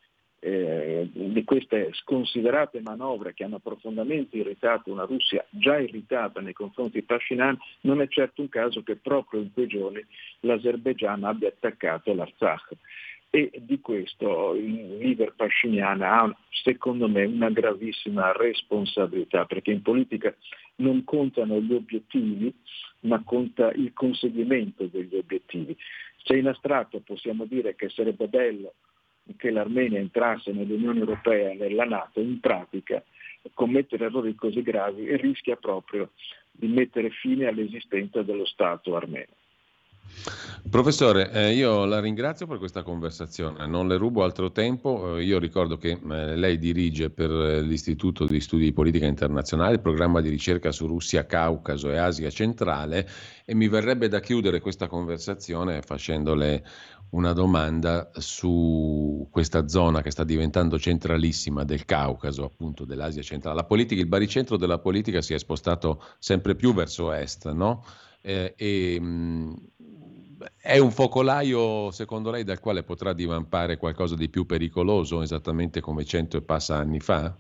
Eh, di queste sconsiderate manovre che hanno profondamente irritato una Russia già irritata nei confronti di Pashinyan, non è certo un caso che proprio in quei giorni l'Azerbaigian abbia attaccato l'Artsakh. E di questo il leader Pashinyan ha, secondo me, una gravissima responsabilità, perché in politica non contano gli obiettivi, ma conta il conseguimento degli obiettivi. Se in astratto possiamo dire che sarebbe bello che l'Armenia entrasse nell'Unione Europea e nella NATO, in pratica commettere errori così gravi e rischia proprio di mettere fine all'esistenza dello Stato armeno. Professore, eh, io la ringrazio per questa conversazione, non le rubo altro tempo. Eh, io ricordo che eh, lei dirige per l'Istituto di Studi di Politica Internazionale il programma di ricerca su Russia, Caucaso e Asia centrale, e mi verrebbe da chiudere questa conversazione facendole una domanda su questa zona che sta diventando centralissima del Caucaso, appunto dell'Asia centrale. La politica, il baricentro della politica si è spostato sempre più verso est, no? Eh, e mh, è un focolaio, secondo lei, dal quale potrà divampare qualcosa di più pericoloso, esattamente come cento e passa anni fa?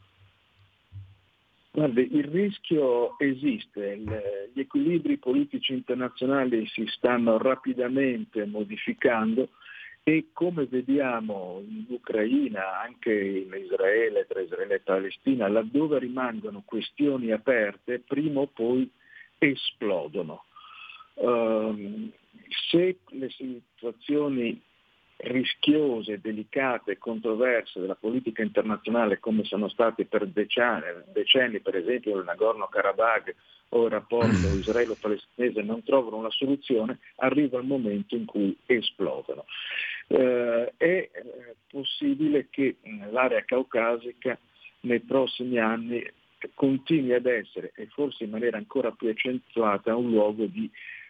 Guardi, il rischio esiste, il, gli equilibri politici internazionali si stanno rapidamente modificando e come vediamo in Ucraina, anche in Israele, tra Israele e Palestina, laddove rimangono questioni aperte, prima o poi esplodono. Uh, se le situazioni rischiose, delicate, controverse della politica internazionale, come sono state per decenni, decenni per esempio il Nagorno-Karabakh o il rapporto israelo-palestinese, non trovano una soluzione, arriva il momento in cui esplodono. Eh, è possibile che l'area caucasica nei prossimi anni continui ad essere, e forse in maniera ancora più accentuata, un luogo di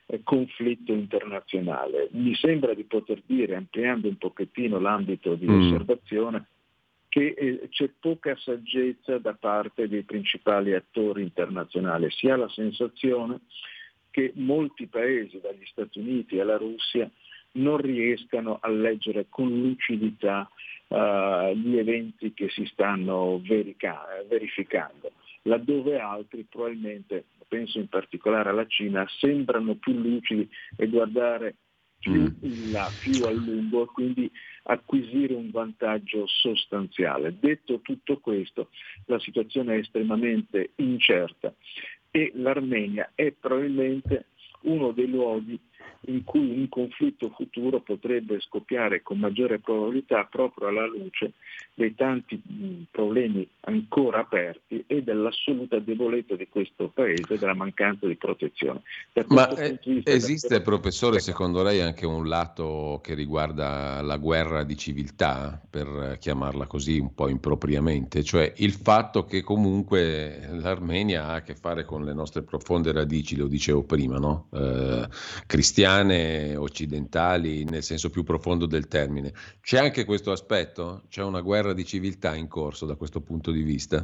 eh, conflitto internazionale. Mi sembra di poter dire, ampliando un pochettino l'ambito di Mm. osservazione, che eh, c'è poca saggezza da parte dei principali attori internazionali. Si ha la sensazione che molti paesi, dagli Stati Uniti alla Russia, non riescano a leggere con lucidità uh, gli eventi che si stanno verica- verificando, laddove altri probabilmente, penso in particolare alla Cina, sembrano più lucidi e guardare più in là, più a lungo, e quindi acquisire un vantaggio sostanziale. Detto tutto questo, la situazione è estremamente incerta e l'Armenia è probabilmente uno dei luoghi in cui un conflitto futuro potrebbe scoppiare con maggiore probabilità proprio alla luce dei tanti mh, problemi ancora aperti e dell'assoluta debolezza di questo paese e della mancanza di protezione. Da Ma questo eh, punto di vista, esiste, davvero- professore, secondo lei anche un lato che riguarda la guerra di civiltà, per chiamarla così un po' impropriamente, cioè il fatto che comunque l'Armenia ha a che fare con le nostre profonde radici, lo dicevo prima, no? Eh, cristiane, occidentali, nel senso più profondo del termine. C'è anche questo aspetto? C'è una guerra di civiltà in corso da questo punto di vista?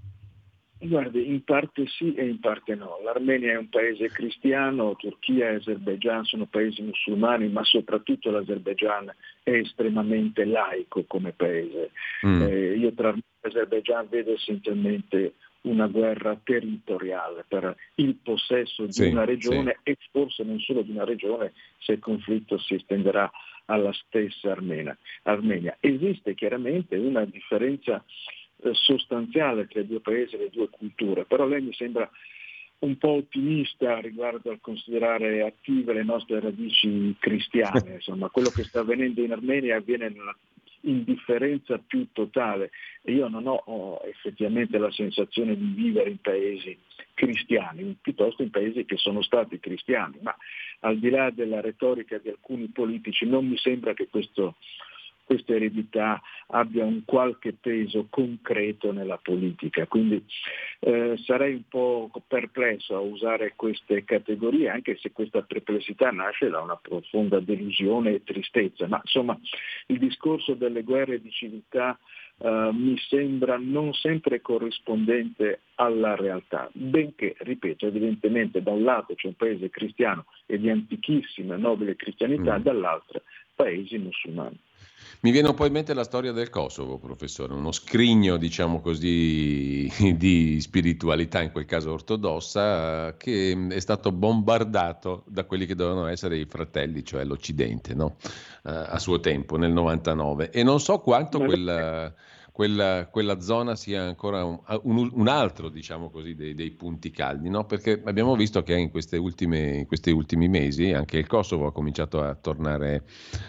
Guardi, in parte sì e in parte no. L'Armenia è un paese cristiano, Turchia e Azerbaigian sono paesi musulmani, ma soprattutto l'Azerbaigian è estremamente laico come paese. Mm. Eh, io tra Armenia e Azerbaigian vedo essenzialmente una guerra territoriale per il possesso di Sì, una regione e forse non solo di una regione, se il conflitto si estenderà alla stessa Armenia. Armenia. Esiste chiaramente una differenza sostanziale tra i due paesi e le due culture, però lei mi sembra un po' ottimista riguardo al considerare attive le nostre radici cristiane. Insomma, quello che sta avvenendo in Armenia avviene nella indifferenza più totale e io non ho, ho effettivamente la sensazione di vivere in paesi cristiani, piuttosto in paesi che sono stati cristiani, ma al di là della retorica di alcuni politici non mi sembra che questo questa eredità abbia un qualche peso concreto nella politica, quindi eh, sarei un po' perplesso a usare queste categorie, anche se questa perplessità nasce da una profonda delusione e tristezza, ma insomma il discorso delle guerre di civiltà eh, mi sembra non sempre corrispondente alla realtà, benché, ripeto, evidentemente da un lato c'è un paese cristiano e di antichissima nobile cristianità, Mm. dall'altro paesi musulmani. Mi viene un po' in mente la storia del Kosovo, professore, uno scrigno, diciamo così, di spiritualità, in quel caso ortodossa, eh, che è stato bombardato da quelli che dovevano essere i fratelli, cioè l'Occidente, no? Eh, a suo tempo, nel novantanove. E non so quanto Ma- quella, quella, quella zona sia ancora un, un- un altro, diciamo così, dei, dei punti caldi, no? Perché abbiamo visto che in queste ultime, in questi ultimi mesi anche il Kosovo ha cominciato a tornare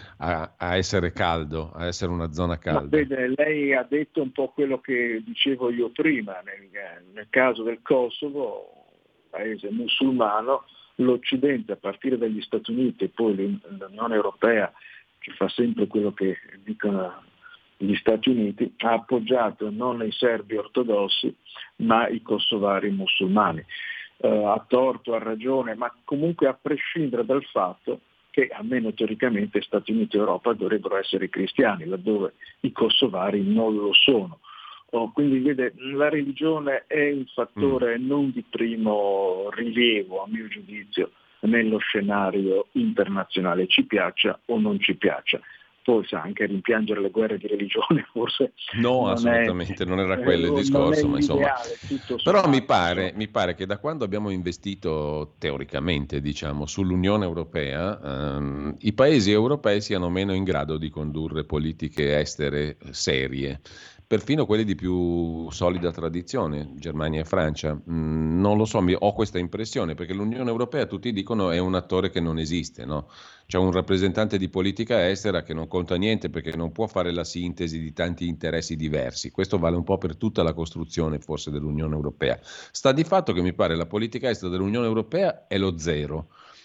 a, a essere caldo, a essere una zona Ma calda. vede, lei ha detto un po' quello che dicevo io prima, nel, nel caso del Kosovo, paese musulmano, l'Occidente a partire dagli Stati Uniti e poi l'Unione Europea, che fa sempre quello che dicono gli Stati Uniti, ha appoggiato non i serbi ortodossi ma i kosovari musulmani, eh, a torto, a ragione, ma comunque a prescindere dal fatto che almeno teoricamente Stati Uniti e Europa dovrebbero essere cristiani, laddove i kosovari non lo sono. Oh, quindi vede, la religione è un fattore mm. non di primo rilievo, a mio giudizio, nello scenario internazionale, ci piaccia o non ci piaccia. Poi sa, anche rimpiangere le guerre di religione forse no, non assolutamente è, non era quello eh, il discorso, non è ma insomma tutto però sommato, mi pare, insomma. mi pare che da quando abbiamo investito teoricamente, diciamo, sull'Unione Europea, ehm, i paesi europei siano meno in grado di condurre politiche estere serie, perfino quelli di più solida tradizione, Germania e Francia. Mm, non lo so, mi, ho questa impressione, perché l'Unione Europea, tutti dicono, è un attore che non esiste, no? C'è un rappresentante di politica estera che non conta niente perché non può fare la sintesi di tanti interessi diversi. Questo vale un po' per tutta la costruzione forse dell'Unione Europea. Sta di fatto che mi pare la politica estera dell'Unione Europea è lo zero.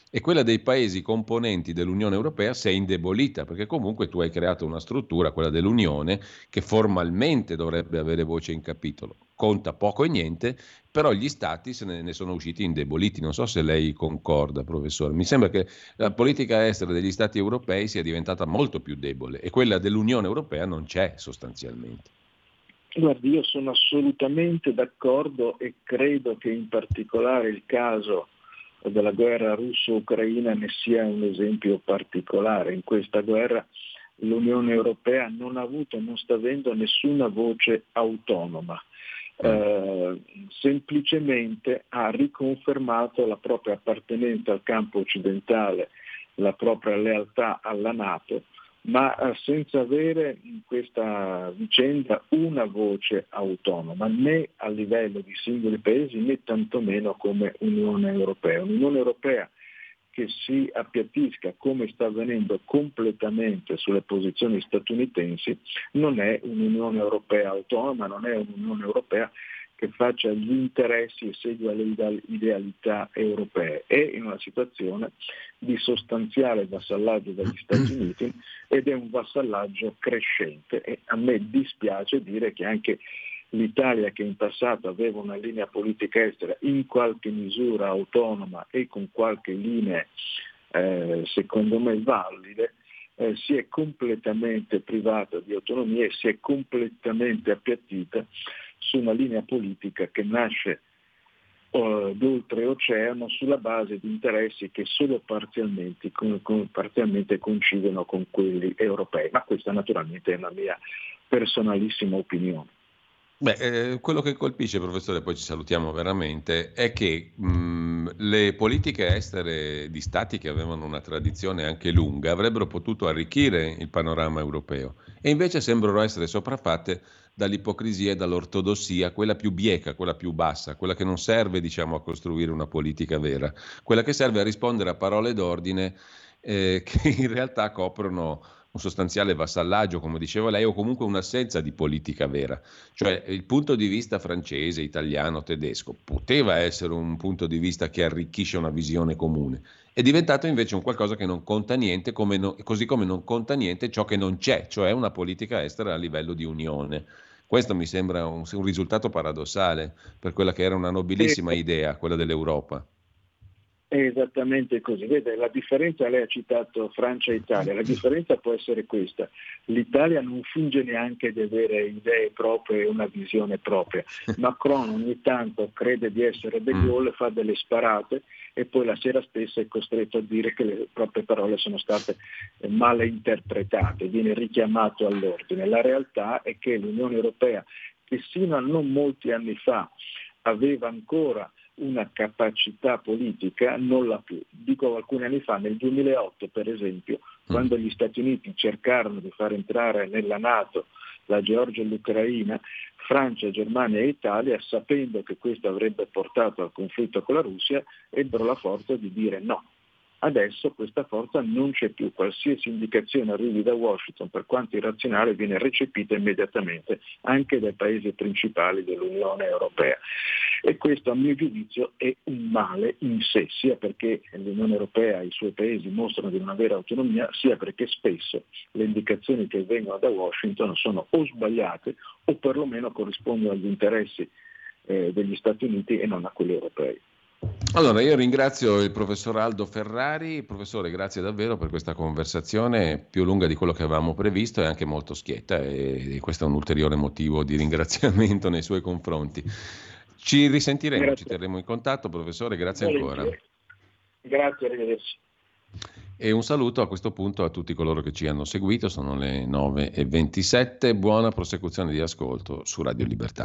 e quella dei paesi componenti dell'Unione Europea si è indebolita, perché comunque tu hai creato una struttura, quella dell'Unione, che formalmente dovrebbe avere voce in capitolo. Conta poco e niente, però gli stati se ne, ne sono usciti indeboliti. Non so se lei concorda, professore. Mi sembra che la politica estera degli stati europei sia diventata molto più debole e quella dell'Unione Europea non c'è sostanzialmente. Guardi, io sono assolutamente d'accordo e credo che in particolare il caso della guerra russo-ucraina ne sia un esempio particolare. In questa guerra l'Unione Europea non ha avuto e non sta avendo nessuna voce autonoma, eh, semplicemente ha riconfermato la propria appartenenza al campo occidentale, la propria lealtà alla NATO, ma senza avere in questa vicenda una voce autonoma, né a livello di singoli paesi né tantomeno come Unione Europea. Un'Unione Europea che si appiattisca, come sta avvenendo, completamente sulle posizioni statunitensi, non è un'Unione Europea autonoma, non è un'Unione Europea che faccia gli interessi e segua le idealità europee. È in una situazione di sostanziale vassallaggio dagli Stati Uniti ed è un vassallaggio crescente e a me dispiace dire che anche l'Italia, che in passato aveva una linea politica estera in qualche misura autonoma e con qualche linea eh, secondo me valide, eh, si è completamente privata di autonomia e si è completamente appiattita su una linea politica che nasce uh, d'oltreoceano sulla base di interessi che solo parzialmente, con, con, parzialmente coincidono con quelli europei, ma questa naturalmente è una mia personalissima opinione. Beh, eh, quello che colpisce, professore, poi ci salutiamo veramente, è che mh, le politiche estere di stati che avevano una tradizione anche lunga avrebbero potuto arricchire il panorama europeo e invece sembrano essere sopraffatte dall'ipocrisia e dall'ortodossia, quella più bieca, quella più bassa, quella che non serve, diciamo, a costruire una politica vera, quella che serve a rispondere a parole d'ordine eh, che in realtà coprono un sostanziale vassallaggio, come diceva lei, o comunque un'assenza di politica vera. Cioè il punto di vista francese, italiano, tedesco poteva essere un punto di vista che arricchisce una visione comune. È diventato invece un qualcosa che non conta niente, come no, così come non conta niente ciò che non c'è, cioè una politica estera a livello di unione. Questo mi sembra un, un risultato paradossale per quella che era una nobilissima idea, quella dell'Europa. È esattamente così. Vede, la differenza, lei ha citato Francia e Italia, la differenza può essere questa: l'Italia non finge neanche di avere idee proprie e una visione propria. Macron ogni tanto crede di essere De Gaulle, fa delle sparate e poi la sera stessa è costretto a dire che le proprie parole sono state male interpretate, viene richiamato all'ordine. La realtà è che l'Unione Europea, che sino a non molti anni fa aveva ancora una capacità politica, non l'ha più. Dico alcuni anni fa, nel duemilaotto per esempio, quando gli Stati Uniti cercarono di far entrare nella NATO la Georgia e l'Ucraina, Francia, Germania e Italia, sapendo che questo avrebbe portato al conflitto con la Russia, ebbero la forza di dire no. Adesso questa forza non c'è più, qualsiasi indicazione arrivi da Washington, per quanto irrazionale, viene recepita immediatamente anche dai paesi principali dell'Unione Europea. E questo a mio giudizio è un male in sé, sia perché l'Unione Europea e i suoi paesi mostrano di non avere autonomia, sia perché spesso le indicazioni che vengono da Washington sono o sbagliate o perlomeno corrispondono agli interessi eh, degli Stati Uniti e non a quelli europei. Allora, io ringrazio il professor Aldo Ferrari. Professore, grazie davvero per questa conversazione più lunga di quello che avevamo previsto e anche molto schietta, e questo è un ulteriore motivo di ringraziamento nei suoi confronti. Ci risentiremo, grazie. Ci terremo in contatto, professore, grazie ancora. Grazie, arrivederci. E un saluto a questo punto a tutti coloro che ci hanno seguito, sono le nove e ventisette, buona prosecuzione di ascolto su Radio Libertà.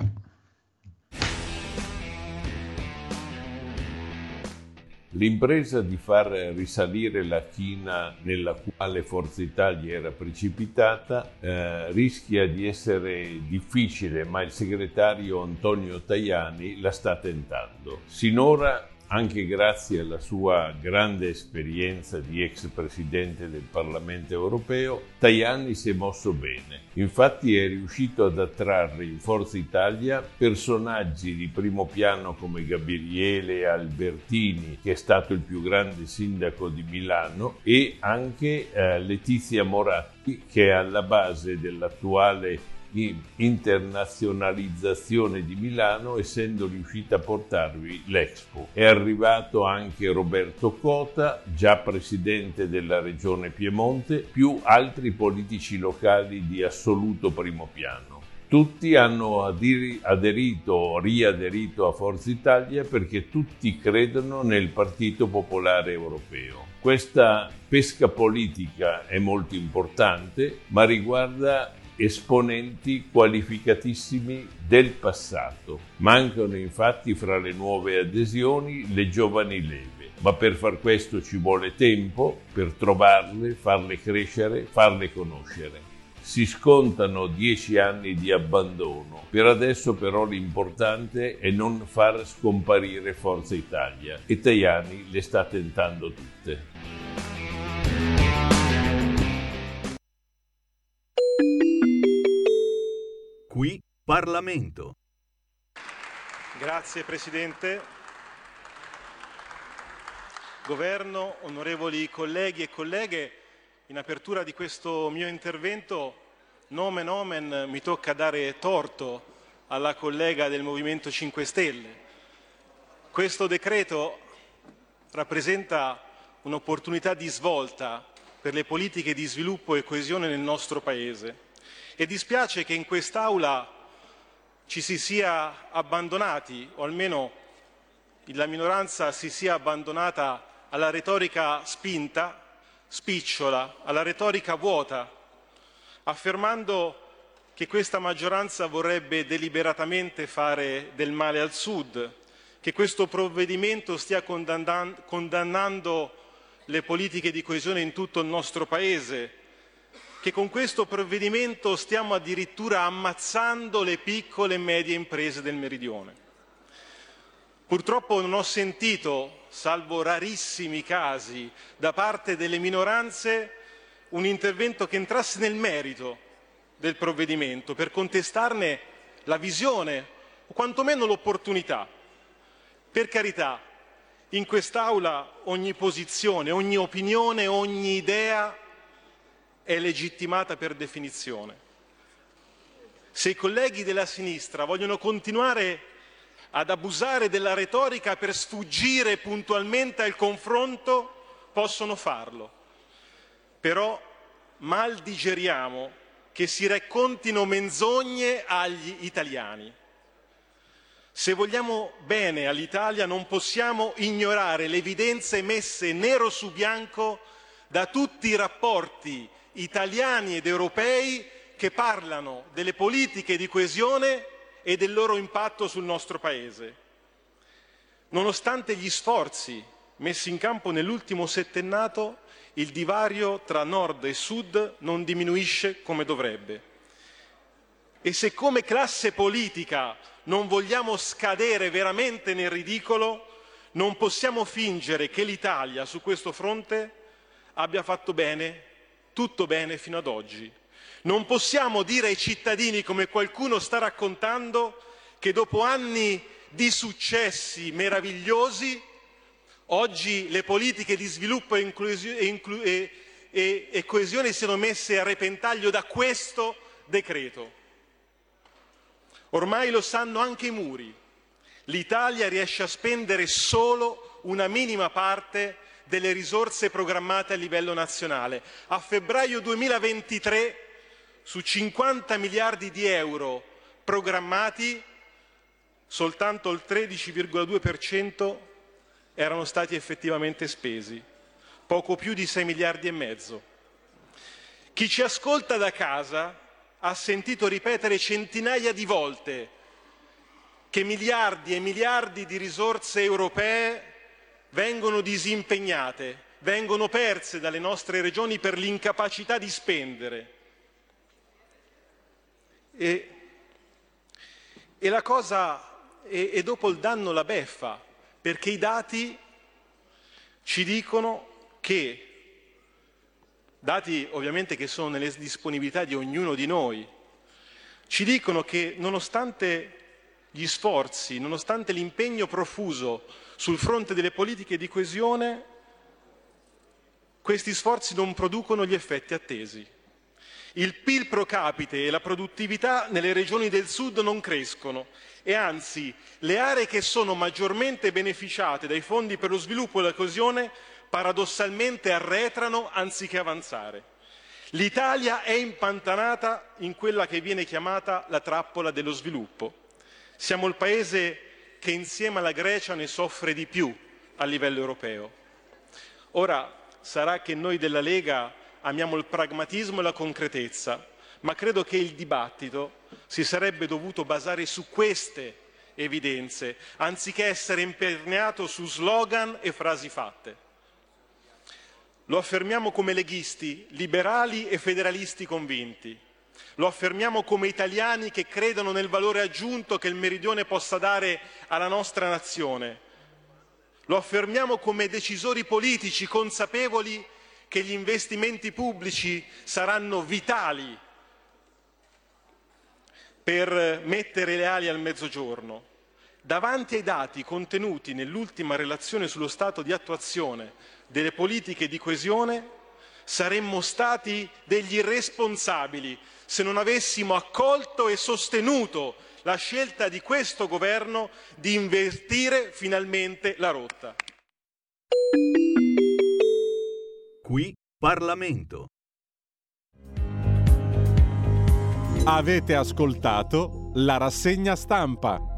L'impresa di far risalire la china nella quale Forza Italia era precipitata eh, rischia di essere difficile, ma il segretario Antonio Tajani la sta tentando. Sinora anche grazie alla sua grande esperienza di ex presidente del Parlamento europeo, Tajani si è mosso bene. Infatti è riuscito ad attrarre in Forza Italia personaggi di primo piano come Gabriele Albertini, che è stato il più grande sindaco di Milano, e anche eh, Letizia Moratti, che è alla base dell'attuale internazionalizzazione di Milano, essendo riuscita a portarvi l'Expo. È arrivato anche Roberto Cota, già presidente della regione Piemonte, più altri politici locali di assoluto primo piano. Tutti hanno aderito o riaderito a Forza Italia perché tutti credono nel Partito Popolare Europeo. Questa pesca politica è molto importante, ma riguarda esponenti qualificatissimi del passato. Mancano infatti fra le nuove adesioni le giovani leve, ma per far questo ci vuole tempo per trovarle, farle crescere, farle conoscere. Si scontano dieci anni di abbandono. Per adesso però l'importante è non far scomparire Forza Italia e Tajani le sta tentando tutte. Qui Parlamento. Grazie Presidente. Governo, onorevoli colleghi e colleghe, in apertura di questo mio intervento, nomen omen, mi tocca dare torto alla collega del Movimento cinque Stelle. Questo decreto rappresenta un'opportunità di svolta per le politiche di sviluppo e coesione nel nostro Paese. E dispiace che in quest'Aula ci si sia abbandonati, o almeno la minoranza si sia abbandonata alla retorica spinta, spicciola, alla retorica vuota, affermando che questa maggioranza vorrebbe deliberatamente fare del male al Sud, che questo provvedimento stia condannando le politiche di coesione in tutto il nostro Paese, che con questo provvedimento stiamo addirittura ammazzando le piccole e medie imprese del Meridione. Purtroppo non ho sentito, salvo rarissimi casi, da parte delle minoranze, un intervento che entrasse nel merito del provvedimento per contestarne la visione o quantomeno l'opportunità. Per carità, in quest'Aula ogni posizione, ogni opinione, ogni idea è legittimata per definizione. Se i colleghi della sinistra vogliono continuare ad abusare della retorica per sfuggire puntualmente al confronto, possono farlo. Però mal digeriamo che si raccontino menzogne agli italiani. Se vogliamo bene all'Italia non possiamo ignorare le evidenze messe nero su bianco da tutti i rapporti italiani ed europei che parlano delle politiche di coesione e del loro impatto sul nostro Paese. Nonostante gli sforzi messi in campo nell'ultimo settennato, il divario tra nord e sud non diminuisce come dovrebbe. E se come classe politica non vogliamo scadere veramente nel ridicolo, non possiamo fingere che l'Italia su questo fronte abbia fatto bene tutto bene fino ad oggi. Non possiamo dire ai cittadini, come qualcuno sta raccontando, che dopo anni di successi meravigliosi, oggi le politiche di sviluppo e, inclusio- e, inclu- e, e, e coesione siano messe a repentaglio da questo decreto. Ormai lo sanno anche i muri. L'Italia riesce a spendere solo una minima parte delle risorse programmate a livello nazionale. A febbraio duemilaventitré, su cinquanta miliardi di euro programmati, soltanto il tredici virgola due per cento erano stati effettivamente spesi, poco più di sei miliardi e mezzo. Chi ci ascolta da casa ha sentito ripetere centinaia di volte che miliardi e miliardi di risorse europee vengono disimpegnate, vengono perse dalle nostre regioni per l'incapacità di spendere. E, e la cosa, e, e dopo il danno la beffa, perché i dati ci dicono che, dati ovviamente che sono nelle disponibilità di ognuno di noi, ci dicono che nonostante gli sforzi, nonostante l'impegno profuso sul fronte delle politiche di coesione, questi sforzi non producono gli effetti attesi. Il P I L pro capite e la produttività nelle regioni del sud non crescono e anzi le aree che sono maggiormente beneficiate dai fondi per lo sviluppo e la coesione paradossalmente arretrano anziché avanzare. L'Italia è impantanata in quella che viene chiamata la trappola dello sviluppo. Siamo il paese che insieme alla Grecia ne soffre di più a livello europeo. Ora, sarà che noi della Lega amiamo il pragmatismo e la concretezza, ma credo che il dibattito si sarebbe dovuto basare su queste evidenze, anziché essere imperniato su slogan e frasi fatte. Lo affermiamo come leghisti, liberali e federalisti convinti. Lo affermiamo come italiani che credono nel valore aggiunto che il Meridione possa dare alla nostra nazione. Lo affermiamo come decisori politici consapevoli che gli investimenti pubblici saranno vitali per mettere le ali al Mezzogiorno. Davanti ai dati contenuti nell'ultima relazione sullo stato di attuazione delle politiche di coesione, saremmo stati degli irresponsabili se non avessimo accolto e sostenuto la scelta di questo governo di invertire finalmente la rotta. Qui Parlamento. Avete ascoltato la rassegna stampa.